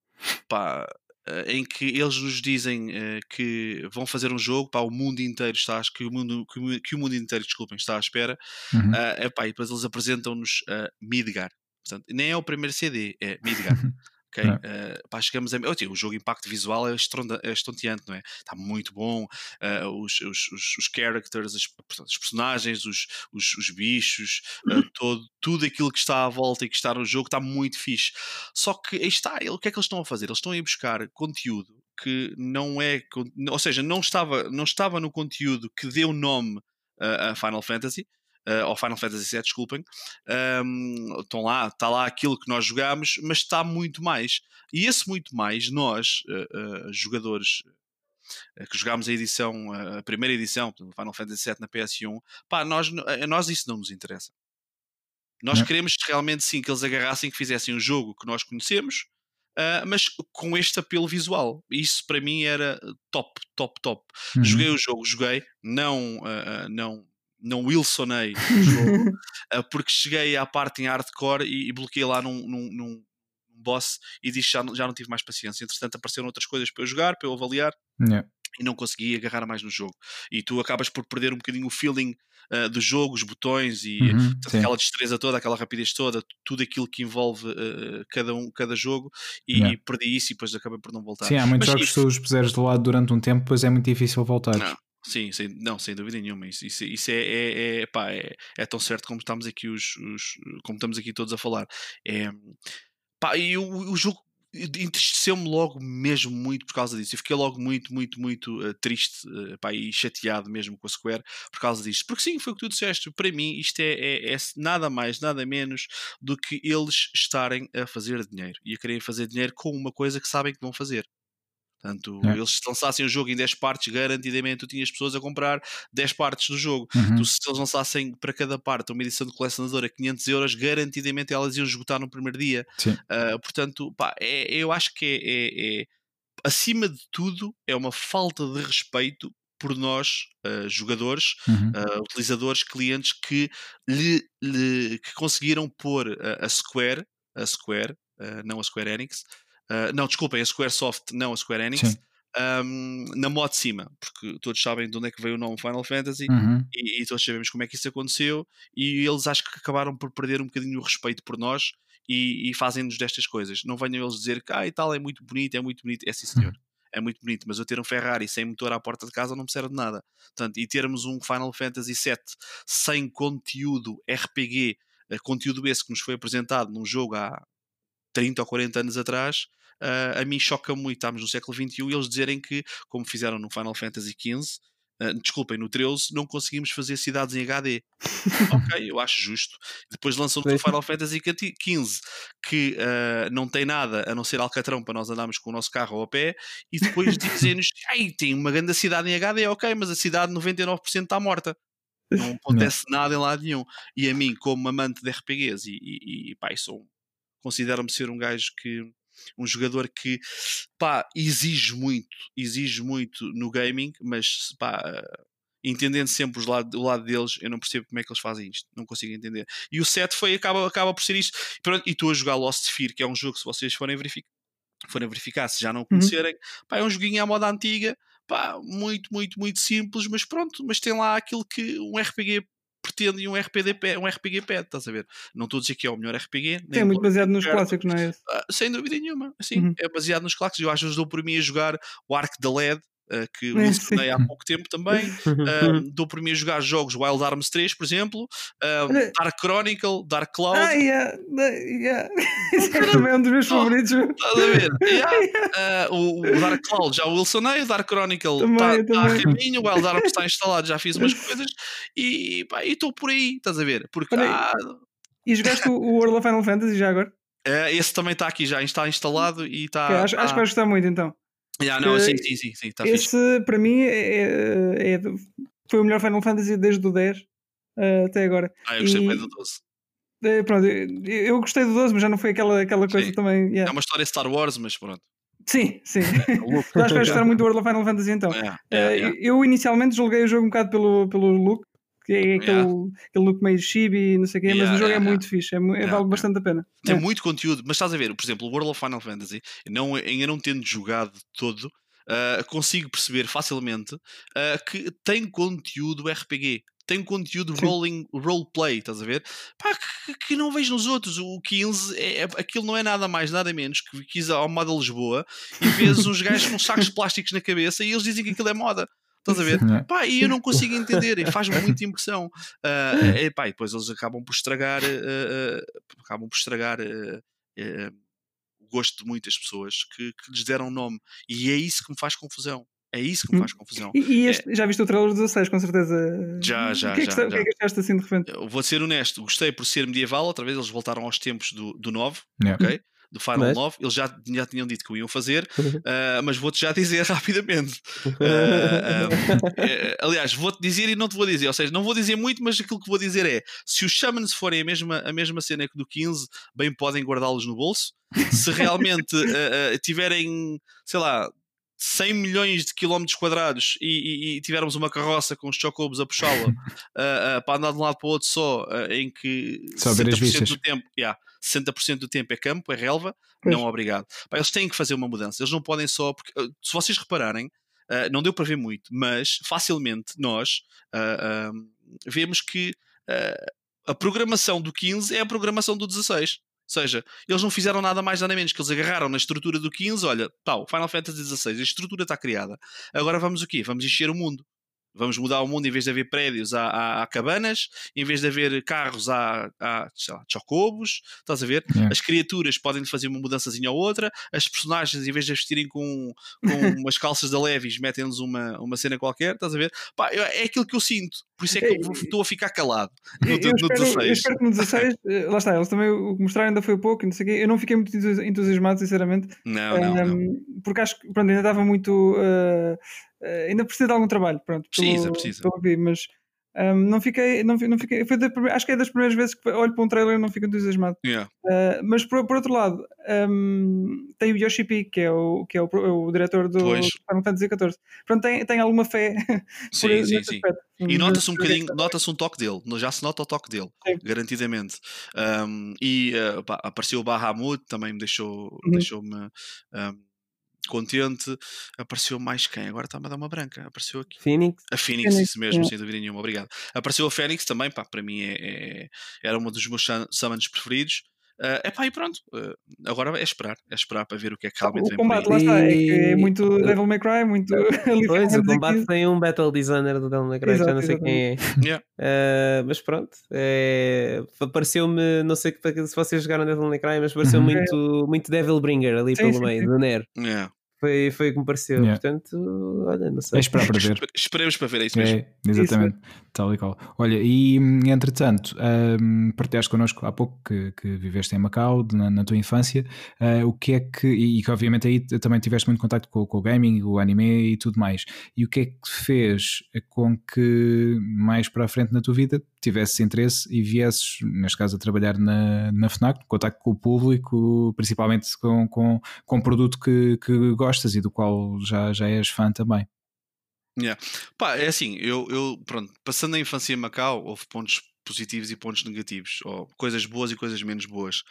pá, em que eles nos dizem uh, que vão fazer um jogo, pá, o mundo inteiro está, que o mundo, que o, que o mundo inteiro, desculpem, está à espera, uhum. uh, epá, e depois eles apresentam-nos uh, Midgar. Portanto, nem é o primeiro C D, é Midgar. Okay? É. Uh, pá, chegamos a... oh, o jogo impacto visual é, estronda, é estonteante, não é? Está muito bom, uh, os, os, os, os characters, as, os personagens, os, os, os bichos, uh, todo, tudo aquilo que está à volta e que está no jogo está muito fixe. Só que aí está, o que é que eles estão a fazer? Eles estão a ir buscar conteúdo que não é, ou seja, não estava, não estava no conteúdo que deu nome uh, a Final Fantasy. Uh, ou Final Fantasy sete, desculpem, um, estão lá, está lá aquilo que nós jogamos, mas está muito mais. E esse muito mais, nós, uh, uh, jogadores uh, que jogámos a edição, uh, a primeira edição do Final Fantasy sete na P S um, pá, nós, a nós isso não nos interessa. Nós não. queremos realmente sim que eles agarrassem, que fizessem um jogo que nós conhecemos, uh, mas com este apelo visual. Isso para mim era top, top, top. Uhum. Joguei o jogo, joguei, não, uh, uh, não não Wilsonei o jogo, porque cheguei à parte em hardcore e, e bloqueei lá num, num, num boss e disse já, já não tive mais paciência. Entretanto apareceram outras coisas para eu jogar, para eu avaliar, yeah. e não consegui agarrar mais no jogo. E tu acabas por perder um bocadinho o feeling uh, do jogo, os botões e uhum, aquela destreza toda, aquela rapidez toda, tudo aquilo que envolve uh, cada, um, cada jogo, e, yeah. e perdi isso e depois acabei por não voltar. Sim, há muitos Mas jogos que se tu os puseres de lado durante um tempo, depois é muito difícil voltar. Não. Sim, sem, não, sem dúvida nenhuma. Isso, isso, isso é, é, é, pá, é, é tão certo como estamos aqui os, os como estamos aqui todos a falar. É, pá, e o, o jogo entristeceu-me logo mesmo muito por causa disso. Eu fiquei logo muito, muito, muito uh, triste, uh, pá, e chateado mesmo com a Square por causa disto. Porque sim, foi o que tu disseste. Para mim, isto é, é, é nada mais, nada menos do que eles estarem a fazer dinheiro e a querem fazer dinheiro com uma coisa que sabem que vão fazer. Portanto, é. eles se lançassem o jogo em dez partes, garantidamente tu tinhas pessoas a comprar dez partes do jogo. Uhum. Tu, se eles lançassem para cada parte uma edição de colecionador a quinhentos euros, garantidamente elas iam esgotar no primeiro dia. Uh, portanto, pá, é, eu acho que é, é, é, acima de tudo, é uma falta de respeito por nós, uh, jogadores, uhum. uh, utilizadores, clientes que, lhe, lhe, que conseguiram pôr a, a Square, a Square, uh, não a Square Enix, Uh, não, desculpem, a Squaresoft, não a Square Enix, um, na moto de cima, porque todos sabem de onde é que veio o nome Final Fantasy, uhum. e, e todos sabemos como é que isso aconteceu, e eles acho que acabaram por perder um bocadinho o respeito por nós e, e fazem-nos destas coisas. Não venham eles dizer que ah, e tal, é muito bonito, é muito bonito, é sim senhor, uhum. é muito bonito, mas eu ter um Ferrari sem motor à porta de casa não me serve de nada. Portanto, e termos um Final Fantasy sete sem conteúdo R P G, conteúdo esse que nos foi apresentado num jogo há trinta ou quarenta anos atrás, uh, a mim choca muito, estamos no século vinte e um, e eles dizerem que, como fizeram no Final Fantasy quinze, uh, desculpem, no treze, não conseguimos fazer cidades em H D. Ok, eu acho justo. Depois lançam o Final Fantasy quinze, que uh, não tem nada a não ser alcatrão para nós andarmos com o nosso carro ao pé, e depois dizem-nos, ai, tem uma grande cidade em H D, ok, mas a cidade noventa e nove por cento está morta. Não acontece não. nada em lado nenhum. E a mim, como amante de R P Gs, e, e, e pá, sou considero-me ser um gajo que um jogador que pá, exige muito exige muito no gaming, mas pá, entendendo sempre os lado, o lado deles, eu não percebo como é que eles fazem isto, não consigo entender. E o sete foi, acaba, acaba por ser isto. Pronto, e estou a jogar Lost Sphere, que é um jogo que, se vocês forem verificar, forem verificar se já não conhecerem, uhum. pá, é um joguinho à moda antiga, pá, muito, muito, muito simples, mas pronto, mas tem lá aquilo que um R P G pretende e um R P G, um R P G pede, estás a ver? Não estou a dizer que é o melhor R P G. Nem é muito baseado nos clássicos, não é esse? Uh, sem dúvida nenhuma, assim, uhum. é baseado nos clássicos. Eu acho que dou por mim a jogar o Ark da L E D, uh, que o ensinei há pouco tempo também. Uh, dou por mim a jogar jogos Wild Arms três, por exemplo, uh, Dark Chronicle, Dark Cloud. Ah, yeah, yeah. Isso é também um dos meus favoritos. Estás a ver? Yeah. Uh, o, o Dark Cloud já o Wilsonei, o Dark Chronicle está tá a caminho, o Wild Arms está instalado, já fiz umas coisas e estou por aí, estás a ver? Porque, ah, e jogaste o World of Final Fantasy já agora? Uh, esse também está aqui já, está instalado e está. Okay, acho, tá... acho que vais gostar muito então. Yeah, não, sim, sim, sim, sim, tá esse fixe. Para mim é, é, foi o melhor Final Fantasy desde o dez uh, até agora. Ah, eu gostei e, bem do doze. É, pronto, eu, eu gostei do doze, mas já não foi aquela, aquela coisa sim. também. Yeah. É uma história Star Wars, mas pronto. Sim, sim. Acho que vais gostar muito do World of Final Fantasy então. Yeah, yeah, yeah. Uh, eu inicialmente julguei o jogo um bocado pelo, pelo look, que é aquele, yeah. aquele look meio chibi, não sei o quê, yeah, mas o jogo yeah, é muito yeah. fixe, é, é yeah, vale yeah. bastante a pena. Tem yeah. muito conteúdo, mas estás a ver, por exemplo, o World of Final Fantasy, não, ainda não tendo jogado todo, uh, consigo perceber facilmente uh, que tem conteúdo R P G. Tem conteúdo rolling, roleplay, estás a ver? Pá, que, que não vejo nos outros. O quinze, é, aquilo não é nada mais, nada menos que quis ao moda Lisboa e vês uns gajos com sacos plásticos na cabeça e eles dizem que aquilo é moda. Estás a ver? Pá, e eu não consigo entender, e faz-me muita impressão. Uh, e, pá, e depois eles acabam por estragar, uh, uh, acabam por estragar uh, uh, o gosto de muitas pessoas que, que lhes deram nome. E é isso que me faz confusão. É isso que me faz confusão. E, e este, é... já viste o trailer dezasseis, com certeza? Já, já, o que é que, já. O que é que achaste assim de repente? Eu vou ser honesto, gostei por ser medieval, outra vez eles voltaram aos tempos do, do nove, yeah. ok? Do Final mas... nove, eles já, já tinham dito que o iam fazer, uh, mas vou-te já dizer rapidamente. Uh, uh, uh, aliás, vou-te dizer e não te vou dizer, ou seja, não vou dizer muito, mas aquilo que vou dizer é: se os Shamans forem a mesma, a mesma cena que do quinze, bem podem guardá-los no bolso. Se realmente uh, uh, tiverem, sei lá, cem milhões de quilómetros quadrados e, e, e tivermos uma carroça com os chocobos a puxá-la uh, uh, para andar de um lado para o outro só, uh, em que só sessenta por cento do tempo, yeah, sessenta por cento do tempo é campo, é relva, pois. Não obrigado. Pá, eles têm que fazer uma mudança, eles não podem só, porque se vocês repararem, uh, não deu para ver muito, mas facilmente nós uh, uh, vemos que uh, a programação do quinze é a programação do dezasseis. Ou seja, eles não fizeram nada mais nada menos que eles agarraram na estrutura do quinze, olha, tal, Final Fantasy dezasseis, a estrutura está criada. Agora vamos o quê? Vamos encher o mundo. Vamos mudar o mundo, em vez de haver prédios, há, há, há cabanas, em vez de haver carros, há, há chocobos, estás a ver? Yeah. As criaturas podem fazer uma mudançazinha ou outra, as personagens, em vez de vestirem com, com umas calças da Levi's, metem-nos uma, uma cena qualquer, estás a ver? Pá, é aquilo que eu sinto. por isso é que eu estou a ficar calado no, eu, eu, no espero, dezasseis. Eu espero que no dezasseis, lá está, eles também o que mostraram ainda foi pouco, não sei o quê. Eu não fiquei muito entusiasmado, sinceramente. Não, não, um, não. Porque acho que pronto, ainda estava muito. Uh, uh, ainda precisa de algum trabalho, pronto. Precisa, pelo, precisa. Pelo vi, mas um, não fiquei. Não, não fiquei foi da, acho que é das primeiras vezes que olho para um trailer e não fico entusiasmado. Yeah. Uh, mas por, por outro lado, um, tem o Yoshi P, que é o, que é o, o diretor do Final Fantasy catorze. Pronto, tem, tem alguma fé. Sim, por, sim, sim. Aspecto. E nota-se um bocadinho, nota-se um toque dele, já se nota o toque dele, sim. garantidamente. Um, e uh, pá, apareceu o Bahamut, também me deixou, uhum. deixou-me um, contente. Apareceu mais quem? Agora está-me a dar uma branca. Apareceu aqui. Phoenix. A Phoenix, Phoenix, isso mesmo, é. sem dúvida nenhuma, obrigado. Apareceu a Phoenix também, pá, para mim é, é, era um dos meus summons preferidos. Uh, epá, e pronto, uh, agora é esperar, é esperar para ver o que é que realmente o vem combate, por aí. lá está, é que é muito Devil May Cry, muito pois, o combate tem um battle designer do Devil May Cry, já não sei exatamente. quem é. Yeah. Uh, mas pronto, é, pareceu-me, não sei se vocês jogaram Devil May Cry, mas pareceu uhum. muito, muito Devil Bringer ali sim, pelo sim, meio, sim. do Nero. Yeah. Foi, foi o que me pareceu, yeah. Portanto, olha, não sei. É esperar para ver. Esperemos para ver, é isso mesmo. É, exatamente, isso. Tal e qual. Olha, e entretanto, um, partilhaste connosco há pouco que, que viveste em Macau, na, na tua infância, uh, o que é que, e que obviamente aí também tiveste muito contacto com, com o gaming, o anime e tudo mais, e o que é que fez com que mais para a frente na tua vida tivesses interesse e viesses, neste caso, a trabalhar na, na FNAC, contacto com o público, principalmente com, com, com um produto que, que gostas e do qual já, já és fã também? Yeah. Pá, é assim, eu, eu pronto, passando a infância em Macau, houve pontos positivos e pontos negativos, ou coisas boas e coisas menos boas.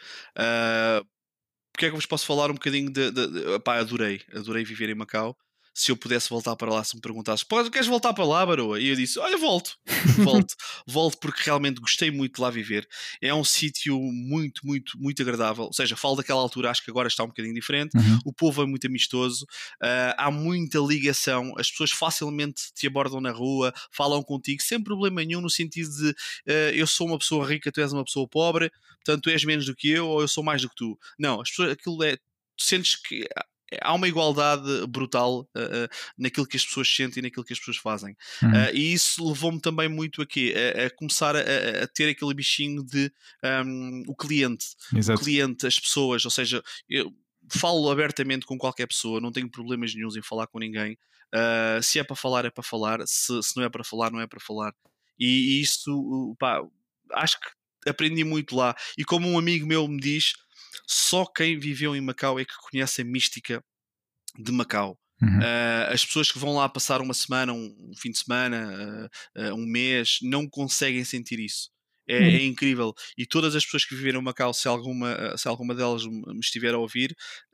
Uh, porque é que eu vos posso falar um bocadinho de, de, de pá, adorei, adorei viver em Macau. Se eu pudesse voltar para lá, se me perguntasse, queres voltar para lá, Baroa? E eu disse, olha, volto, volto, volto, porque realmente gostei muito de lá viver. É um sítio muito, muito, muito agradável. Ou seja, falo daquela altura, acho que agora está um bocadinho diferente. Uhum. O povo é muito amistoso, uh, há muita ligação, as pessoas facilmente te abordam na rua, falam contigo, sem problema nenhum, no sentido de uh, eu sou uma pessoa rica, tu és uma pessoa pobre, portanto tu és menos do que eu ou eu sou mais do que tu. Não, as pessoas, aquilo é, tu sentes que há uma igualdade brutal uh, uh, naquilo que as pessoas sentem e naquilo que as pessoas fazem. Uhum. Uh, e isso levou-me também muito aqui a, a começar a, a ter aquele bichinho de um, o cliente. Exato. O cliente, as pessoas, ou seja, eu falo abertamente com qualquer pessoa, não tenho problemas nenhums em falar com ninguém. Uh, se é para falar, é para falar. Se, se não é para falar, não é para falar. E, e isso, pá, acho que aprendi muito lá. E como um amigo meu me diz, só quem viveu em Macau é que conhece a mística de Macau. Uhum. Uh, as pessoas que vão lá passar uma semana, um, um fim de semana, uh, uh, um mês, não conseguem sentir isso. É, uhum. é incrível. E todas as pessoas que viveram em Macau, se alguma, se alguma delas me estiver a ouvir,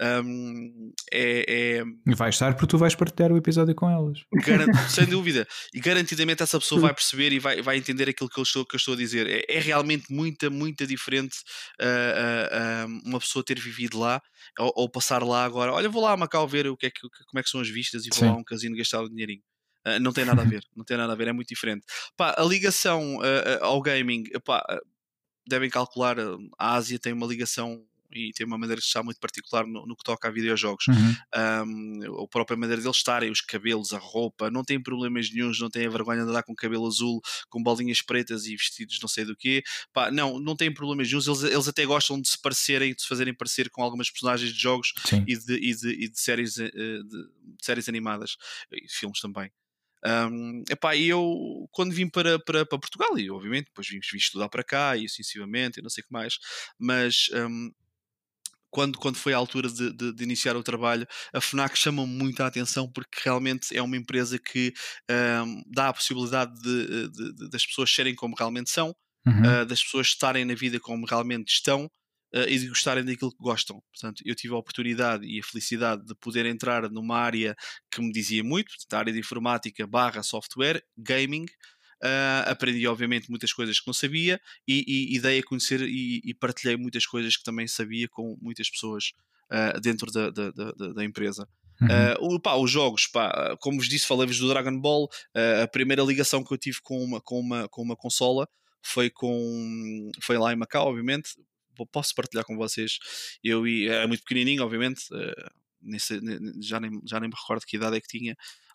um, é, é... vai estar porque tu vais partilhar o episódio com elas. Garant... Sem dúvida. E garantidamente essa pessoa vai perceber e vai, vai entender aquilo que eu estou, que eu estou a dizer. É, é realmente muita, muita diferente uh, uh, uh, uma pessoa ter vivido lá ou, ou passar lá agora. Olha, vou lá a Macau ver o que é que, como é que são as vistas e vou Sim. lá a um casino gastar o dinheirinho. Uh, não tem nada a ver, não tem nada a ver, é muito diferente. Pá, a ligação uh, ao gaming, pá, devem calcular, a Ásia tem uma ligação e tem uma maneira de estar muito particular no, no que toca a videojogos. Uhum. Um, a própria maneira deles estarem, os cabelos, a roupa, não têm problemas nenhuns, não têm a vergonha de andar com cabelo azul, com bolinhas pretas e vestidos não sei do quê. Pá, não, não têm problemas nenhuns, eles, eles até gostam de se parecerem, de se fazerem parecer com algumas personagens de jogos e de, e, de, e de, séries, de, de séries animadas e filmes também. Um, epá, e eu quando vim para, para, para Portugal, e obviamente depois vim, vim estudar para cá e sucessivamente e não sei o que mais, mas um, quando, quando foi a altura de, de, de iniciar o trabalho, a FNAC chama-me muito a atenção porque realmente é uma empresa que um, dá a possibilidade de, de, de, das pessoas serem como realmente são, uhum. uh, das pessoas estarem na vida como realmente estão, Uh, e de gostarem daquilo que gostam. Portanto, eu tive a oportunidade e a felicidade de poder entrar numa área que me dizia muito, a área de informática barra software, gaming. Uh, aprendi obviamente muitas coisas que não sabia e, e, e dei a conhecer e, e partilhei muitas coisas que também sabia com muitas pessoas uh, dentro da, da, da, da empresa. Uhum. Uh, pá, os jogos, pá, como vos disse, falei-vos do Dragon Ball. Uh, a primeira ligação que eu tive com uma, com uma, com uma consola foi, com, foi lá em Macau, obviamente. Posso partilhar com vocês. Eu era muito pequenininho, obviamente, uh, nem sei, já, nem, já nem me recordo que idade é que tinha,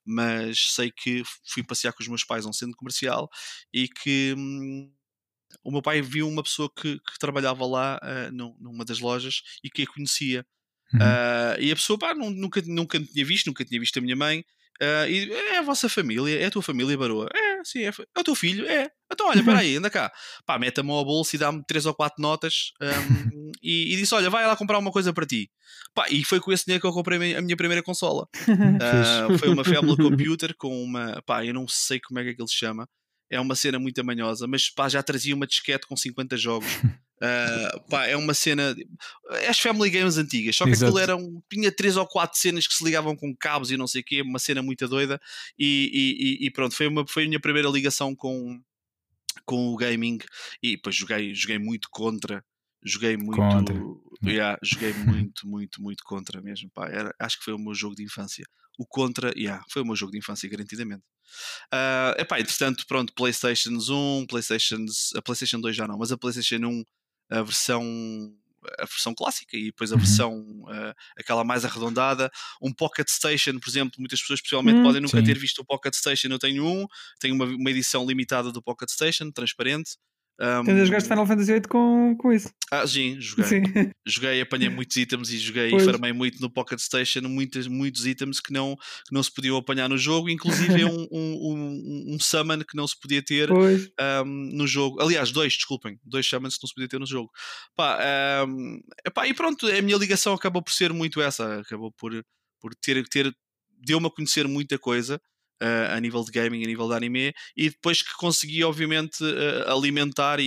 mas sei que fui passear com os meus pais a um centro comercial e que hum, o meu pai viu uma pessoa que, que trabalhava lá uh, numa das lojas e que a conhecia. Uhum. Uh, e a pessoa pá, nunca, nunca me tinha visto, nunca tinha visto a minha mãe. Uh, e é a vossa família, é a tua família, Baroa? É, sim, é, é o teu filho, é. Então olha, espera aí, anda cá. Pá, mete a mão ao bolso e dá-me três ou quatro notas um, e, e disse: olha, vai lá comprar uma coisa para ti. Pá, e foi com esse dinheiro que eu comprei a minha primeira consola. Uh, foi uma Family Computer com uma. Pá, eu não sei como é que aquilo se chama. É uma cena muito amanhosa, mas pá, já trazia uma disquete com cinquenta jogos. Uh, pá, é uma cena. As Family Games antigas, só que Exato. aquilo eram. Tinha três ou quatro cenas que se ligavam com cabos e não sei o quê, uma cena muito doida. E, e, e pronto, foi, uma, foi a minha primeira ligação com, com o gaming. E depois joguei, joguei muito contra. Joguei muito. Contra. Yeah, joguei muito, muito, muito contra mesmo. Pá, era, acho que foi o meu jogo de infância. O contra, yeah, foi o meu jogo de infância, garantidamente. Uh, epá, entretanto, pronto, PlayStation um, PlayStation, a PlayStation dois já não, mas a PlayStation um, a versão, a versão clássica e depois a Uhum. versão uh, aquela mais arredondada, um Pocket Station, por exemplo, muitas pessoas possivelmente Hum, podem nunca sim. ter visto o Pocket Station. Eu tenho um, tenho uma, uma edição limitada do Pocket Station, transparente. Um, Então jogaste Final Fantasy oito com, com isso. Ah, sim, joguei. Sim. Joguei, apanhei muitos itens e joguei Pois. e farmei muito no Pocket Station, muitos, muitos itens que não, que não se podiam apanhar no jogo, inclusive um, um, um, um summon que não se podia ter Pois. um, no jogo. Aliás, dois, desculpem, dois summons que não se podia ter no jogo. Pá, um, epá, e pronto, a minha ligação acabou por ser muito essa, acabou por, por ter, ter deu-me a conhecer muita coisa. Uh, a nível de gaming, a nível de anime, e depois que consegui obviamente uh, alimentar e,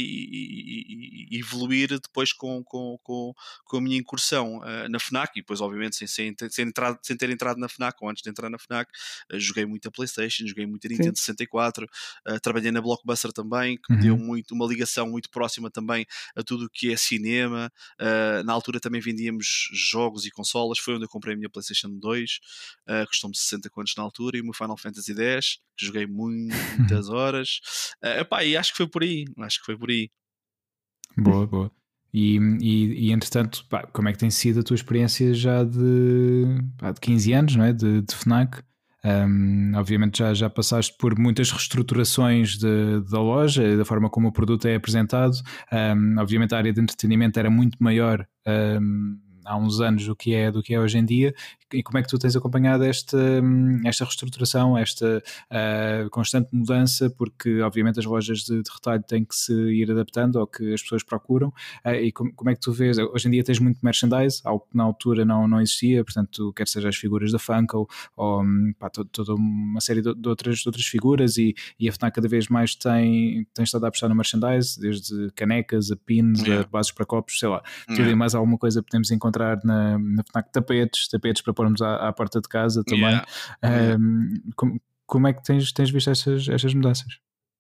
e, e evoluir depois com, com, com, com a minha incursão uh, na FNAC, e depois obviamente sem, sem, sem, entrado, sem ter entrado na FNAC ou antes de entrar na FNAC, uh, joguei muito a PlayStation, joguei muito a Nintendo Sim. sessenta e quatro, uh, trabalhei na Blockbuster também, que Uhum. me deu muito, uma ligação muito próxima também a tudo o que é cinema. Uh, na altura também vendíamos jogos e consolas, foi onde eu comprei a minha PlayStation dois, uh, custou-me sessenta contos na altura, e o meu Final Fantasy dez, que joguei muitas horas. Uh, epá, e acho que foi por aí, acho que foi por aí. Boa, boa. E, e, e entretanto, pá, como é que tem sido a tua experiência já de, pá, de quinze anos, não é? de, de FNAC? Um, obviamente já, já passaste por muitas reestruturações de, da loja, da forma como o produto é apresentado. Um, obviamente a área de entretenimento era muito maior um, há uns anos do que, é, do que é hoje em dia. E como é que tu tens acompanhado esta, esta reestruturação, esta uh, constante mudança, porque obviamente as lojas de, de retalho têm que se ir adaptando ao que as pessoas procuram, uh, e como, como é que tu vês? Hoje em dia tens muito merchandise, algo que na altura não, não existia, portanto quer seja as figuras da Funko ou pá, to, toda uma série de, de, outras, de outras figuras, e, e a FNAC cada vez mais tem, tem estado a apostar no merchandise, desde canecas a pins, yeah. a bases para copos, sei lá, yeah. tudo e mais alguma coisa podemos encontrar na, na FNAC. Tapetes, tapetes para pormos à, à porta de casa também. Yeah. Um, Yeah. como, como é que tens, tens visto estas, estas mudanças?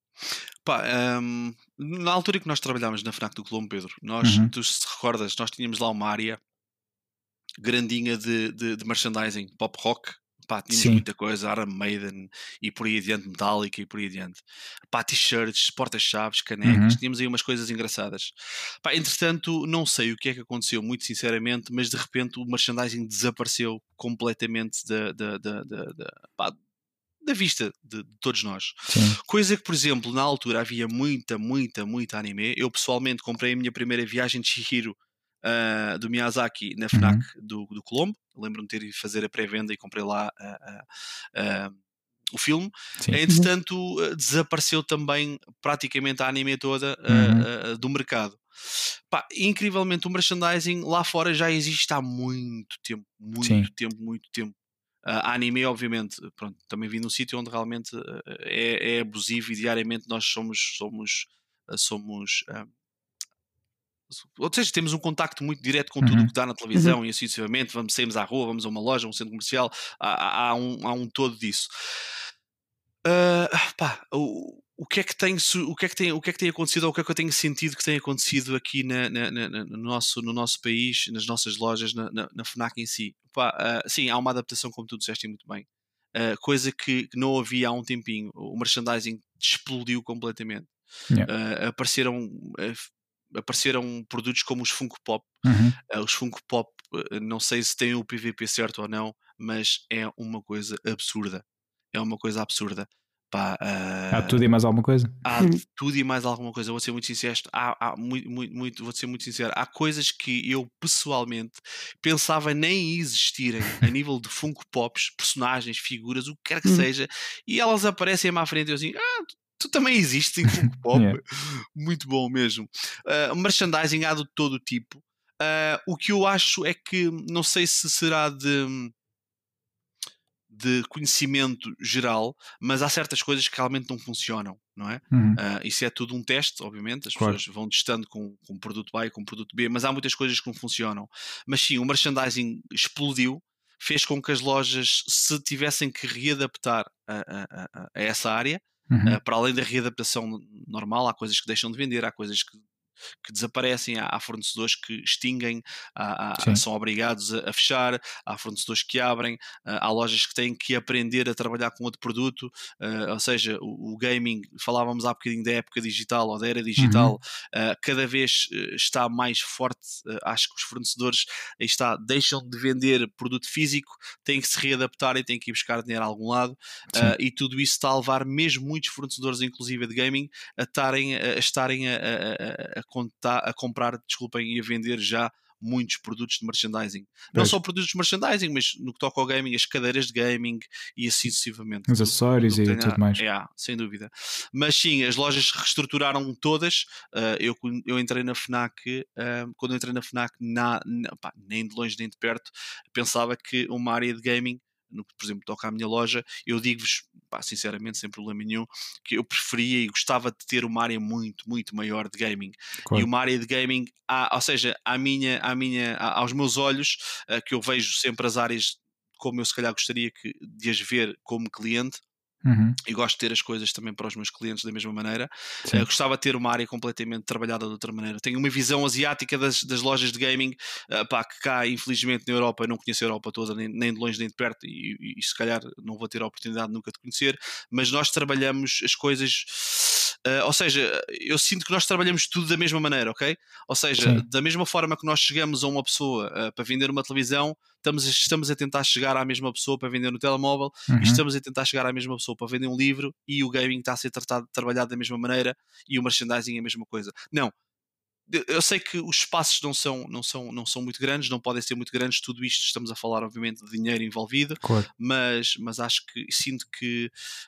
Pá, um, na altura que nós trabalhámos na FNAC do Colombo, Pedro, nós, Uhum. tu se recordas, nós tínhamos lá uma área grandinha de, de, de merchandising, pop rock. Pá, tínhamos Sim. muita coisa, Iron Maiden e por aí adiante, Metallica e por aí adiante. Pá, t-shirts, porta-chaves, canecas, Uhum. tínhamos aí umas coisas engraçadas. Pá, entretanto, não sei o que é que aconteceu, muito sinceramente, mas de repente o merchandising desapareceu completamente da, da, da, da, da, pá, da vista de, de todos nós. Sim. Coisa que, por exemplo, na altura havia muita, muita, muita anime. Eu pessoalmente comprei a minha primeira viagem de Chihiro Uh, do Miyazaki na FNAC Uhum. do, do Colombo. Lembro-me de ter ido fazer a pré-venda e comprei lá uh, uh, uh, o filme. Sim. Entretanto, uh, desapareceu também praticamente a anime toda uh, Uhum. uh, do mercado. Pá, incrivelmente, o merchandising lá fora já existe há muito tempo, muito Sim. tempo, muito tempo. Uh, a anime, obviamente, pronto, também vim num sítio onde realmente uh, é, é abusivo e diariamente nós somos somos, uh, somos uh, ou seja, temos um contacto muito direto com tudo o Uhum. que dá na televisão Uhum. e assim sucessivamente. Vamos, saímos à rua, vamos a uma loja, a um centro comercial, há, há, um, há um todo disso. Uh, pá, o, o, que é que tem, o, que é que tem, o que é que tem acontecido, ou o que é que eu tenho sentido que tem acontecido aqui na, na, na, no, nosso, no nosso país, nas nossas lojas, na, na, na FNAC em si? Pá, uh, sim, há uma adaptação, como tu disseste muito bem. Uh, coisa que, que não havia há um tempinho. O merchandising explodiu completamente. Yeah. Uh, apareceram... Uh, apareceram produtos como os Funko Pop. Uhum. Uh, os Funko Pop, uh, não sei se têm o P V P certo ou não, mas é uma coisa absurda. é uma coisa absurda. Pá, uh, há tudo e mais alguma coisa? Há tudo e mais alguma coisa. Vou ser muito sincero. Há, há muito, muito, muito, vou ser muito sincero. Há coisas que eu pessoalmente pensava nem existirem a nível de Funko Pops, personagens, figuras, o que quer que seja, e elas aparecem-me à frente e eu assim, ah, tu, tu também existes em Funko Pop. Yeah. Muito bom mesmo. Uh, merchandising há de todo tipo. Uh, o que eu acho é que não sei se será de de conhecimento geral, mas há certas coisas que realmente não funcionam, não é? Uhum. Uh, isso é tudo um teste, obviamente, as Claro. pessoas vão testando com, com produto A e com produto B, mas há muitas coisas que não funcionam. Mas sim, o merchandising explodiu, fez com que as lojas se tivessem que readaptar a, a, a, a essa área, Uhum. uh, para além da readaptação normal, há coisas que deixam de vender, há coisas que que desaparecem, há, há fornecedores que extinguem, há, há, são obrigados a, a fechar, há fornecedores que abrem, há lojas que têm que aprender a trabalhar com outro produto, uh, ou seja, o, o gaming, falávamos há bocadinho da época digital ou da era digital, uhum. uh, cada vez está mais forte, uh, acho que os fornecedores aí está, deixam de vender produto físico, têm que se readaptar e têm que ir buscar dinheiro a algum lado, uh, e tudo isso está a levar mesmo muitos fornecedores, inclusive de gaming, a, tarem, a estarem a, a, a Contar, a comprar, desculpem, e a vender já muitos produtos de merchandising. Pois. Não só produtos de merchandising, mas no que toca ao gaming, as cadeiras de gaming e assim sucessivamente. Os acessórios e tudo mais. É, sem dúvida. Mas sim, as lojas reestruturaram todas. Uh, eu, eu entrei na FNAC, uh, quando eu entrei na FNAC, na, na, pá, nem de longe nem de perto, pensava que uma área de gaming, no que, por exemplo, toca à minha loja, eu digo-vos, pá, sinceramente, sem problema nenhum, que eu preferia e gostava de ter uma área muito, muito maior de gaming. Claro. E uma área de gaming, há, ou seja, à minha, à minha, aos meus olhos, uh, que eu vejo sempre as áreas como eu se calhar gostaria que, de as ver como cliente. Uhum. E gosto de ter as coisas também para os meus clientes da mesma maneira. Uh, gostava de ter uma área completamente trabalhada de outra maneira. Tenho uma visão asiática das, das lojas de gaming, uh, pá, que cá, infelizmente, na Europa, eu não conheço a Europa toda, nem, nem de longe nem de perto, e, e, e se calhar não vou ter a oportunidade nunca de conhecer, mas nós trabalhamos as coisas. Uh, ou seja, eu sinto que nós trabalhamos tudo da mesma maneira, ok? Ou seja, Sim. da mesma forma que nós chegamos a uma pessoa uh, para vender uma televisão, estamos, estamos a tentar chegar à mesma pessoa para vender no telemóvel, uhum. e estamos a tentar chegar à mesma pessoa para vender um livro, e o gaming está a ser tratado, trabalhado da mesma maneira, e o merchandising é a mesma coisa. Não, eu sei que os espaços não são, não são, não são muito grandes, não podem ser muito grandes, tudo isto estamos a falar obviamente de dinheiro envolvido, claro. mas, mas acho que, sinto que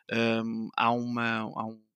um, há, uma, há um,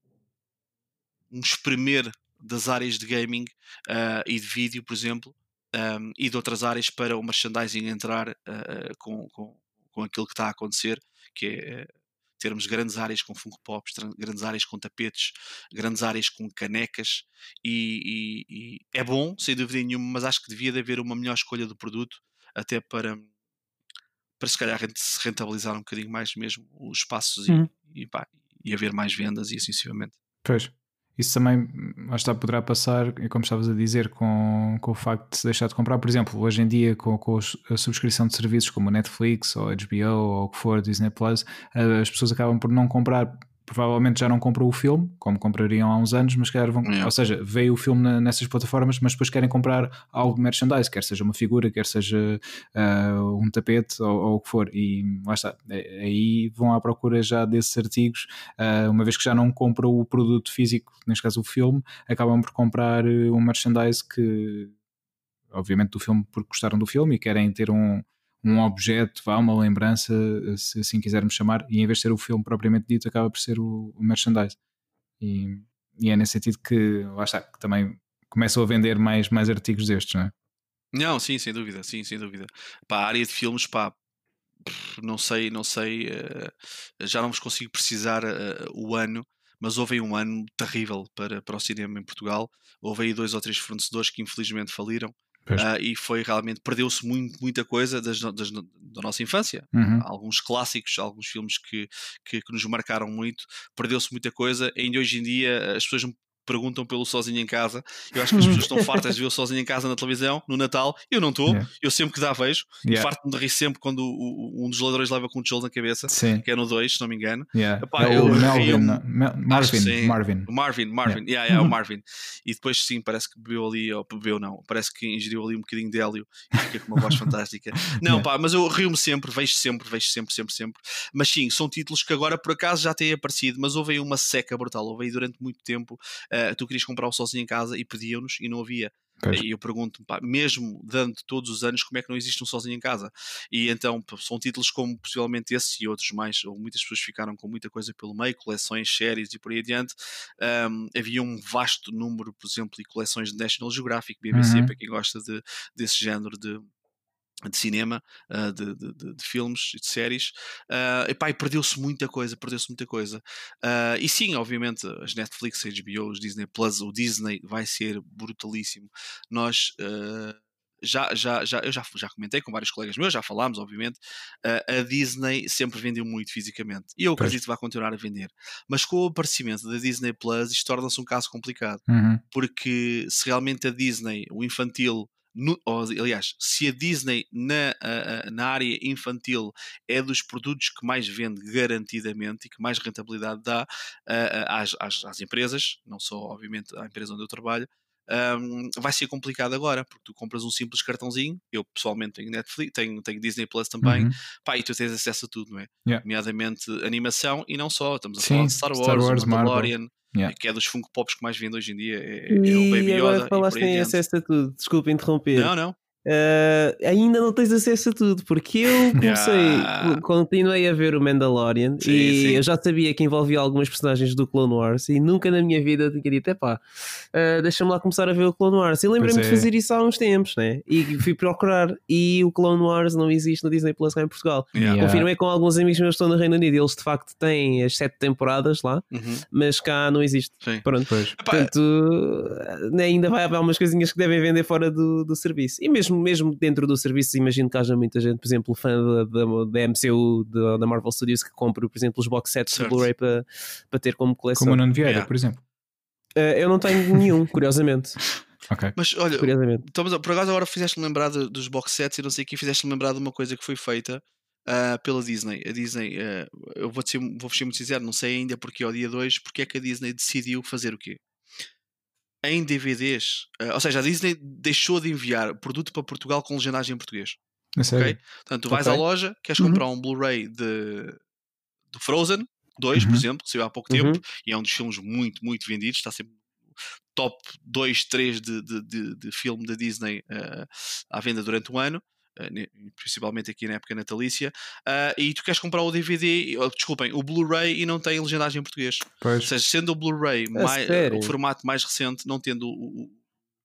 um espremer das áreas de gaming uh, e de vídeo, por exemplo, um, e de outras áreas para o merchandising entrar uh, com, com, com aquilo que está a acontecer, que é uh, termos grandes áreas com Funko Pops, grandes áreas com tapetes, grandes áreas com canecas, e, e, e é bom, sem dúvida nenhuma, mas acho que devia de haver uma melhor escolha do produto, até para, para se calhar se rentabilizar um bocadinho mais mesmo os espaços hum. e, e, pá, e haver mais vendas e assim sucessivamente. Pois. Isso também, acho que poderá passar, como estavas a dizer, com, com o facto de se deixar de comprar. Por exemplo, hoje em dia, com, com a subscrição de serviços como a Netflix ou a H B O ou o que for, Disney Plus, as pessoas acabam por não comprar. Provavelmente já não compram o filme, como comprariam há uns anos, mas quer vão, yeah. ou seja, veio o filme na, nessas plataformas, mas depois querem comprar algo de merchandise, quer seja uma figura, quer seja uh, um tapete ou, ou o que for, e lá está, aí vão à procura já desses artigos, uh, uma vez que já não compram o produto físico, neste caso o filme, acabam por comprar um merchandise que, obviamente do filme, porque gostaram do filme e querem ter um um objeto, vá, uma lembrança, se assim quisermos chamar, e em vez de ser o filme propriamente dito, acaba por ser o, o merchandise. E, e é nesse sentido que, lá está, que também começam a vender mais, mais artigos destes, não é? Não, sim, sem dúvida, sim, sem dúvida. Pá, a área de filmes, pá, não sei, não sei, uh, já não vos consigo precisar uh, o ano, mas houve aí um ano terrível para, para o cinema em Portugal. Houve aí dois ou três fornecedores que infelizmente faliram. Uh, e foi realmente, perdeu-se muito, muita coisa das, das, da nossa infância, uhum. alguns clássicos, alguns filmes que, que, que nos marcaram muito, perdeu-se muita coisa. Ainda hoje em dia as pessoas perguntam pelo Sozinho em Casa. Eu acho que as pessoas estão fartas de ver o Sozinho em Casa na televisão, no Natal. Eu não estou, yeah. eu sempre que dá vejo. Yeah. E farto-me de rir sempre quando o, o, um dos ladrões leva com um tijolo na cabeça, Sim. que é no dois, se não me engano. Yeah. Epá, é o Melvin, Marvin, sim, Marvin. Marvin, Marvin, yeah. Yeah, yeah, o Marvin. E depois sim, parece que bebeu ali, ou bebeu não, parece que ingeriu ali um bocadinho de hélio e fica com uma voz fantástica. Não, yeah. pá, mas eu rio-me sempre, vejo sempre, vejo sempre, sempre, sempre. Mas sim, são títulos que agora por acaso já têm aparecido, mas houve aí uma seca brutal, houve aí durante muito tempo, uh, tu querias comprar o Sozinho em Casa e pediam-nos e não havia. Pois. E eu pergunto-me, pá, mesmo dando todos os anos, como é que não existe um Sozinho em Casa? E então são títulos como possivelmente esse e outros mais, ou muitas pessoas ficaram com muita coisa pelo meio, coleções, séries e por aí adiante. Um, havia um vasto número, por exemplo, de coleções de National Geographic, B B C, uhum. para quem gosta de, desse género de de cinema, uh, de, de, de, de filmes e de séries, uh, epá, e perdeu-se muita coisa, perdeu-se muita coisa. Uh, e sim, obviamente, as Netflix, H B O, os Disney Plus, o Disney vai ser brutalíssimo. Nós uh, já, já, já, eu já, já comentei com vários colegas meus, já falámos, obviamente, uh, a Disney sempre vendeu muito fisicamente. E eu acredito que vai continuar a vender. Mas com o aparecimento da Disney Plus, isto torna-se um caso complicado. Uhum. Porque se realmente a Disney, o infantil, No, aliás, se a Disney na, uh, na área infantil é dos produtos que mais vende garantidamente e que mais rentabilidade dá uh, às, às, às empresas, não só obviamente à empresa onde eu trabalho, um, vai ser complicado agora, porque tu compras um simples cartãozinho, eu pessoalmente tenho Netflix, tenho, tenho Disney Plus também, uhum. pá, e tu tens acesso a tudo, não é? Yeah. Nomeadamente animação e não só, estamos a Sim, falar de Star Wars, Star Wars Mandalorian, Yeah. que é dos Funko Pops que mais vende hoje em dia, é, e é o Baby Yoda. Agora falaste em acesso a tudo, desculpa interromper. Não, não. Uh, ainda não tens acesso a tudo, porque eu comecei, yeah. continuei a ver o Mandalorian sim, e sim. eu já sabia que envolvia algumas personagens do Clone Wars e nunca na minha vida eu tinha dito, epá, uh, deixa-me lá começar a ver o Clone Wars. E lembrei-me é. de fazer isso há uns tempos, né? E fui procurar e o Clone Wars não existe no Disney Plus cá em Portugal. Yeah. Confirmei com alguns amigos meus que estão no Reino Unido, eles de facto têm as sete temporadas lá, uhum. mas cá não existe. Sim. Pronto. Pois. Portanto, ainda vai haver algumas coisinhas que devem vender fora do, do serviço. E mesmo, mesmo dentro do serviço, imagino que haja muita gente, por exemplo, fã da, da, da M C U, da, da Marvel Studios, que compra, por exemplo, os box sets de Blu-ray para, para ter como coleção. Como o Nuno Vieira, yeah. por exemplo. Uh, eu não tenho nenhum, curiosamente. Okay. Mas olha, curiosamente. Estamos a, por acaso agora fizeste-me lembrar de, dos box sets e não sei o que, fizeste-me lembrar de uma coisa que foi feita uh, pela Disney. A Disney, uh, eu vou ser, vou ser muito sincero, não sei ainda porque ao dia dois, porque é que a Disney decidiu fazer o quê? Em D V Ds, uh, ou seja, a Disney deixou de enviar produto para Portugal com legendagem em português. É sério? Okay? Portanto, tu vais okay. à loja, queres uhum. comprar um Blu-ray de, de Frozen dois, uhum. por exemplo, que saiu há pouco uhum. tempo, e é um dos filmes muito, muito vendidos, está sempre top dois, três de, de, de, de filme da Disney uh, à venda durante o ano, uh, principalmente aqui na época natalícia, uh, e tu queres comprar o D V D, oh, desculpem, o Blu-ray e não tem legendagem em português. Pois. Ou seja, sendo o Blu-ray o formato mais recente, não tendo o, o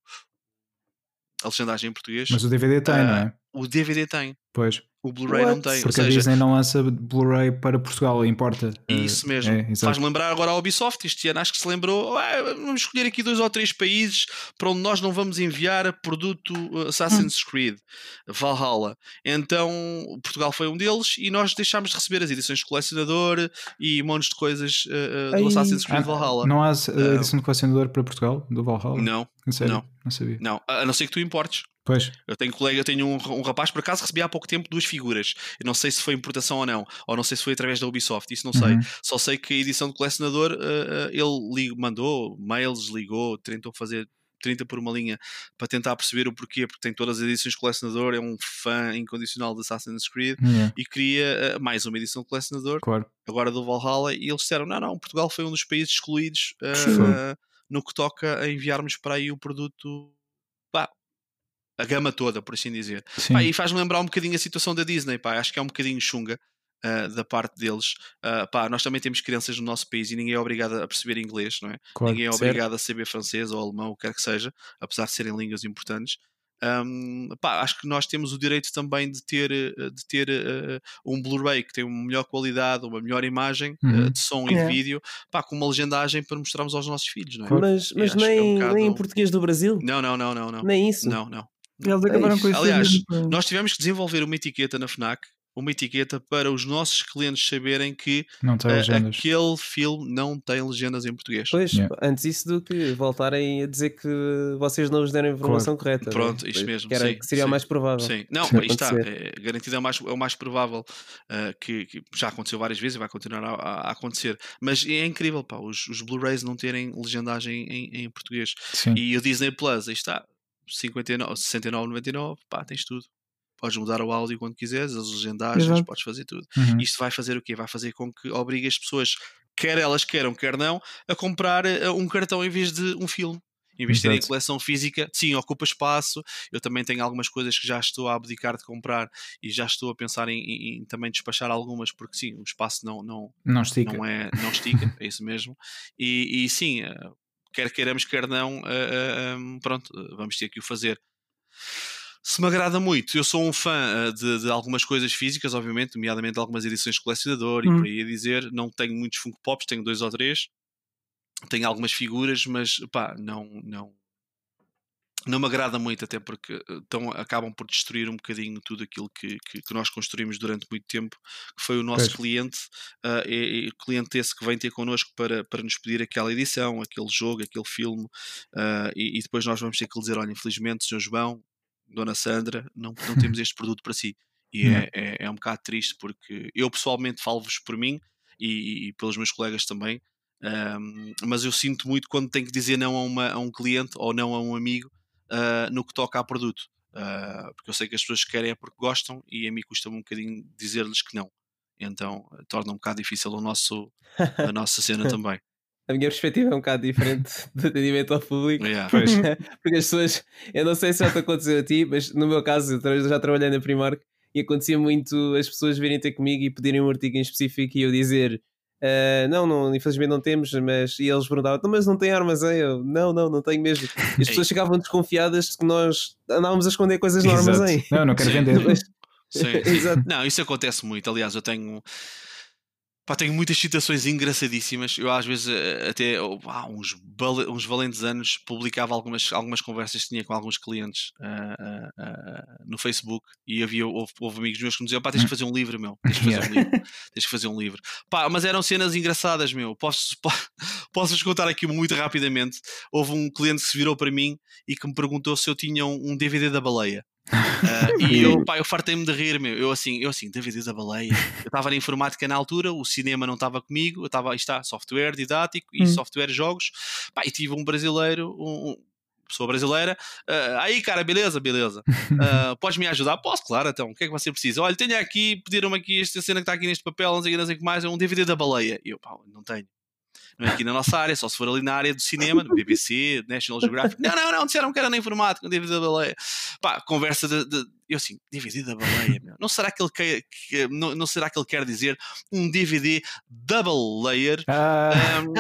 a legendagem em português. Mas o D V D tem, uh, não é? O D V D tem. Pois. O Blu-ray não tem. Porque ou seja, a Disney não lança Blu-ray para Portugal, importa. Isso mesmo. É, faz-me lembrar agora a Ubisoft. Este ano acho que se lembrou, ah, vamos escolher aqui dois ou três países para onde nós não vamos enviar produto Assassin's Creed Valhalla. Então Portugal foi um deles e nós deixámos de receber as edições de colecionador e montes de coisas uh, do Assassin's Creed ah, Valhalla. Não há uh, edição de colecionador para Portugal do Valhalla? Não. Sério? Não. Não sabia. Não, a não ser que tu importes. Pois. Eu tenho colega, eu tenho um, um rapaz, por acaso recebi há pouco tempo duas figuras. Eu não sei se foi importação ou não, ou não sei se foi através da Ubisoft, isso não sei. Uhum. Só sei que a edição de colecionador, uh, uh, ele ligou, mandou mails, ligou, tentou fazer trinta por uma linha para tentar perceber o porquê, porque tem todas as edições de colecionador, é um fã incondicional de Assassin's Creed yeah. e queria uh, mais uma edição de colecionador, claro. agora do Valhalla, e eles disseram: não, não, Portugal foi um dos países excluídos uh, uh, no que toca a enviarmos para aí o produto. Pá, a gama toda, por assim dizer. Pá, e faz-me lembrar um bocadinho a situação da Disney, pá, acho que é um bocadinho chunga uh, da parte deles. Uh, pá, nós também temos crianças no nosso país e ninguém é obrigado a perceber inglês, não é? Claro, ninguém é certo. obrigado a saber francês ou alemão, o que quer que seja, apesar de serem línguas importantes. Um, pá, acho que nós temos o direito também de ter, de ter uh, um Blu-ray que tem uma melhor qualidade, uma melhor imagem uhum. uh, de som e é. de vídeo, pá, com uma legendagem para mostrarmos aos nossos filhos, não é? Mas, mas nem, é um bocado... nem em português do Brasil? Não, não, não, não, não. Nem isso? Não, não. Eles acabaram com isso. Aliás, nós tivemos que desenvolver uma etiqueta na FNAC uma etiqueta para os nossos clientes saberem que não tem uh, aquele filme não tem legendas em português. Pois, yeah. Antes isso do que voltarem a dizer que vocês não vos deram a informação claro. correta. Pronto, né? isto mesmo. Que, era, sim, que seria sim, o mais provável. Sim. Não, aí está. É, garantido é o mais, é o mais provável uh, que, que já aconteceu várias vezes e vai continuar a, a acontecer. Mas é incrível, pá, os, os Blu-rays não terem legendagem em, em português. Sim. E o Disney Plus, aí está, cinquenta e nove, sessenta e nove, noventa e nove, pá, tens tudo. Podes mudar o áudio quando quiseres, as legendagens, Exato. Podes fazer tudo. Uhum. Isto vai fazer o quê? Vai fazer com que obrigue as pessoas, quer elas queiram, quer não, a comprar um cartão em vez de um filme. Em vez de terem coleção física, sim, ocupa espaço. Eu também tenho algumas coisas que já estou a abdicar de comprar e já estou a pensar em, em, em também despachar algumas, porque sim, o espaço não, não, não, estica. não, é, não estica, é isso mesmo. E, e sim, quer queiramos, quer não, uh, uh, um, pronto, vamos ter que o fazer. Se me agrada muito, eu sou um fã uh, de, de algumas coisas físicas, obviamente, nomeadamente algumas edições de colecionador hum. e por aí a dizer, não tenho muitos Funko Pops, tenho dois ou três, tenho algumas figuras, mas pá, não, não, não me agrada muito, até porque então, acabam por destruir um bocadinho tudo aquilo que, que, que nós construímos durante muito tempo, que foi o nosso pois. cliente, uh, e, e cliente esse que vem ter connosco para, para nos pedir aquela edição, aquele jogo, aquele filme, uh, e, e depois nós vamos ter que lhe dizer, olha, infelizmente, senhor João, Dona Sandra, não, não temos este produto para si. E é, é, é um bocado triste, porque eu pessoalmente falo-vos por mim e, e pelos meus colegas também, um, mas eu sinto muito quando tenho que dizer não a, uma, a um cliente ou não a um amigo uh, no que toca a produto. Uh, porque eu sei que as pessoas querem é porque gostam e a mim custa-me um bocadinho dizer-lhes que não. Então uh, torna um bocado difícil o nosso, a nossa cena também. A minha perspectiva é um bocado diferente de atendimento ao público, yeah. porque as pessoas, eu não sei se já te aconteceu a ti, mas no meu caso eu já trabalhei na Primark e acontecia muito as pessoas virem ter comigo e pedirem um artigo em específico e eu dizer uh, não, não, infelizmente não temos, mas e eles perguntavam, então, mas não tem armazém? Eu, não, não, não tenho mesmo. E as pessoas chegavam desconfiadas que nós andávamos a esconder coisas no Exato. armazém. Não, não quero vender. Mas... sim, sim. Não, isso acontece muito. Aliás, eu tenho Pá, tenho muitas citações engraçadíssimas. Eu às vezes até ah, uns, uns valentes anos publicava algumas, algumas conversas que tinha com alguns clientes uh, uh, uh, no Facebook e havia, houve, houve amigos meus que me diziam, pá, tens que fazer um livro, meu, tens que fazer um livro, tens que fazer um livro. Pá, mas eram cenas engraçadas, meu. Posso, posso-vos contar aqui muito rapidamente. Houve um cliente que se virou para mim e que me perguntou se eu tinha um, um D V D da Baleia. Uh, e eu, pá, eu fartei-me de rir, meu. Eu assim, eu assim, D V D da Baleia. Eu estava na informática na altura, o cinema não estava comigo, eu estava, está, software didático e hum. software jogos. Pá, e tive um brasileiro, um, um pessoa brasileira. Uh, aí, cara, beleza, beleza. Uh, podes me ajudar? Posso, claro. Então, o que é que você precisa? Olha, tenho aqui, pediram-me aqui esta cena que está aqui neste papel, não sei o que, não sei o que mais, é um D V D da Baleia. E eu, pá, não tenho. Não é aqui na nossa área, só se for ali na área do cinema, do B B C, National Geographic. Não, não, não, disseram que era na informática, um D V D da Baleia. Pá, conversa de, de. Eu assim, D V D da Baleia, meu. Não será que ele quer, que, não, não será que ele quer dizer um D V D double layer? Ah. Um,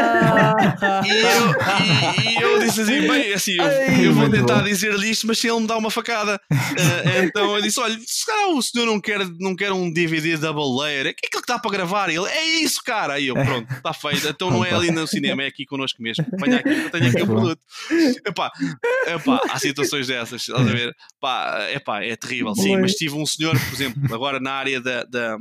ah. E, eu, e, e eu disse assim, bem, assim, eu, eu vou tentar dizer-lhe isto, mas se ele me dá uma facada. Uh, então eu disse, olha, se calhar o senhor não quer, não quer um D V D double layer, o que é que ele está para gravar? Ele, é isso, cara. Aí eu, pronto, está feito. Então não é ali no cinema, é aqui connosco mesmo. Venha aqui, eu tenho aqui o produto. Epá, epá, há situações dessas, estás a ver? Epá, epá, é terrível, sim. Mas tive um senhor, por exemplo, agora na área da, da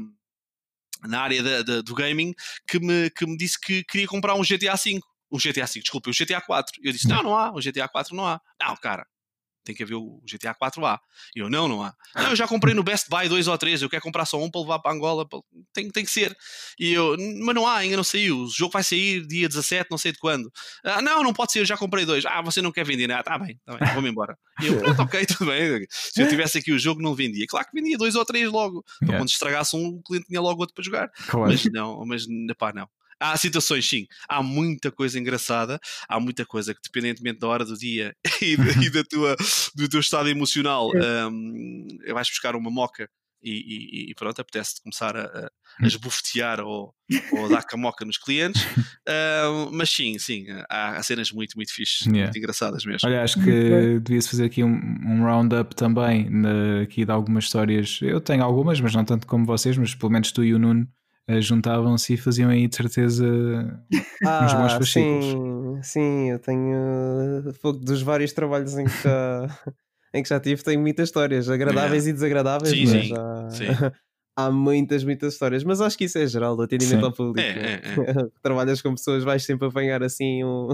na área da, da, do gaming, que me, que me disse que queria comprar um G T A cinco. Um G T A cinco, desculpa, um G T A quatro. Eu disse, não, não há, um G T A quatro não há. Não, cara, tem que haver o G T A quatro A. E eu, não, não há. Não, eu já comprei no Best Buy dois ou três, eu quero comprar só um para levar para Angola. Tem, tem que ser. E eu, mas não há, ainda não saiu. O jogo vai sair dia dezassete, não sei de quando. Ah, não, não pode ser, eu já comprei dois. Ah, você não quer vender nada? Tá bem, tá bem, vou-me embora. E eu, pronto, ok, tudo bem. Se eu tivesse aqui o jogo, não vendia. Claro que vendia dois ou três logo. Para yeah. quando estragasse um, o cliente tinha logo outro para jogar. Claro. Mas não, mas pá, não. Há situações, sim, há muita coisa engraçada, há muita coisa que, dependentemente da hora do dia e, de, e da tua, do teu estado emocional, um, vais buscar uma moca e, e, e pronto, apetece-te começar a, a esbofetear ou, ou a dar camoca nos clientes. Um, mas sim, sim, há, há cenas muito, muito fixes, yeah. muito engraçadas mesmo. Olha, acho que devia-se fazer aqui um, um round-up também na, aqui de algumas histórias. Eu tenho algumas, mas não tanto como vocês, mas pelo menos tu e o Nuno juntavam-se e faziam aí de certeza ah, uns bons fascículos. Sim, sim, eu tenho pouco dos vários trabalhos em que já, em que já tive, tenho muitas histórias agradáveis yeah. e desagradáveis, sim, mas sim, já, sim. há muitas, muitas histórias, mas acho que isso é geral, do atendimento Sim. ao público. É, é, é. Trabalhas com pessoas, vais sempre apanhar assim um,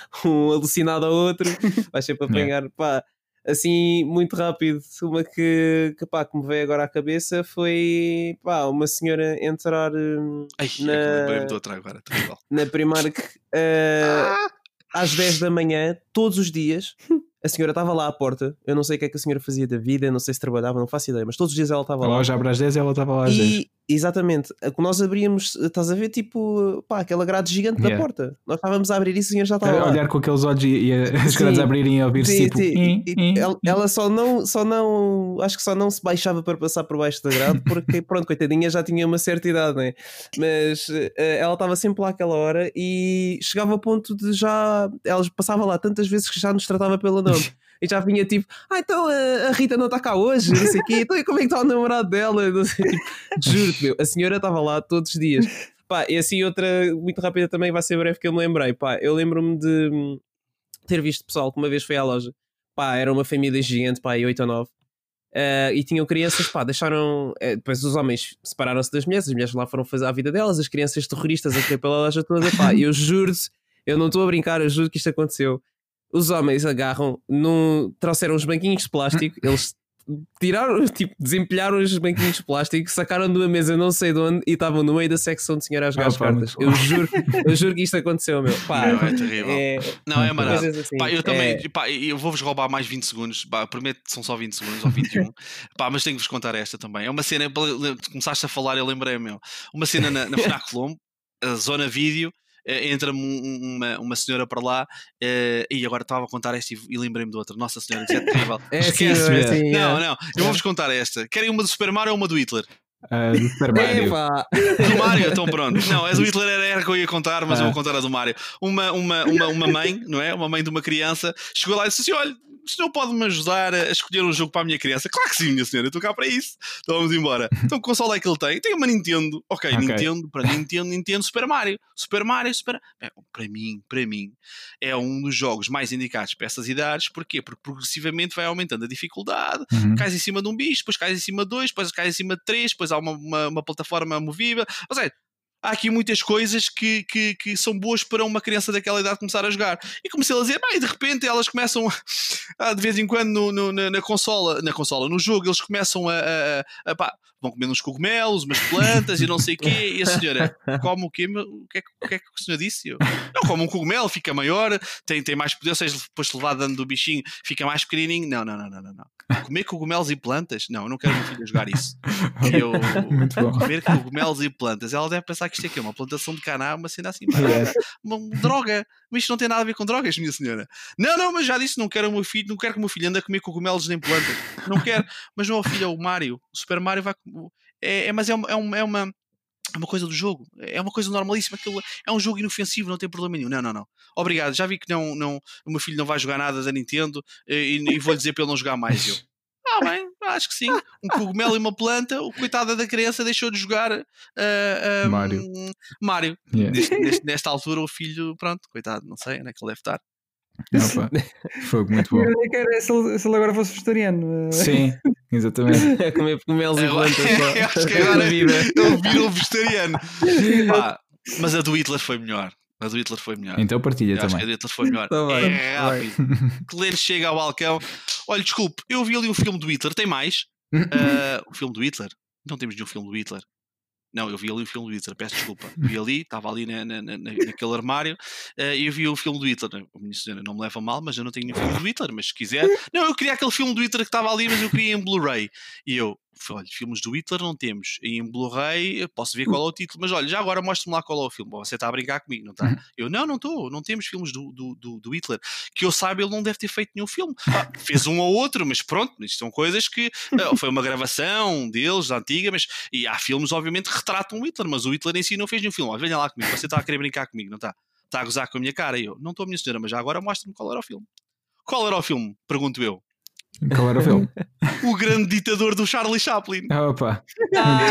um alucinado ao outro, vais sempre apanhar, é. pá, assim, muito rápido. Uma que, que, pá, que me veio agora à cabeça foi, pá, uma senhora entrar Ai, na, é do outro agora, na Primark uh, ah! às dez da manhã, todos os dias. A senhora estava lá à porta, eu não sei o que é que a senhora fazia da vida, não sei se trabalhava, não faço ideia, mas todos os dias ela estava lá. A loja abre às dez e ela estava lá às e, dez. Exatamente, nós abríamos, estás a ver, tipo, pá, aquela grade gigante yeah. da porta. Nós estávamos a abrir isso e a senhora já estava lá. Olhar com aqueles olhos e, e as sim, grades abrirem e ouvir-se sim, tipo... Sim. E, e, ela, ela só não, só não, acho que só não se baixava para passar por baixo da grade, porque pronto, coitadinha, já tinha uma certa idade, né? Mas uh, ela estava sempre lá àquela hora e chegava ao ponto de já... Ela passava lá tantas vezes que já nos tratava pelo nome. E já vinha tipo, ah, então a Rita não está cá hoje, não sei o quê, então e como é que está o namorado dela? Não sei, tipo, juro-te, meu, a senhora estava lá todos os dias. Pá, e assim outra muito rápida também, vai ser breve, que eu me lembrei. Pá, eu lembro-me de ter visto pessoal que uma vez foi à loja, pá, era uma família gigante, pá, oito ou nove, uh, e tinham crianças, pá, deixaram, uh, depois os homens separaram-se das mulheres, as mulheres lá foram fazer a vida delas, as crianças terroristas a correr pela loja toda, pá, eu juro-te, eu não estou a brincar, eu juro que isto aconteceu. Os homens agarram, num, trouxeram os banquinhos de plástico, eles tiraram, tipo, desempilharam os banquinhos de plástico, sacaram de uma mesa não sei de onde e estavam no meio da secção de senhora a jogar ah, as pá, cartas. Eu juro, eu juro que isto aconteceu, meu. Pá, não, é terrível. É, não, é marado. Assim, pá, eu também, é... pá, eu vou-vos roubar mais vinte segundos, pá, prometo que são só vinte segundos ou vinte e um, pá, mas tenho que vos contar esta também. É uma cena, começaste a falar, eu lembrei, meu. Uma cena na, na Fnac Colombo, a zona vídeo. Entra-me uma, uma senhora para lá uh, e agora estava a contar esta e, e lembrei-me de outra. Nossa senhora, isso é terrível. É Esquece, é assim, não, é. não, eu vou-vos contar esta. Querem uma do Super Mario ou uma do Hitler? Uh, do Super Mario. Do Mario, então pronto. Não, a do Hitler era, era que eu ia contar, mas ah. eu vou contar a do Mario. Uma, uma, uma, uma mãe, não é? Uma mãe de uma criança chegou lá e disse assim: olha, o senhor pode-me ajudar a escolher um jogo para a minha criança? Claro que sim, minha senhora, eu estou cá para isso. Então vamos embora. Então que console é que ele tem? Tem uma Nintendo. Ok, okay. Nintendo, para Nintendo, Nintendo, Super Mario. Super Mario, Super... É, para mim, para mim, é um dos jogos mais indicados para essas idades. Porquê? Porque progressivamente vai aumentando a dificuldade. Uhum. Cais em cima de um bicho, depois cais em cima de dois, depois cais em cima de três, depois há uma, uma, uma plataforma movível. Ou seja, há aqui muitas coisas que, que, que são boas para uma criança daquela idade começar a jogar. E comecei a dizer, bem, de repente elas começam a, de vez em quando no, no, na, na consola, na consola, no jogo, eles começam a, a, a pá, vão comer uns cogumelos, umas plantas e não sei o quê. E a senhora, come o quê? O que é, o que, é que o senhor disse? Eu, não, come um cogumelo, fica maior, tem, tem mais poder, ou seja, depois de levar dano do bichinho, fica mais pequenininho. Não, não, não, não, não, não. Comer cogumelos e plantas? Não, eu não quero meu filho jogar isso. E eu, comer cogumelos e plantas, ela deve pensar que isto é que é uma plantação de caná, uma cena assim, yeah. uma, uma droga. Mas isto não tem nada a ver com drogas, minha senhora. Não, não, mas já disse, não quero o meu filho, não quero que o meu filho ande a comer cogumelos nem plantas. Não quero. Mas o meu filho é o Mario. O Super Mario vai... É, é, mas é uma... É uma, é uma É uma coisa do jogo, é uma coisa normalíssima. Aquilo é um jogo inofensivo, não tem problema nenhum. Não, não, não. Obrigado, já vi que não, não, o meu filho não vai jogar nada da Nintendo e, e vou-lhe dizer para ele não jogar mais. Eu, ah, bem, acho que sim. Um cogumelo e uma planta, o coitado da criança deixou de jogar uh, uh, Mario. Mario. Yeah. Neste, neste, nesta altura, o filho, pronto, coitado, não sei onde é que ele deve estar. Opa, foi muito bom. Eu quero, se, ele, se ele agora fosse vegetariano. Sim, exatamente. É comer cogumelos e plantas. É, acho que agora ele virou vegetariano. Pá, mas a do Hitler foi melhor. A do Hitler foi melhor. Então partilha eu também. Acho que a do Hitler foi melhor. Tá bem, é rápido. Cliente chega ao balcão. Olha, desculpe, eu vi ali um filme do Hitler. Tem mais? uh, o filme do Hitler? Não temos nenhum filme do Hitler. Não, eu vi ali o filme do Hitler, peço desculpa. Vi ali, estava ali na, na, na, naquele armário uh, e eu vi o filme do Hitler. A minha senhora não me leva a mal, mas eu não tenho nenhum filme do Hitler. Mas se quiser, não, eu queria aquele filme do Hitler que estava ali, mas eu queria em Blu-ray. E eu, olha, filmes do Hitler não temos. E em Blu-ray posso ver qual é o título, mas olha, já agora mostre-me lá qual é o filme. Você está a brincar comigo, não está? Eu, não, não estou, não temos filmes do, do, do, do Hitler. Que eu saiba, ele não deve ter feito nenhum filme. Ah, fez um ou outro, mas pronto, isto são coisas que uh, foi uma gravação deles, da antiga, mas e há filmes, obviamente, que retratam o Hitler, mas o Hitler em si não fez nenhum filme. Olha, venha lá comigo, você está a querer brincar comigo, não está? Está a gozar com a minha cara. E eu, não estou, minha senhora, mas já agora mostre-me qual era o filme. Qual era o filme? Pergunto eu. Qual era o filme? O grande ditador do Charlie Chaplin. Opa! Ah,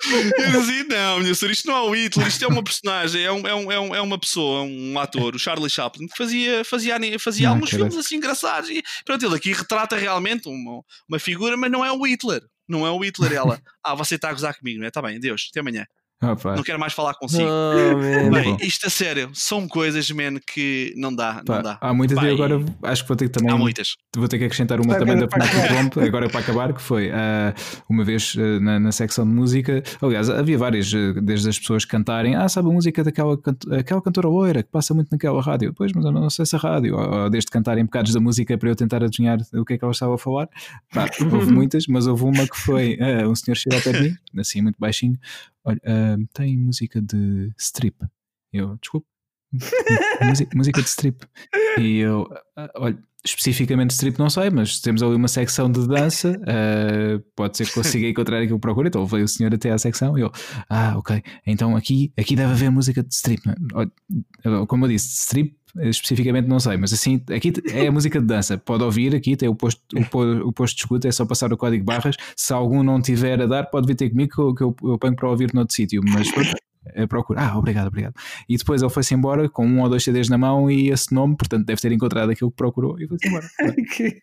eu dizia, não, minha senhora, isto não é o Hitler, isto é uma personagem, é, um, é, um, é, um, é uma pessoa, um ator, o Charlie Chaplin, que fazia, fazia, fazia não, alguns filmes assim engraçados. E pronto, ele aqui retrata realmente uma, uma figura, mas não é o Hitler. não é o Hitler. Ela, ah, você está a gozar comigo, não é? Está bem, Deus, até amanhã. Opa. Não quero mais falar consigo. Oh, Bem, isto a sério, são coisas, man, que não dá, Pá, não dá. há muitas Pá, e agora e... acho que vou ter que também há muitas. Vou ter que acrescentar uma Vai, também vai, da FNAC do Colombo, agora para acabar, que foi uh, uma vez uh, na, na secção de música. Aliás, havia várias, uh, desde as pessoas cantarem, ah, sabe a música daquela canto, aquela cantora loira que passa muito naquela rádio. Pois, mas eu não sei essa rádio. Ou, ou desde cantarem bocados da música para eu tentar adivinhar o que é que ela estava a falar. Pá, houve muitas, mas houve uma que foi uh, um senhor chegou ao pé de mim, assim muito baixinho. Olha, uh, tem música de strip. Eu, desculpe, música, música de strip. E eu, uh, olha, especificamente strip não sei, mas temos ali uma secção de dança, uh, pode ser que consiga encontrar aquilo que procura. Então veio o senhor até à secção e eu, ah, ok, então aqui, aqui deve haver música de strip. Olha, como eu disse, strip especificamente não sei, mas assim, aqui é a música de dança, pode ouvir, aqui tem o posto, o, o posto de escuta, é só passar o código barras. Se algum não tiver a dar, pode vir ter comigo que eu, que eu, eu ponho para ouvir noutro sítio, mas procura, ah, obrigado, obrigado. E depois ele foi-se embora com um ou dois C Ds na mão e esse nome, portanto deve ter encontrado aquilo que procurou e foi-se embora. Okay.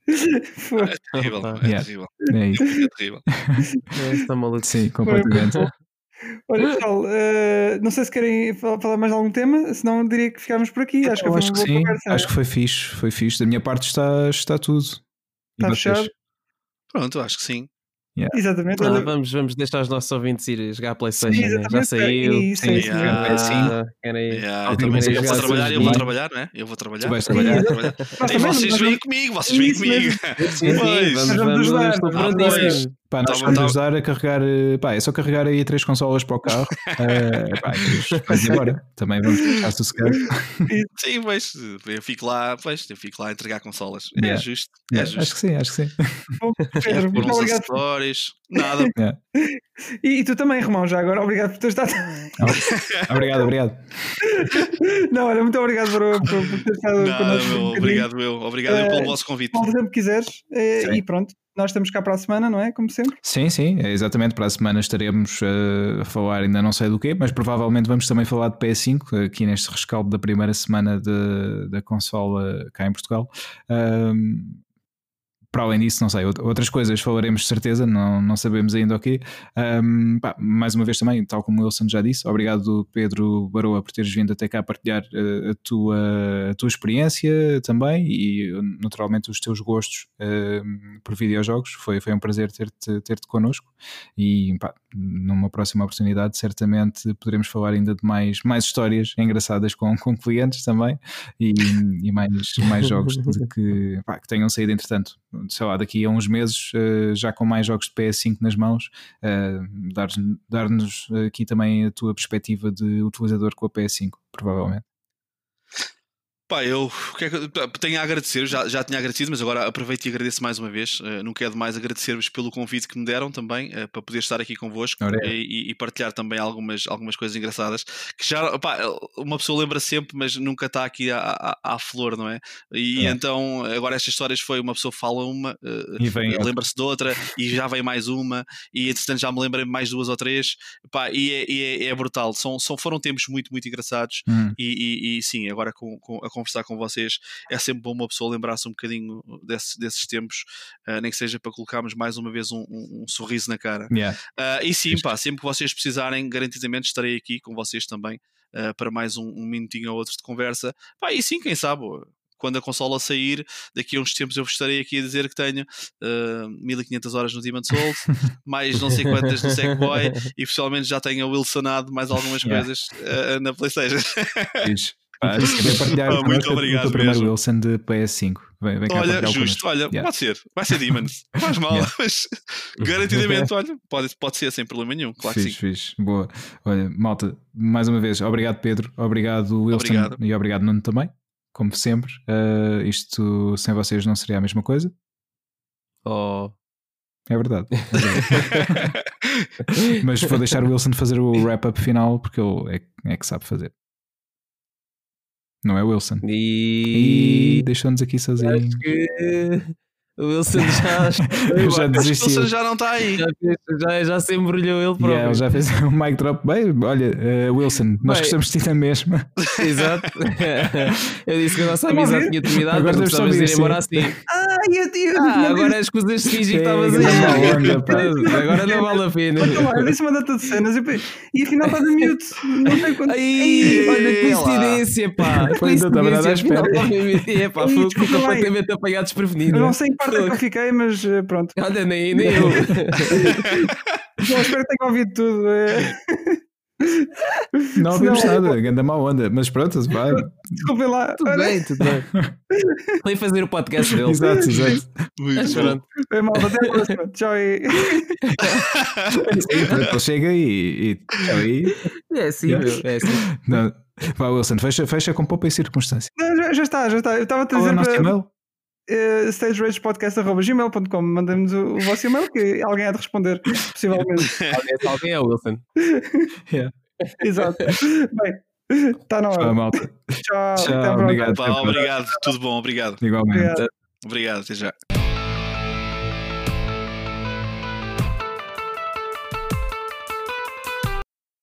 É terrível, é yeah. terrível. É isso. É terrível. Está maluco. Sim, completamente. Olha, pessoal, uh, não sei se querem falar mais de algum tema, senão diria que ficámos por aqui. Acho que eu foi acho uma que boa sim, conversa. acho que foi fixe, foi fixe. Da minha parte está, está tudo. Está fechado? Pronto, acho que sim. Yeah. Exatamente. Ah, vamos, vamos deixar os nossos ouvintes ir jogar a PlayStation. Sim, né? Já saiu. Isso, sim, é isso. Yeah. Ah, querem- Yeah, eu tenho também música eu vou de trabalhar, jazz eu vou também. trabalhar, não é? Eu vou trabalhar. Tu vais Eu vou trabalhar. trabalhar. Nós E também, vocês nós vêm vamos- comigo, vocês vêm Isso comigo. Sim, sim, Pois. vamos, Nós vamos vamos, ajudar, estou nós vamos prontíssimo. ajudar. Pá, nós Tá, vamos tá. ajudar a carregar. Pá, é só carregar aí três consolas para o carro. uh, pá, e vais embora. Também vamos deixar sossegado. Sim, pois, eu fico lá, pois, eu fico lá a entregar consolas. É Yeah. justo, é Yeah, acho justo. que sim, acho que sim. Bom, Pedro, Por muito uns obrigado. acessórios, nada. Yeah. E, e tu também, Romão, já agora. Obrigado por ter estado. Obrigado, obrigado. Não, olha, muito obrigado por, por, por ter estado Nada, connosco. meu, um bocadinho. obrigado, meu. Obrigado eu pelo Eh, vosso convite. Qual tempo quiseres. eh, Sim. E pronto, nós estamos cá para a semana, não é? Como sempre. Sim, sim, é exatamente. Para a semana estaremos uh, a falar ainda não sei do quê, mas provavelmente vamos também falar de P S cinco, aqui neste rescaldo da primeira semana de, da consola cá em Portugal. Um, para além disso, não sei, outras coisas falaremos de certeza, não, não sabemos ainda o quê. Um, pá, mais uma vez também, tal como o Wilson já disse, obrigado Pedro Baroa por teres vindo até cá partilhar uh, a, tua, a tua experiência também e naturalmente os teus gostos uh, por videojogos. Foi, foi um prazer ter-te, ter-te connosco e pá, numa próxima oportunidade certamente poderemos falar ainda de mais, mais histórias engraçadas com, com clientes também e, e mais, mais jogos de que, pá, que tenham saído entretanto. Sei lá, daqui a uns meses, uh, já com mais jogos de P S cinco nas mãos, uh, dar, dar-nos aqui também a tua perspectiva de utilizador com a P S cinco, provavelmente. Pá, eu o que é que eu tenho a agradecer, já, já tinha agradecido, mas agora aproveito e agradeço mais uma vez. Uh, não quero mais agradecer-vos pelo convite que me deram também, uh, para poder estar aqui convosco e, e partilhar também algumas, algumas coisas engraçadas. Que já, pá, uma pessoa lembra sempre, mas nunca está aqui à, à, à flor, não é? E é. Então, agora estas histórias foi uma pessoa fala uma, uh, uh, lembra-se de outra e já vem mais uma, e entretanto já me lembrei mais duas ou três. Pá, e é, é, é brutal. São, são, foram tempos muito, muito engraçados. Hum. E, e, e sim, agora com, com a conversar com vocês é sempre bom uma pessoa lembrar-se um bocadinho desse, desses tempos, uh, nem que seja para colocarmos mais uma vez um, um, um sorriso na cara. Yeah. Uh, e sim, pá, sempre que vocês precisarem, garantidamente estarei aqui com vocês também, uh, para mais um, um minutinho ou outro de conversa. Pá, e sim, quem sabe, quando a consola sair, daqui a uns tempos eu estarei aqui a dizer que tenho uh, mil e quinhentas horas no Demon's Souls, mais não sei quantas no Sackboy, e pessoalmente já tenho Wilsonado mais algumas yeah. coisas uh, na PlayStation. Isso. Ah, se partilhar oh, muito obrigado o teu primeiro Wilson de P S cinco. Vem, vem olha, justo, olha, yeah. pode ser, vai ser Demons, não faz mal, yeah. mas garantidamente, olha, pode, pode ser sem problema nenhum, claro fixe, que sim. Fixe, boa. Olha, malta, mais uma vez, obrigado Pedro, obrigado Wilson obrigado. E obrigado Nuno também, como sempre. Uh, isto sem vocês não seria a mesma coisa. Oh. É verdade. É verdade. Mas vou deixar o Wilson fazer o wrap-up final porque ele é, é que sabe fazer. Não é Wilson? E, e deixou-nos aqui sozinho. Acho que O Wilson já, eu já desisti. O Wilson já não está aí. Já, já, já se embrulhou ele próprio. Yeah, ele já fez um mic drop. Bem, olha, uh, Wilson, nós Bem, gostamos de ti na mesma. Exato. Eu disse que a nossa amizade tinha terminado. Agora precisamos ir embora assim. Ah, eu, eu, ah agora as coisas de fingir que estavas aí. Agora não vale a pena. Eu disse uma data de cenas e, e afinal está de mute. Não sei quando. Ai, olha, coincidência, pá. Coincidência. Afinal, é pá, foi completamente apanhado desprevenido. Eu não sei em parte é que eu fiquei, mas pronto. Olha, nem, nem eu. Eu espero que tenham ouvido tudo. Não ouvimos nada, ganda má onda, mas pronto, vai. Desculpem lá. Tudo bem, tudo bem. Foi fazer o podcast dele. Exato, exato. Mas pronto. Foi mal, até a próxima. Tchau aí. Chega aí e tchau aí. É assim, yeah. meu. É assim. Não. Vá, Wilson, fecha, fecha com poupa e circunstância. Não, já, já está, já está. Eu estava a dizer. Qual é o nosso para... e-mail? Uh, stage rage podcast arroba gmail ponto com. Mandem-nos o, o vosso e-mail que alguém há de responder, possivelmente. alguém, alguém é o Wilson. Yeah. Exato. Bem, está na hora. Tchau, malta. Tchau. Tchau, obrigado. Pá, obrigado. Tudo bom, obrigado. Igualmente. Obrigado. Obrigado, até já.